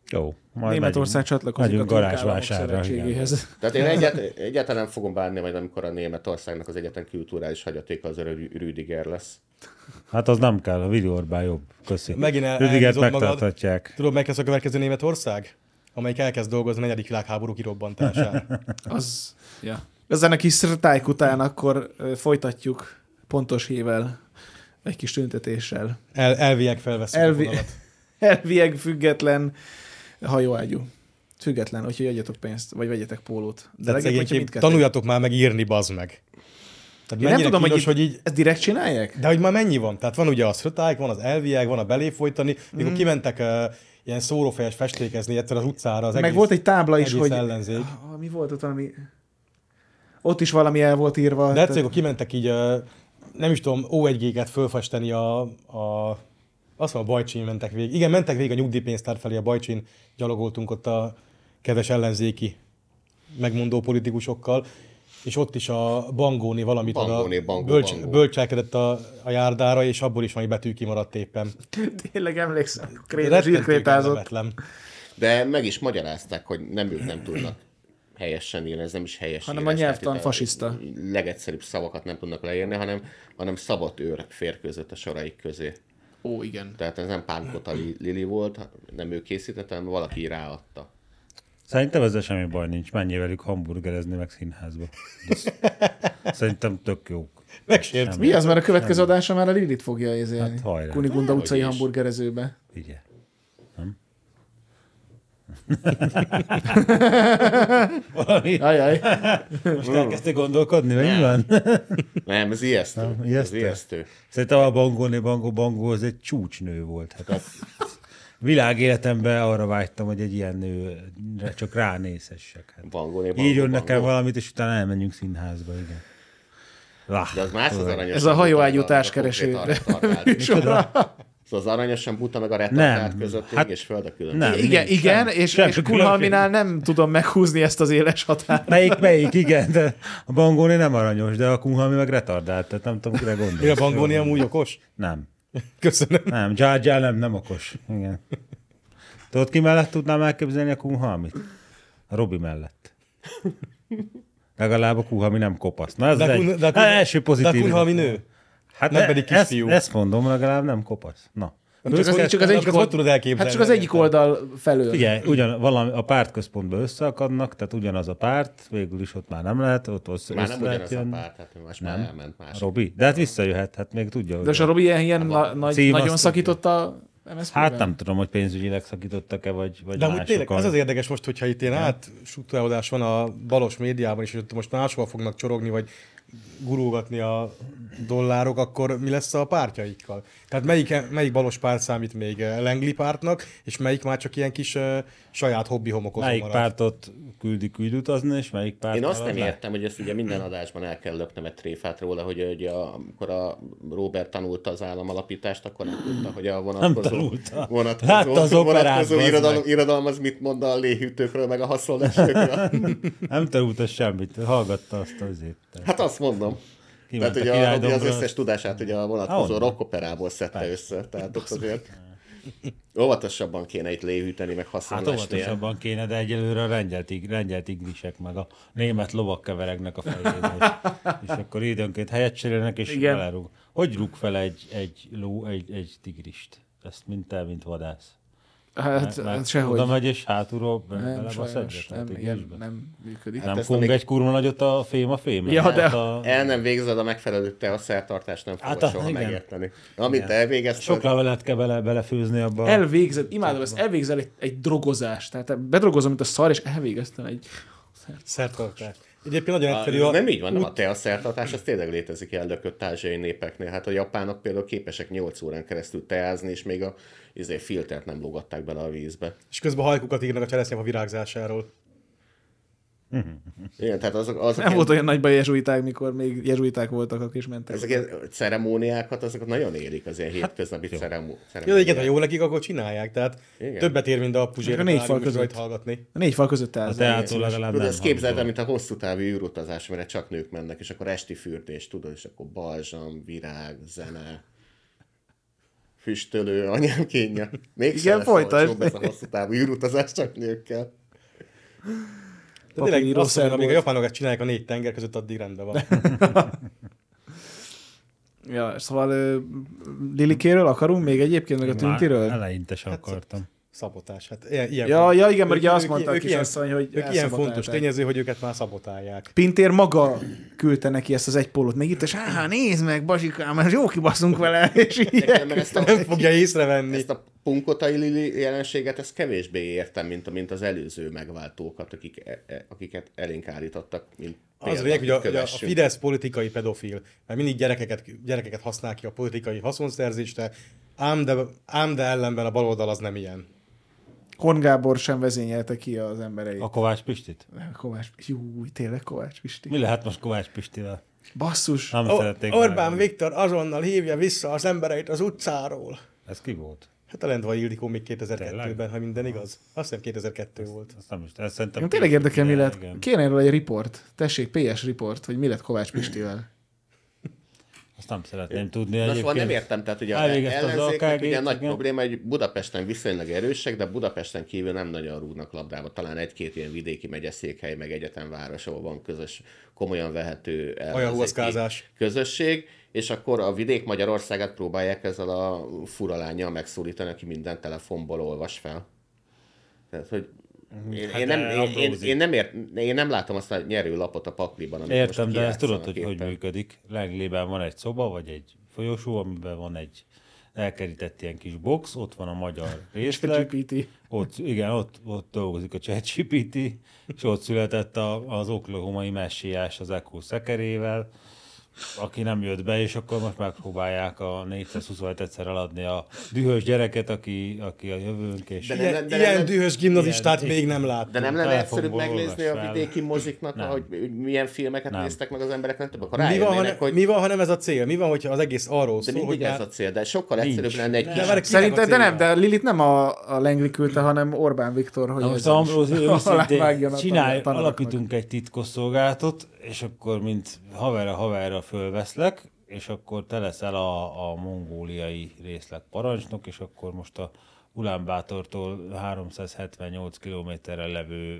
Jó, majd Németország csatlakozik megyünk a Turk garázsvásárra, Államok Szövetségéhez. Tehát én egyáltalán nem fogom bánni, majd amikor a Németországnak az egyetlen kulturális hagyatéka az a Rüdiger lesz. Hát az nem kell, a Willi Orbán jobb. Köszi. Megint Rüdigert elbízott megtartatják. Tudod, melyik lesz a következő Németország? Amelyik elkezd dolgozni a 4. világháború kirobbantására. Ja. Ezen a kis tájk után akkor folytatjuk pontos hível, egy kis tüntetéssel. Elviek felveszünk a vonalat. Elvieg független hajóágyú. Független, úgyhogy adjatok pénzt, vagy vegyetek pólót. De egyébként tanuljatok már meg írni, bazd meg. Tehát én nem tudom, kínos, hogy így... ezt direkt csinálják? De hogy már mennyi van? Tehát van ugye a szrötájk, van az elviek, van a beléfolytani, mikor kimentek ilyen szórófejes festékezni egyszer az utcára. Az meg egész, volt egy tábla is, hogy... ellenzék. Mi volt ott valami... Ott is valami el volt írva. De egyszer, akkor kimentek így, nem is tudom, O1G-ket fölfesteni azt mondom, a Bajcsin mentek végig. Igen, mentek végig a nyugdíjpénztár felé, a Bajcsin gyalogoltunk ott a kedves ellenzéki megmondó politikusokkal, és ott is a Bangóni valamit bölcselkedett a járdára, és abból is valami betű kimaradt éppen. Tényleg emlékszem. Zsírkrétázott. De meg is magyarázták, hogy ők nem tudnak helyesen írni, ez nem is helyes hanem írás, a nyelvtan fasiszta. Legegyszerűbb szavakat nem tudnak leírni, hanem szabad őr férkőzött a soraik közé. Ó, igen. Tehát ez nem Pánkota Lili volt, nem ő készítette, hanem valaki ráadta. Szerintem ezzel semmi baj nincs. Menjél velük hamburgerezni meg színházba. Szerintem tök jók. Megsért. Mi az, mert a következő adásra már a Lilit fogja érzélni. Hát hajrá. Kunigunda utcai hamburgerezőbe. Figyelj. Nem? Valami? Ajaj. Most elkezdtél gondolkodni, vagy mi van? Nem, ez ijesztő. Ez ijesztő. Szerintem a Bangó az egy csúcsnő volt. Hát világéletemben arra vágytam, hogy egy ilyen nőre csak ránézhessek. Hát. Írjon nekem valamit, és utána elmenjünk színházba, igen. De az más az aranyos. Ez a hajóágyú társkereső. Szóval az aranyosan buta meg a retardált között hát, és föld a különbség. Igen, és Kunhalminál nem tudom meghúzni ezt az éles határt. Melyik, igen, de a Bangóni nem aranyos, de a Kunhalmi meg retardált, tehát nem tudom, kire gondolsz. A Bangóni amúgy okos? Nem. Köszönöm. Nem, Jar Jar nem okos. Igen. Tudod, ki mellett tudnám elképzelni a Kunhalmit? A Robi mellett. Legalább a Kunhalmi nem kopasz. Na ez első pozitív. De a Kunhalmi nő. Hát nem pedig kisfiú. Ezt mondom, legalább nem kopasz. Na. Csak az egyik oldal felől. Figyelj, valami a pártközpontban összeakadnak, tehát ugyanaz a párt, végül is ott már nem lehet, ott már nem ugyanaz a párt, hát most már elment más. Robi, de hát visszajöhet, hát még tudja. De a Robi ilyen nagyon szakította MSZP-ben? Hát nem tudom, hogy pénzügyileg szakítottak-e, vagy de úgy tényleg, ez az érdekes most, hogyha itt ilyen átstruktúrálódás van a balos médiában, és most máshol fognak csorogni, vagy gurulgatni a dollárok, akkor mi lesz a pártjaikkal? Tehát melyik balos párt számít még Lengli pártnak, és melyik már csak ilyen kis saját hobbi homokozó melyik marad? Pártot küld utazni, és melyik párt... Én azt nem értem, hogy ezt ugye minden adásban el kell löknem egy tréfát róla, hogy ugye, amikor a Robert tanulta az államalapítást, akkor nem tudta, hogy a vonatkozó irodalom az mit mond a léhűtőkről, meg a hasonlásokról. Nem tanulta semmit, hallgatta azt azért. Hát azt mondom. Tehát ugye az összes tudását ugye a vonatkozó rockoperából szedte össze. Tehát ott azért óvatosabban kéne itt léhűteni, meg hasonlásnél. Hát óvatosabban kéne, de egyelőre a lengyel tigrisek, meg a német lovak keveregnek a fejébe. És akkor időnként helyet cserélnek, és belerúg. Hogy rúg fel egy ló egy tigrist? Ezt mint vadász. Hát sehogy. Oda megy, és hátulról nem működik. Nem fung egy kurva nagyot a fém? Ja, de el nem végzed a megfelelő te a szertartást, nem fogod soha megérteni. Amit elvégezted... Sok levelet kell belefőzni abba. Elvégzed, imádom ezt, elvégzel egy drogozást. Tehát bedrogozom, mint a szar, és elvégeztem egy szertartást. Egyébként nagyon egyszerű. Nem így van, nem a teaszertartás, az tényleg létezik eldökött ázsiai népeknél. Hát a japánok például képesek 8 órán keresztül teázni, és még a filtert nem lógatták bele a vízbe. És közben hajkukat írnak a cseresznyefa virágzásáról. Igen, tehát azok nem volt olyan nagy baj jezsuiták, mikor még jezsuiták voltak, akik is mentek. Ezek a ceremóniákat, azokat nagyon érik az ilyen hétköznapi ceremóniákat. Ja, igen, ha jó nekik, akkor csinálják. Tehát igen. Többet ér, mint a Puzsér. A 4 fal között hallgatni. A 4 fal között a teától legalább nem. Ezt képzeld el, mint a hosszú távú űrutazás, amire csak nők mennek, és akkor esti fürdés, tudod, és akkor balzsam, virág, zene. füstölő anyám kénye. Igen, folytasd. Ez a hosszú távú űrutazás csak nőkkel. De tényleg Papíró azt mondom, amíg a volt. japánok ezt csinálják a 4 tenger között, addig rendben van. Ja, szóval Lilikéről akarunk még egyébként, meg a Tüntiről? Eleinte sem akartam. Szabotás. Hát ilyen Ja, igen, mert ugye ők- azt ők- mondta a ők kisasszony, hogy Ők ilyen elszabotálták. fontos tényező, hogy őket már szabotálják. Pintér maga küldte neki ezt az egy pólót, még itt, és nézd meg, Bazsikám, mert jó kibaszunk vele, és így. Mert ezt Nem fogja észrevenni. Ezt a punkotai Lili jelenséget, ezt kevésbé értem, mint az előző megváltókat, akiket elénk állítottak, mint Az lényeg, hogy a kövessünk. Fidesz politikai pedofil, mert mindig gyerekeket használ ki a politikai haszonszerzésre, ám de ellenben a baloldal az nem ilyen. Horn Gábor sem vezényelte ki az embereit. A Kovács Pistit? Kovács, tényleg Kovács Pisti. Mi lehet most Kovács Pistivel? Basszus. Nem szerették Orbán meg. Viktor azonnal hívja vissza az embereit az utcáról. Ez ki volt? Hát a Lendvai Ildikó még 2002-ben, Tényleg? ha minden igaz. Azt hiszem 2002 volt. Azt nem is, ezt szerintem... Engem tényleg érdekel, mi lett. Igen. Kéne erről egy riport. Tessék, PS riport, hogy mi lett Kovács Pistivel. Azt nem szeretném tudni Na, szóval egyébként. nem értem, tehát ugye Elvégezte az ellenzéknek AKG-t, ugye nagy igen. probléma, hogy Budapesten viszonylag erősek, de Budapesten kívül nem nagyon rúgnak labdába. Talán egy-két ilyen vidéki megyeszékhely, meg egyetemváros, ahol van közös, komolyan vehető ellenzéki Hajahuaszkázás. közösség, és akkor a vidék Magyarországot próbálják ezzel a furalánnyal megszólítani, aki minden telefonból olvas fel. Tehát, hogy én nem látom azt a nyerőlapot a pakliban. amit Értem, most de ezt tudod, kijátszanak hogy éppen. működik. Langleyben van egy szoba, vagy egy folyosó, amiben van egy elkerített ilyen kis box, ott van a magyar részleg, GPT. ott dolgozik a ChatGPT, és ott született az oklahomai messiás az Echo szekerével, aki nem jött be, és akkor most megpróbálják a 427 egyszer eladni a dühös gyereket, aki a jövőnk, és... Ilyen dühös gimnazistát ilyen- még nem láttam. De nem lenne egyszerűbb telefonból megnézni olvas a fel. vidéki moziknak, Nem. hogy milyen filmeket Nem. néztek meg az emberek, nem több, akkor Mi van, rájönnének, hogy mi van, ha nem ez a cél? Mi van, hogyha az egész arról de szól, mindig hogy ez már... a cél, de sokkal egyszerűbb lenne egy De kis... várj, Szerintem, de célja? nem, de Lilit nem a Langley küldte, hanem Orbán Viktor, hogy Na most ezzel is Ambrózi őszintén alávágjon a csinálj, tanaknak. alapítunk egy titkosszolgálatot, és akkor mint haverra fölveszlek, és akkor te leszel a mongóliai részleg parancsnok, és akkor most a Ulánbátortól 378 kilométerre levő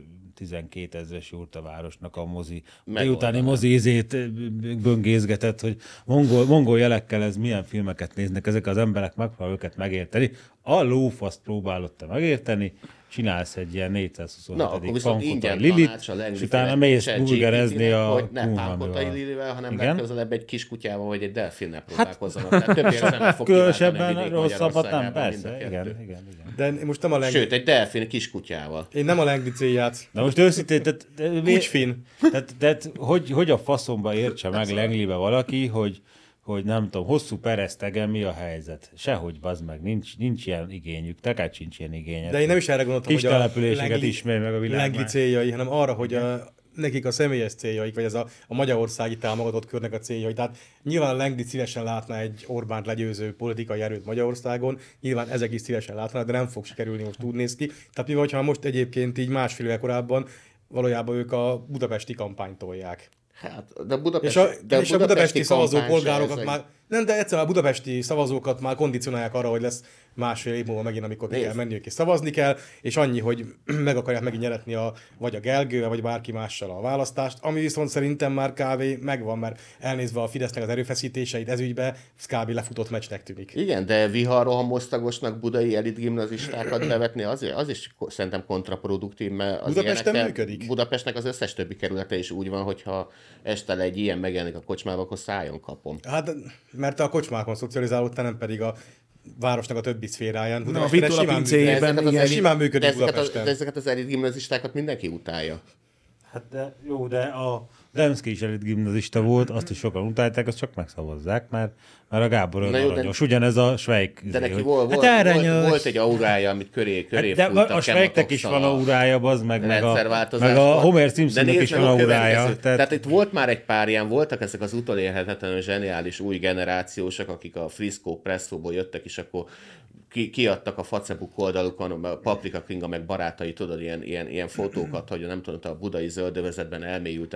12 ezres jurtavárosnak a délutáni mozizét böngészgetett, hogy mongol jelekkel ez milyen filmeket néznek ezek az emberek, megpróbál őket megérteni. A lófaszt próbálod te megérteni, csinálsz egy ilyen 427. Na, akkor viszont Pankotai ingyen Lilit, tanács a és Langley utána féle mész ChatGPT-nek, burgerezni a hogy ne Kunhamival. Pánkotai Lilivel, hanem Igen? legközelebb egy kis kutyával, vagy egy delfinnel próbálkozzanak. Tehát több érzelmet fog kiváltani a Különösebben vidék rosszabbat nem, Magyarországában mind a persze, kettő. igen. De én most nem a Langley... Sőt, egy delfin kis kutyával. Én nem a Langley célját. Na most őszintén, Kutyfin. tehát hogy a faszomba értse meg Langleybe valaki, hogy nem tudom, hosszú peresztegen mi a helyzet. Sehogy, bazd meg, nincs ilyen igényük, neked sincs ilyen igényed. De én nem is erre gondoltam, Kis hogy a településeket ismerj meg a világban. Langley céljai, hanem arra, hogy nekik a személyes céljaik, vagy ez a magyarországi támogatott körnek a céljai. Tehát nyilván a Langley szívesen látna egy Orbánt legyőző politikai erőt Magyarországon, nyilván ezek is szívesen látnak, de nem fog sikerülni, most úgy néz ki. Tehát mi vagy, ha most egyébként így másfél éve korábban valójában ők a budapesti kampányt tolják. Hát, de a Budapest, És a budapesti szavazópolgárokat kampány se már... Nem, de egyszerűen a budapesti szavazókat már kondicionálják arra, hogy lesz másfél év múlva megint, amikor ki kell menniük és szavazni kell, és annyi, hogy meg akarják megint nyeretni vagy a Gergővel, vagy bárki mással a választást, ami viszont szerintem már kb. Megvan, mert elnézve a Fidesznek az erőfeszítéseit ez ügybe, ez kb. Lefutott meccsnek tűnik. Igen, de viharrohamosztagosnak budai elitgimnazistákat bevetni, az is szerintem kontraproduktív, mert az Budapesten ilyenekkel- működik? Budapestnek az összes többi kerülete is úgy van, hogyha este egy ilyen megjelenik a kocsmába, akkor szájon kapom. Hát, mert te a kocsmákon szocializálódtál, nem pedig a városnak a többi szféráján. a Budapesten ez Vitola simán pincéjében, működik. igen. Ez simán működik de ezeket, Budapesten. de ezeket az elitgimnazistákat mindenki utálja. Hát de jó, de a Demszki is elit gimnazista volt, azt is sokan utálták, azt csak megszavazzák, mert a Gábor olyan Na jó, de- aranyos. Ugyanez a Schweik. De neki hogy- volt aranyos. egy aurája, amit köré De fújt a Schweiknek is van aurája, az meg a rendszerváltozás. Homer Simpsonnak is van aurája. Tehát itt volt már egy pár ilyen, voltak ezek az utolérhetetlenül zseniális új generációsok, akik a Frisco Presszóból jöttek, és akkor kiadtak a Facebook oldalukon, a Paprika Kinga meg barátai, tudod, ilyen fotókat, hogy nem tudom, a budai zöldövezetben elmélyülten tanul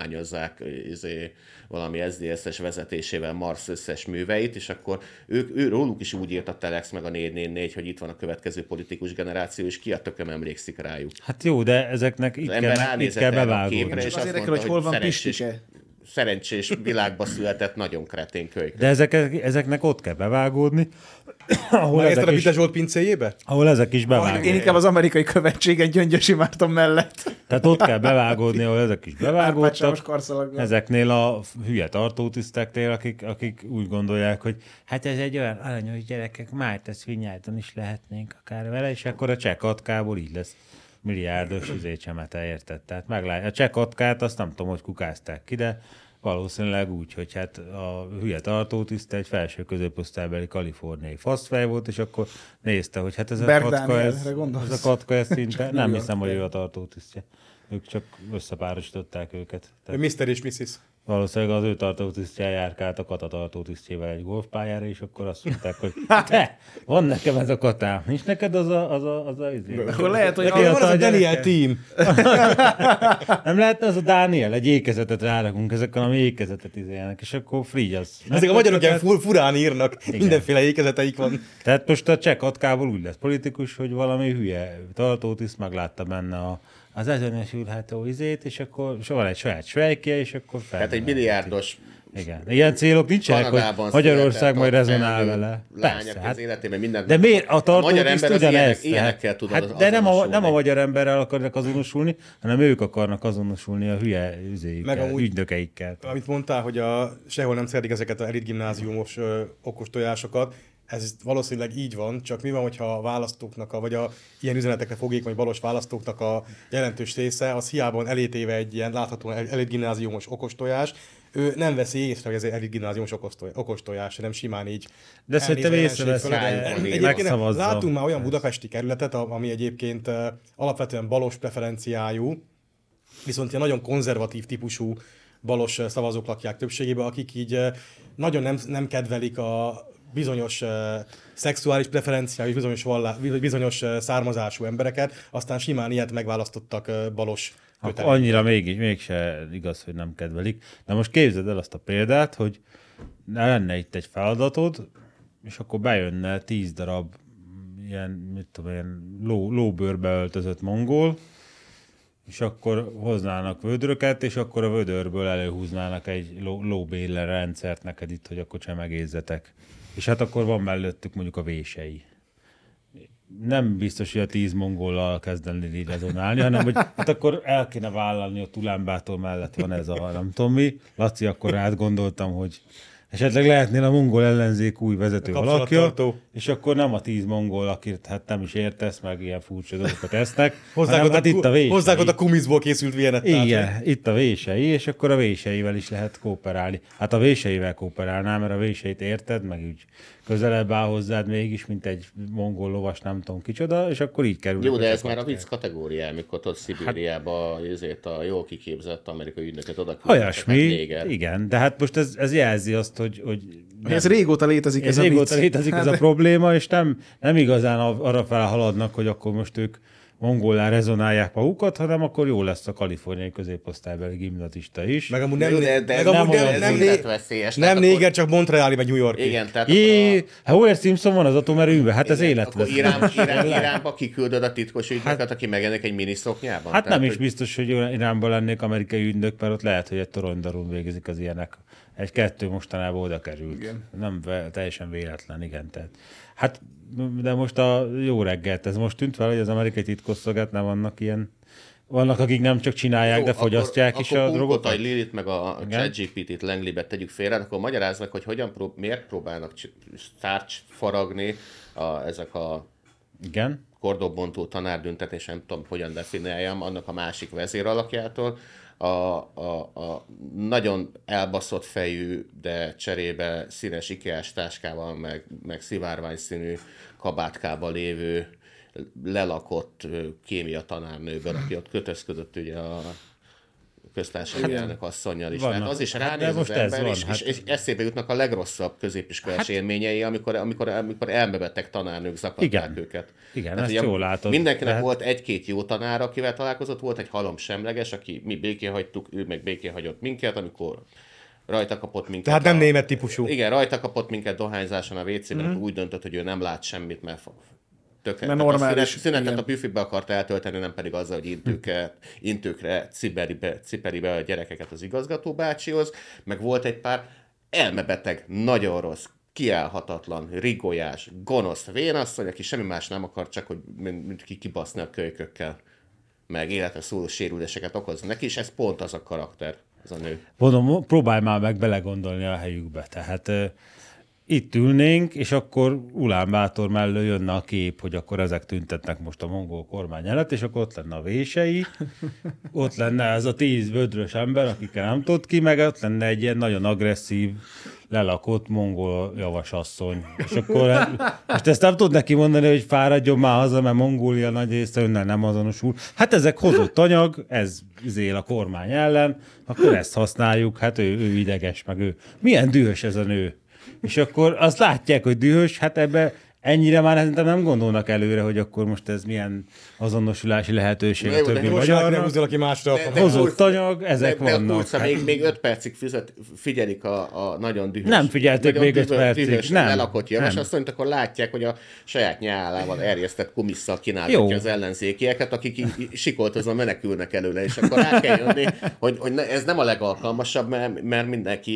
tanulmányozzák valami SZDSZ-es vezetésével Mars összes műveit, és akkor róluk is úgy írt a Telex meg a 444, hogy itt van a következő politikus generáció, és ki a tököm emlékszik rájuk. Hát jó, de ezeknek itt kell bevágódni. És az érdekel, hogy hol van Pistike. Szerencsés világba született nagyon kretén kölyk. De ezeknek ott kell bevágódni. Megnézted a Vite Zsolt pincéjébe? Ahol ezek is bevágódnak. Én inkább az amerikai követségen Gyöngyösi Márton mellett. Tehát ott kell bevágódni, ahol ezek is bevágódtak. Karszalagban. Ezeknél a hülye tartótiszteknél, akik úgy gondolják, hogy hát ez egy olyan aranyos gyerekek, már ezt Vinyáton is lehetnénk akár vele, és akkor a cseh katkából így lesz milliárdos csemete, érted? Tehát a cseh katkát azt nem tudom, hogy kukázták ki, de valószínűleg úgy, hogy hát a hülye tartótiszt egy felső középosztálybeli kaliforniai faszfej volt, és akkor nézte, hogy hát ez a katka, ez szinte, nem hiszem, hogy ő a tartótisztje. Ők csak összepárosították őket. Mr. és Mrs. Valószínűleg az ő tartótisztje járkált a kata tartótisztjével egy golfpályára, és akkor azt mondták, hogy te, van nekem ez a katám, nincs neked az a akkor lehet, hogy van az a Daniel team. Nem lehetne az a Dániel, egy ékezetet rárakunk, ezek valami ékezetet izélnek, és akkor free az. Ezek a magyarok ilyen furán írnak, igen. Mindenféle ékezeteik van. Tehát most a cseh katkából úgy lesz politikus, hogy valami hülye tartótiszt meglátta benne az azonosulható izét, és akkor van egy saját svejkje, és akkor fel. Tehát egy milliárdos. Igen. Ilyen célok nincsenek, hogy Magyarország majd rezonál vele. Persze. Hát, életében minden... De miért a tartótiszt ugyanezt? Ilyenekkel tud hát, de nem a magyar emberrel akarnak azonosulni, hanem ők akarnak azonosulni a hülye ügynökeikkel. Amit mondtál, hogy sehol nem szeretik ezeket az elitgimnáziumos okostojásokat, ez valószínűleg így van, csak mi van, hogyha a választóknak, vagy ilyen üzenetekre fogékony balos választóknak a jelentős része, az hiába elétéve egy ilyen láthatóan elitgimnáziumos okostojás, ő nem veszi észre, hogy ez egy elitgimnáziumos okostojás, hanem simán így. De szerintem észrevesz, megszavazza. Látunk már olyan budapesti kerületet, ami egyébként alapvetően balos preferenciájú, viszont ilyen nagyon konzervatív típusú balos szavazók lakják többségében, akik így nagyon nem kedvelik a bizonyos szexuális preferenciájú, bizonyos származású embereket, aztán simán ilyet megválasztottak balos kötelékkel. Annyira mégse igaz, hogy nem kedvelik. De most képzeld el azt a példát, hogy lenne itt egy feladatod, és akkor bejönne 10 darab ilyen lóbőrbe öltözött mongol, és akkor hoznának vödröket, és akkor a vödörből előhúznának egy lóbéller rendszert neked itt, hogy akkor csemegézzetek. És hát akkor van mellőttük mondjuk a vései. Nem biztos, hogy a 10 mongollal kezdeni rezonálni, hanem hogy hát akkor el kéne vállalni, a Tulánbától mellett van ez a nem tudom mi. Laci, akkor átgondoltam, hogy esetleg lehetnél a mongol ellenzék új vezető alakja, és akkor nem a 10 mongol, akit hát nem is értesz, meg ilyen furcsa dolgokat esznek, hanem hát itt a vései. Hozzák ott a kumizból készült vienettát. Igen, itt a vései, és akkor a véseivel is lehet kooperálni. Hát a véseivel kooperálnál, mert a véseit érted, meg úgy közelebb áll hozzád mégis, mint egy mongol lovas, nem tudom kicsoda, és akkor így kerül. Jó, de ez már a vicc kategóriá, amikor ott Szibériába ezért a jól kiképzett amerikai ügynöket oda olyasmi, igen, de hát most ez jelzi azt, hogy ez régóta létezik ez a vicc. Régóta létezik ez a probléma, és nem igazán arra fel haladnak, hogy akkor most ők mongollá rezonálják magukat, hanem akkor jó lesz a kaliforniai középosztálybeli gimnazista is. Meg amúgy nem néger, csak Montreali vagy New York. Igen, tehát Homer Simpson van az atomerőműben, hát ez életveszély. Iránba kiküldöd a titkos ügynöket, aki megjelenik egy miniszoknyában? Hát nem is biztos, hogy Iránban lennék amerikai ügynök, mert ott lehet, hogy egy toronydarul végezik az ilyenek. Egy-kettő mostanában oda került. Igen. Nem teljesen véletlen, igen. Tehát. Hát, de most a jó reggelt, ez most tűnt fel, hogy az amerikai titkosszolgálatnál vannak, akik nem csak csinálják, jó, de fogyasztják is a drogot. Akkor Lilit meg a ChatGPT-t Langley-bet tegyük félre, akkor magyarázd meg, hogy miért próbálnak szárcs faragni ezek a kordonbontó tanárdüntetés, nem tudom, hogyan definiáljam, annak a másik vezéralakjától, a nagyon elbaszott fejű, de cserébe színes ikeás táskával, meg szivárvány színű kabátkával lévő lelakott kémia tanárnőben, aki ott kötözködött ugye a köztársasági elnök asszonnyal is. vannak. Tehát az is ránéz de az most ez ember, van, és eszébe jutnak a legrosszabb középiskolás élményei, amikor elmebeteg tanárnők zaklatták őket. Igen, Tehát, ezt ugye jól látod. mindenkinek volt egy-két jó tanár, akivel találkozott, volt egy halomsemleges, aki mi békén hagytuk, ő meg békén hagyott minket, amikor rajta kapott minket. Tehát nem német típusú. Igen, rajta kapott minket dohányzáson a WC-ben, úgy döntött, hogy ő nem lát semmit, mert Mert normális, szünetet igen. a büfébe akart eltölteni, nem pedig azzal, hogy intőkre ciperi be a gyerekeket az igazgató bácsihoz, meg volt egy pár elmebeteg, nagyon rossz, kiállhatatlan, rigolyás, gonosz vénasszony, aki semmi más nem akar, csak hogy kibaszni a kölykökkel, meg életre szóló sérüléseket okozni neki, és ez pont az a karakter, ez a nő. Mondom, próbálj már meg belegondolni a helyükbe. Tehát itt ülnénk, és akkor Ulánbátor mellől jönne a kép, hogy akkor ezek tüntetnek most a mongol kormány előtt, és akkor ott lenne a vései, ott lenne ez a 10 vödrös ember, akikkel nem tudott ki, meg ott lenne egy ilyen nagyon agresszív, lelakott mongol javasasszony. És akkor most ezt nem tud neki mondani, hogy fáradjon már haza, mert Mongólia nagy része önnel nem azonosul. Hát ezek hozott anyag, ez zél a kormány ellen, akkor ezt használjuk, hát ő ideges, meg ő. Milyen dühös ez a nő? És akkor azt látják, hogy dühös, hát ebbe ennyire már nem gondolnak előre, hogy akkor most ez milyen azonosulási lehetőség a többi magyarnak. Aki másra Hozott anyag, ezek vannak. Még 5 percig figyelik a nagyon dühös. Nem figyelték még 5 percig. Dühös, Nem. lelakott javas, Nem. azt mondjuk, akkor látják, hogy a saját nyálával erjesztett kumisszal kínáltatja az ellenzékieket, akik sikoltozva menekülnek előle, és akkor rá kell jönni, hogy ez nem a legalkalmasabb, mert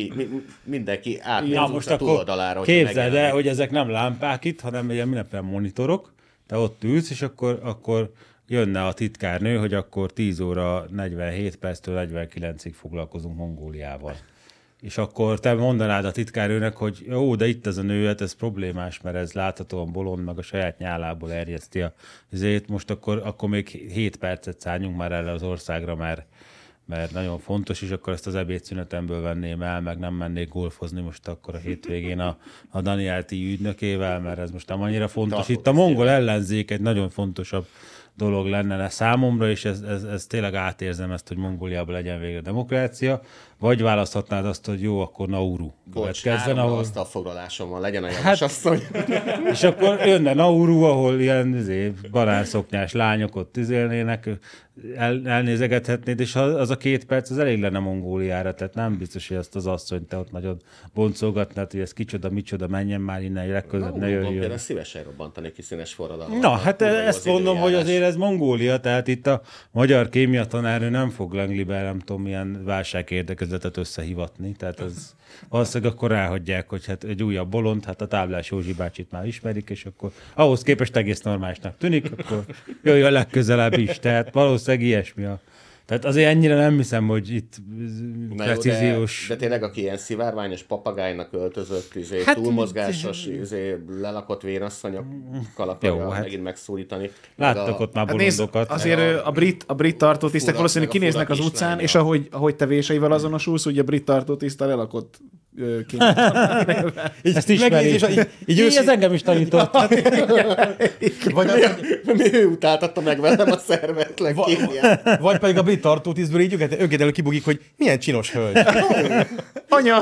mindenki átmegy az utca túloldalára. Képzeld el, hogy ezek nem lámpák itt, hanem ilyen mindenféle monitorok, te ott ülsz, és akkor jönne a titkárnő, hogy akkor 10 óra 47 perctől 49-ig foglalkozunk Mongóliával. És akkor te mondanád a titkárnőnek, hogy jó, de itt ez a nő, hát ez problémás, mert ez láthatóan bolond, meg a saját nyálából erjeszti a zét. Most akkor még 7 percet szálljunk már erre az országra, mert nagyon fontos, és akkor ezt az ebédszünetemből venném el, meg nem mennék golfozni most akkor a hétvégén a Danielti ügynökével, mert ez most nem annyira fontos. Itt a mongol ellenzék egy nagyon fontosabb dolog lenne számomra, és ez tényleg átérzem ezt, hogy Mongóliában legyen végre demokrácia, vagy választhatnád azt, hogy jó, akkor Nauru következzen, ahol... azt a foglalásom van, legyen a javasasszony. És akkor jönne Nauru, ahol ilyen banánszoknyás lányok ott tüzélnének, elnézegethetnéd, és az a 2 perc az elég lenne Mongóliára, tehát nem biztos, hogy ezt az asszonyt te ott nagyon boncolgatnád, hogy ez kicsoda, micsoda, menjen már innen, legközelebb ne jöjjön. Például szívesen robbantanék ki színes forradalmat. Na, hát ezt mondom, hogy azért ez Mongólia, tehát itt a magyar kémia tanárnő nem fog Langliben, nem tudom, milyen válságérdekezletet összehivatni, tehát ez valószínűleg akkor ráhagyják, hogy hát egy újabb bolond, hát a Táblás Józsi bácsit már ismerik, és akkor ahhoz képest egész normálisnak tűnik, akkor jöjjön legközelebb is, tehát valószínűleg ilyesmi a... Tehát azért ennyire nem hiszem, hogy itt precíziós... De tényleg, aki ilyen szivárványos papagájnak öltözött, túlmozgásos, lelakott vénasszonyokkal akarja megint megszólítani. Láttak ott már bolondokat. Azért a brit tartótisztek valószínűleg kinéznek az utcán, és ahogy te véseivel azonosulsz, ugye a brit tartótiszt a lelakott ezt ismeri. Így ez engem is tanított. Mi ő utáltatta meg velem a szervetlen kémiát. Vagy pedig a brit tartótisztből így önkéntelenül kibugik, hogy milyen csinos hölgy. Anya!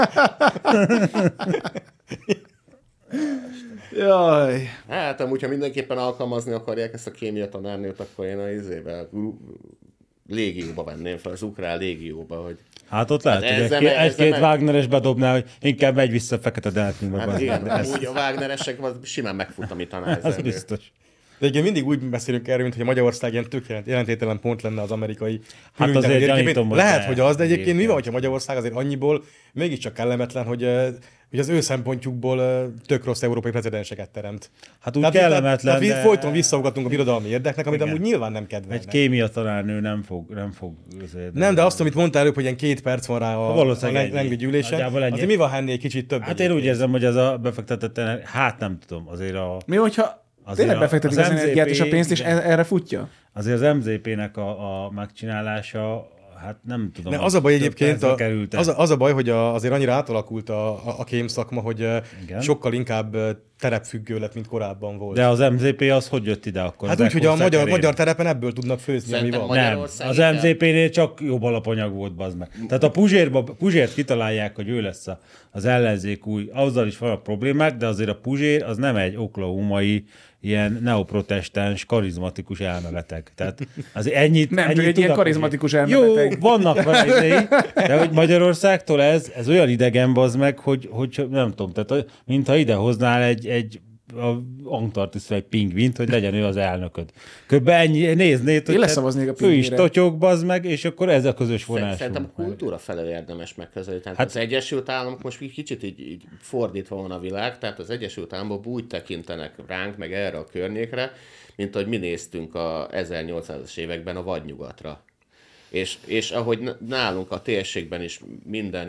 Jaj. Hát amúgy, ha mindenképpen alkalmazni akarják ezt a kémia tanárnőt, akkor én a légióba venném fel, az ukrán légióba, hogy... Hát ott lehet, hogy egy-két Wagneres bedobná, hogy inkább megy vissza Fekete Delfinbe. Hát igen, úgy a Wagneresek simán megfut a mi tanárzenő. Ez biztos. De igen, mindig úgy beszélünk erről, mint hogy a Magyarország ilyen tök jelentéktelen pont lenne az amerikai. Hát azért gyanítom, hogy lehet, hogy az, de egyébként mi van, hogyha Magyarország azért annyiból mégiscsak kellemetlen, hogy az ő szempontjukból tök rossz európai precedenseket teremt. Hát úgy kellemetlen, de... folyton visszaugatunk a birodalmi érdeknek, amit amúgy nyilván nem kedvelnek. Egy kémia tanárnő nem fog nem, de azt, amit mondtál előbb, hogy ilyen 2 perc van rá a language ülésen, azért mi van, ha ennél kicsit több? Hát én úgy érzem, hogy ez a befektetett, hát nem tudom, azért a... Mi, hogyha tényleg befektetik az energiát és a pénzt, és erre futja? Azért az MZP-nek a megcsinálása, hát nem tudom. Az a baj egyébként, az a baj, hogy azért annyira átalakult a kém szakma, hogy igen, sokkal inkább terepfüggő lett, mint korábban volt. De az MZP az hogy jött ide akkor? Hát úgy, hogy a magyar terepen ebből tudnak főzni, ami van. Nem, az MZP-nél csak jobb alapanyag volt, bazd meg. Tehát a Puzsért kitalálják, hogy ő lesz az ellenzék új, azzal is van a problémák, de azért a Puzsér az nem egy oklahomai ilyen neoprotestáns, karizmatikus elmebeteg. Tehát az ennyit Nem, ennyit egy ilyen karizmatikus Jó, elmebeteg. vannak vele, de hogy Magyarországtól ez olyan idegen, bazd meg, hogy nem tudom, tehát mintha idehoznál egy Antarktiszra egy pingvint, hogy legyen ő az elnököd. Köbben ennyi, néznéd, hogy leszavaznék a ő is pingvére. totyog, bazd meg, és akkor ez a közös vonásunk. Szerintem a kultúra felől érdemes megközelíteni. Hát- Az Egyesült Államok most kicsit így fordítva van a világ, tehát az Egyesült Államok úgy tekintenek ránk, meg erre a környékre, mint ahogy mi néztünk a 1800-as években a vadnyugatra. És ahogy nálunk a térségben is minden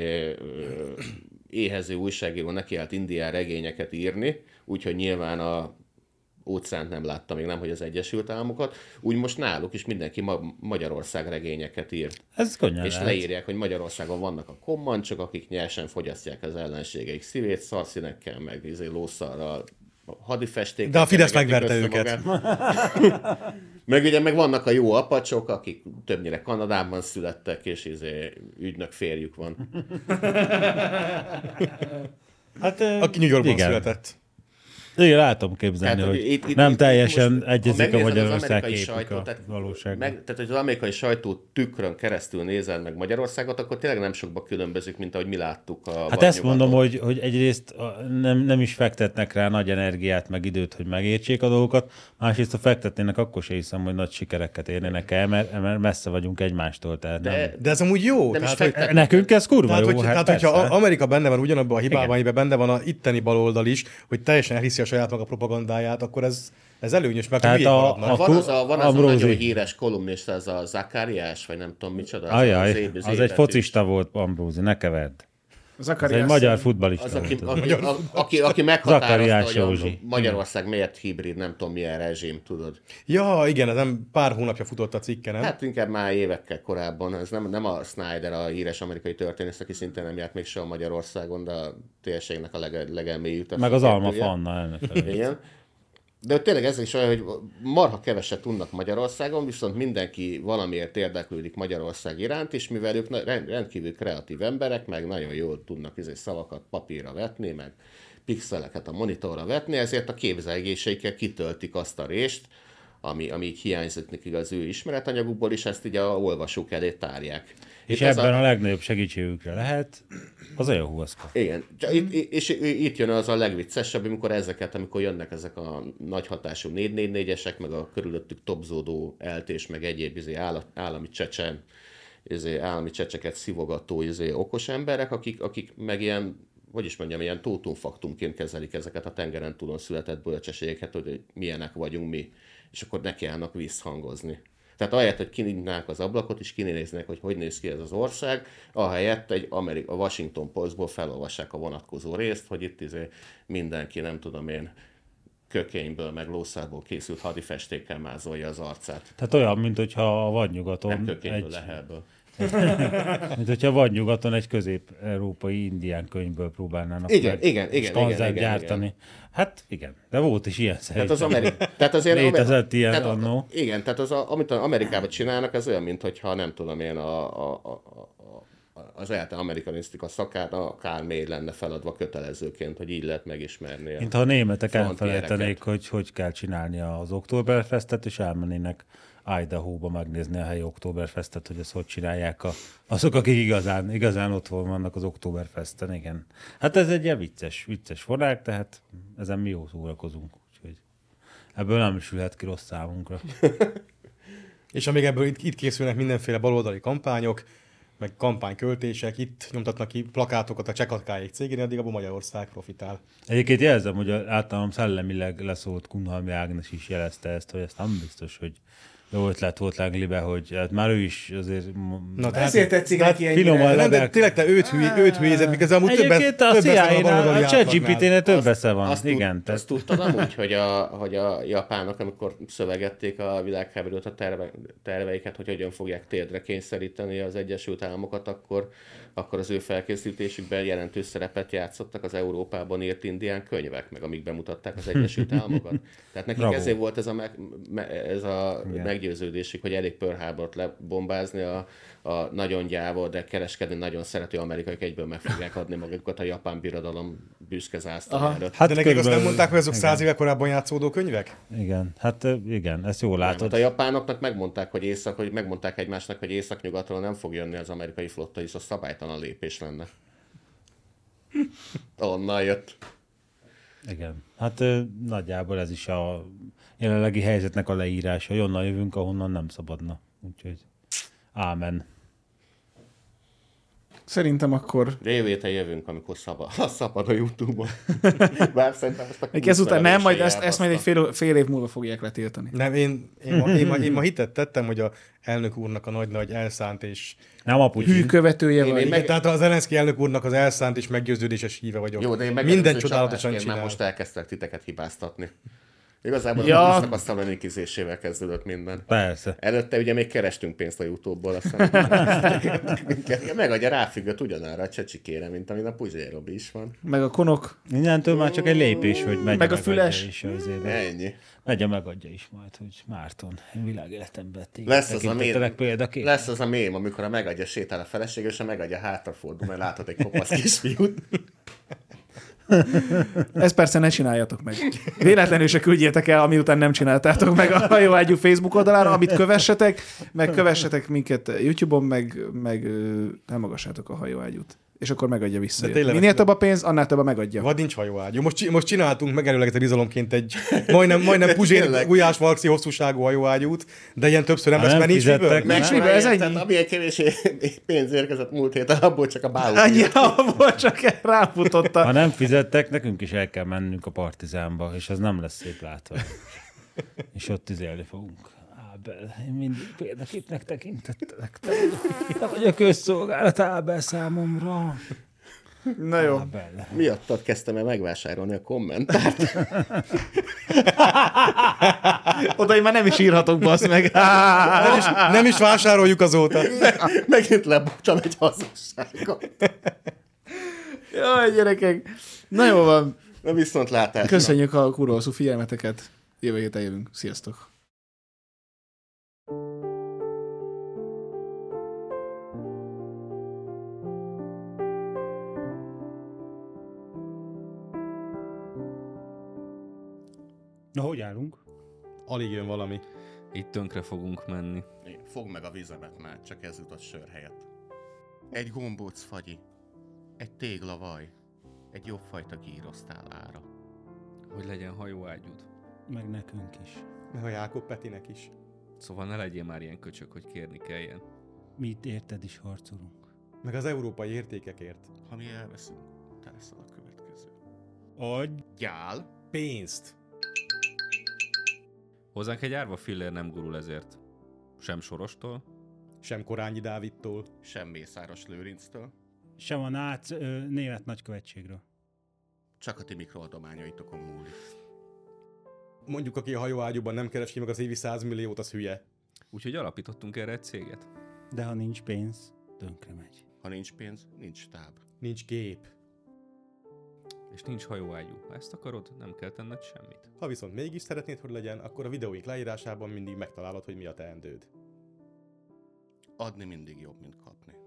éhező újságíró nekiállt indián regényeket írni, úgyhogy nyilván a óceánt nem látta még nem, hogy az Egyesült Államokat, úgy most náluk is mindenki Magyarország regényeket ír. Ez könnyen És lehet. leírják, hogy Magyarországon vannak a kommancsok, akik nyersen fogyasztják az ellenségeik szívét, szarszínekkel, meg lószarral, hadifestékkel. De a Fidesz temegetik megverte össze őket. magát. Meg ugye meg vannak a jó apacsok, akik többnyire Kanadában születtek, és ügynök férjük van. Hát, Aki New Yorkban igen. született. Igen, látom képzelni, Tehát, hogy itt nem teljesen most, egyezik ha a megnézed az Magyarország amerikai képük sajtót, a tehát valóságban. tehát, hogy az amerikai sajtó tükrön keresztül nézed meg Magyarországot, akkor tényleg nem sokba különbözik, mint ahogy mi láttuk a Hát ezt mondom, hogy egyrészt nem is fektetnek rá nagy energiát, meg időt, hogy megértsék a dolgokat, másrészt ha fektetnének, akkor sem hiszem, hogy nagy sikereket érnének el, mert messze vagyunk egymástól. Tehát nem. De ez amúgy jó. Nem is Tehát, hogy, fektetnek. Nekünk ez kurva tehát, jó, hogy, hát tehát hogyha persze. Amerika benne van ugyanabban a hibában, Igen. amiben benne van a itteni baloldal is, hogy teljesen elhiszi a saját maga propagandáját, akkor ez előnyös, mert Tehát hülyék a- maradnak. Van az a Ambrózi. nagyon híres kolumnista, ez a Zakariás, vagy nem tudom micsoda. Ajaj, az egy focista volt, Ambrózi, ne keverd. Ez Zakariás egy magyar szerint- futballista Az, aki, volt. aki meghatározta, Zakariás hogy Józsi. Magyarország miért hibrid, nem tudom milyen rezsim, tudod. Ja, igen, ez nem pár hónapja futott a cikke, nem? Hát inkább már évekkel korábban, ez nem a Snyder, a híres amerikai történész, aki szintén nem járt még soha Magyarországon, de a térségnek a legelmélyült. Meg az Alma Fanna elnök. Igen. De tényleg ez is olyan, hogy marha keveset tudnak Magyarországon, viszont mindenki valamiért érdeklődik Magyarország iránt, és mivel ők rendkívül kreatív emberek, meg nagyon jól tudnak szavakat papírra vetni, meg pixeleket a monitorra vetni, ezért a képzelgéseikkel kitöltik azt a részt, ami így hiányzik nekik az ő ismeretanyagukból, és ezt így a olvasók elé tárják. És Itt ez ebben a legnagyobb segítségükre lehet az a Ayahuasca. Igen, és itt jön az a legviccesebb, amikor jönnek ezek a nagy hatású 444-esek, meg a körülöttük topzódó eltés, meg egyéb állami csecseket szivogató okos emberek, akik meg ilyen, hogy is mondjam, ilyen tótumfaktumként kezelik ezeket a tengeren túlon született bölcsességeket, hogy milyenek vagyunk mi, és akkor nekiállnak visszhangozni. Tehát ahelyett, hogy kinyitnák az ablakot, és kinéznek, hogy néz ki ez az ország, ahelyett a Washington Postból felolvassák a vonatkozó részt, hogy itt mindenki, nem tudom én, kökényből, meg lószárból készült hadifestékkel mázolja az arcát. Tehát olyan, mint hogyha a vadnyugaton Nem kökényből, lehelből. mint hogyha vadnyugaton egy közép-európai indián könyvből próbálnának Igen, skanzát gyártani. igen. Hát igen, de volt is ilyen Tehát szerintem. tehát azért Létezett ilyen tehát annó. Igen, tehát amit Amerikában csinálnak, ez olyan, mintha nem tudom én, az ELTE amerikanisztika szakát a Karl May lenne feladva kötelezőként, hogy így lehet megismerni. Mint ha a németek frontiereket. elfelejtenék, hogy kell csinálni az Oktoberfestet, és elmennének Idaho-ba megnézni a helyi Oktoberfestet, hogy ezt hogy csinálják azok, akik igazán otthon vannak az Oktoberfesten, igen. Hát ez egy ilyen vicces vonák, tehát ezen mi jó szórakozunk, úgyhogy ebből nem sülhet ki rossz számunkra. És amíg ebből itt készülnek mindenféle baloldali kampányok, meg kampányköltések, itt nyomtatnak ki plakátokat a Csekatkáig cégén, addig abban Magyarország profitál. Egyébként jelzem, hogy általam szellemileg leszólt Kunhalmi Ágnes is jelezte ezt, hogy ezt nem biztos, hogy jó ötlet volt Langleybe, hogy hát már ő is azért... Na, Ezért tetszik neki ennyire. finoman nem, de lebeg. tényleg te őt hülyézed, miközben amúgy Egyébként a CIA-nál, a ChatGPT-nél több esze van. Azt Igen. Azt tudtad amúgy, hogy a japánok, amikor szövegették a világháborút a terveiket, hogy hogyan fogják térdre kényszeríteni az Egyesült Államokat, akkor az ő felkészítésükben jelentős szerepet játszottak az Európában írt indián könyvek, meg amik bemutatták az Egyesült Államokat. Tehát nekik Bravo. ezért volt ez a meggyőződésük, hogy elég Pearl Harbort lebombázni a nagyon gyáva, de kereskedni nagyon szerető amerikaiak egyből meg fogják adni magukat a japán birodalom büszke zászló előtt. Hát de nekik azt nem körülbelül- mondták, hogy azok igen. 100 éve korábban játszódó könyvek? Igen, hát igen, ezt jól Nem, látod. hát a japánoknak megmondták, hogy megmondták egymásnak, hogy északnyugatról nem fog jönni az amerikai flotta, hisz a szabálytalan lépés lenne. Onnan jött. Igen, hát nagyjából ez is a jelenlegi helyzetnek a leírása, hogy onnan jövünk, ahonnan nem szabadna. Úgyhogy ámen. Szerintem akkor... Jövő héten jövünk, amikor szabad a YouTube-on. Bár szerintem ezt a Ezután nem, majd kulcsnevelése ezt majd egy fél év múlva fogják letiltani. Nem, én ma hitet tettem, hogy a elnök úrnak a nagy elszánt és... Nem a Putyin. Hű követője vagy. Igen, tehát az Zelenszky elnök úrnak az elszánt és meggyőződéses híve vagyok. Jó, de én minden csodálatosan már csinál. most elkezdtek titeket hibáztatni. Igazából Ja. a szalonikizésével kezdődött minden. Persze. Előtte ugye még kerestünk pénzt a YouTube-ból, aztán megadja ráfüggött ugyanarra a csecsikére, mint amin a Puzsér Robi is van. Meg a konok. Mindentől már csak egy lépés, hogy megy Meg a füles. Is azért. Ennyi. Megye megadja is majd, hogy Márton, én világéletemben Lesz az a tekintettelek mém, példaként. lesz az a mém, amikor a megadja sétál a feleség, és a megadja hátrafordul, mert látod egy kopasz kisfiút. Ezt persze ne csináljatok meg. Véletlenül se küldjétek el, ami után nem csináltátok meg a Hajóágyú Facebook oldalára, amit kövessetek, meg kövessetek minket YouTube-on, meg támogassátok a Hajóágyút. És akkor megadja vissza. Minél több a pénz, annál több a megadja. Vagy nincs hajóágyú. Most csináltunk megerőlegetett bizalomként egy majdnem Puzsér tényleg. Gulyás Marxi hosszúságú hajóágyút, de ilyen többször nem lesz, mert nincs fizettek miből. meg. Nincs mibe, ez ennyi. Tehát amilyen kevés pénz érkezett múlt héten, abból csak a báló. Annyi, abból csak ráfutotta. Ha nem fizettek, nekünk is el kell mennünk a Partizánba, és az nem lesz szép látva. És ott tüzelni fogunk. Ábel, én mindig példaképnek tekintettelek. Te vagy a közszolgálat Ábel számomra. Na jó. Ábel. Miattad kezdtem el megvásárolni a kommentárt. Oda én már nem is írhatok, bassz meg. Nem is vásároljuk azóta. Megint lebukcsam egy hazugságot. Jaj, gyerekek. Na jó van. Na viszontlátásra. Köszönjük a kurva hosszú figyelmeteket. Jövő héten jövünk. Sziasztok. Na, hogy állunk? Alig jön valami. Itt tönkre fogunk menni. Fogd meg a vizemet már, csak ez jutott sör helyett. Egy gombóc fagyi, egy téglavaj, egy jobb fajta gírosztál ára. Hogy legyen hajóágyúd. Meg nekünk is. Meg a Jákob Petinek is. Szóval ne legyél már ilyen köcsög, hogy kérni kelljen. Mi itt érted is harcolunk. Meg az európai értékekért. Ha mi elveszünk, te leszel a következő. Gyál? Pénzt. Hozzánk egy árva fillér nem gurul ezért. Sem Sorostól. Sem Korányi Dávidtól. Sem Mészáros Lőrinctől. Sem a nác német nagykövetségről. Csak a ti mikroadományaitokon múlik. Mondjuk, aki a hajóágyúban nem keres ki meg az évi 100 milliót, az hülye. Úgyhogy alapítottunk erre egy céget. De ha nincs pénz, tönkre megy. Ha nincs pénz, nincs stáb. Nincs gép. És nincs hajóágyú. Ha ezt akarod, nem kell tenned semmit. Ha viszont mégis szeretnéd, hogy legyen, akkor a videóink leírásában mindig megtalálod, hogy mi a teendőd. Adni mindig jobb, mint kapni.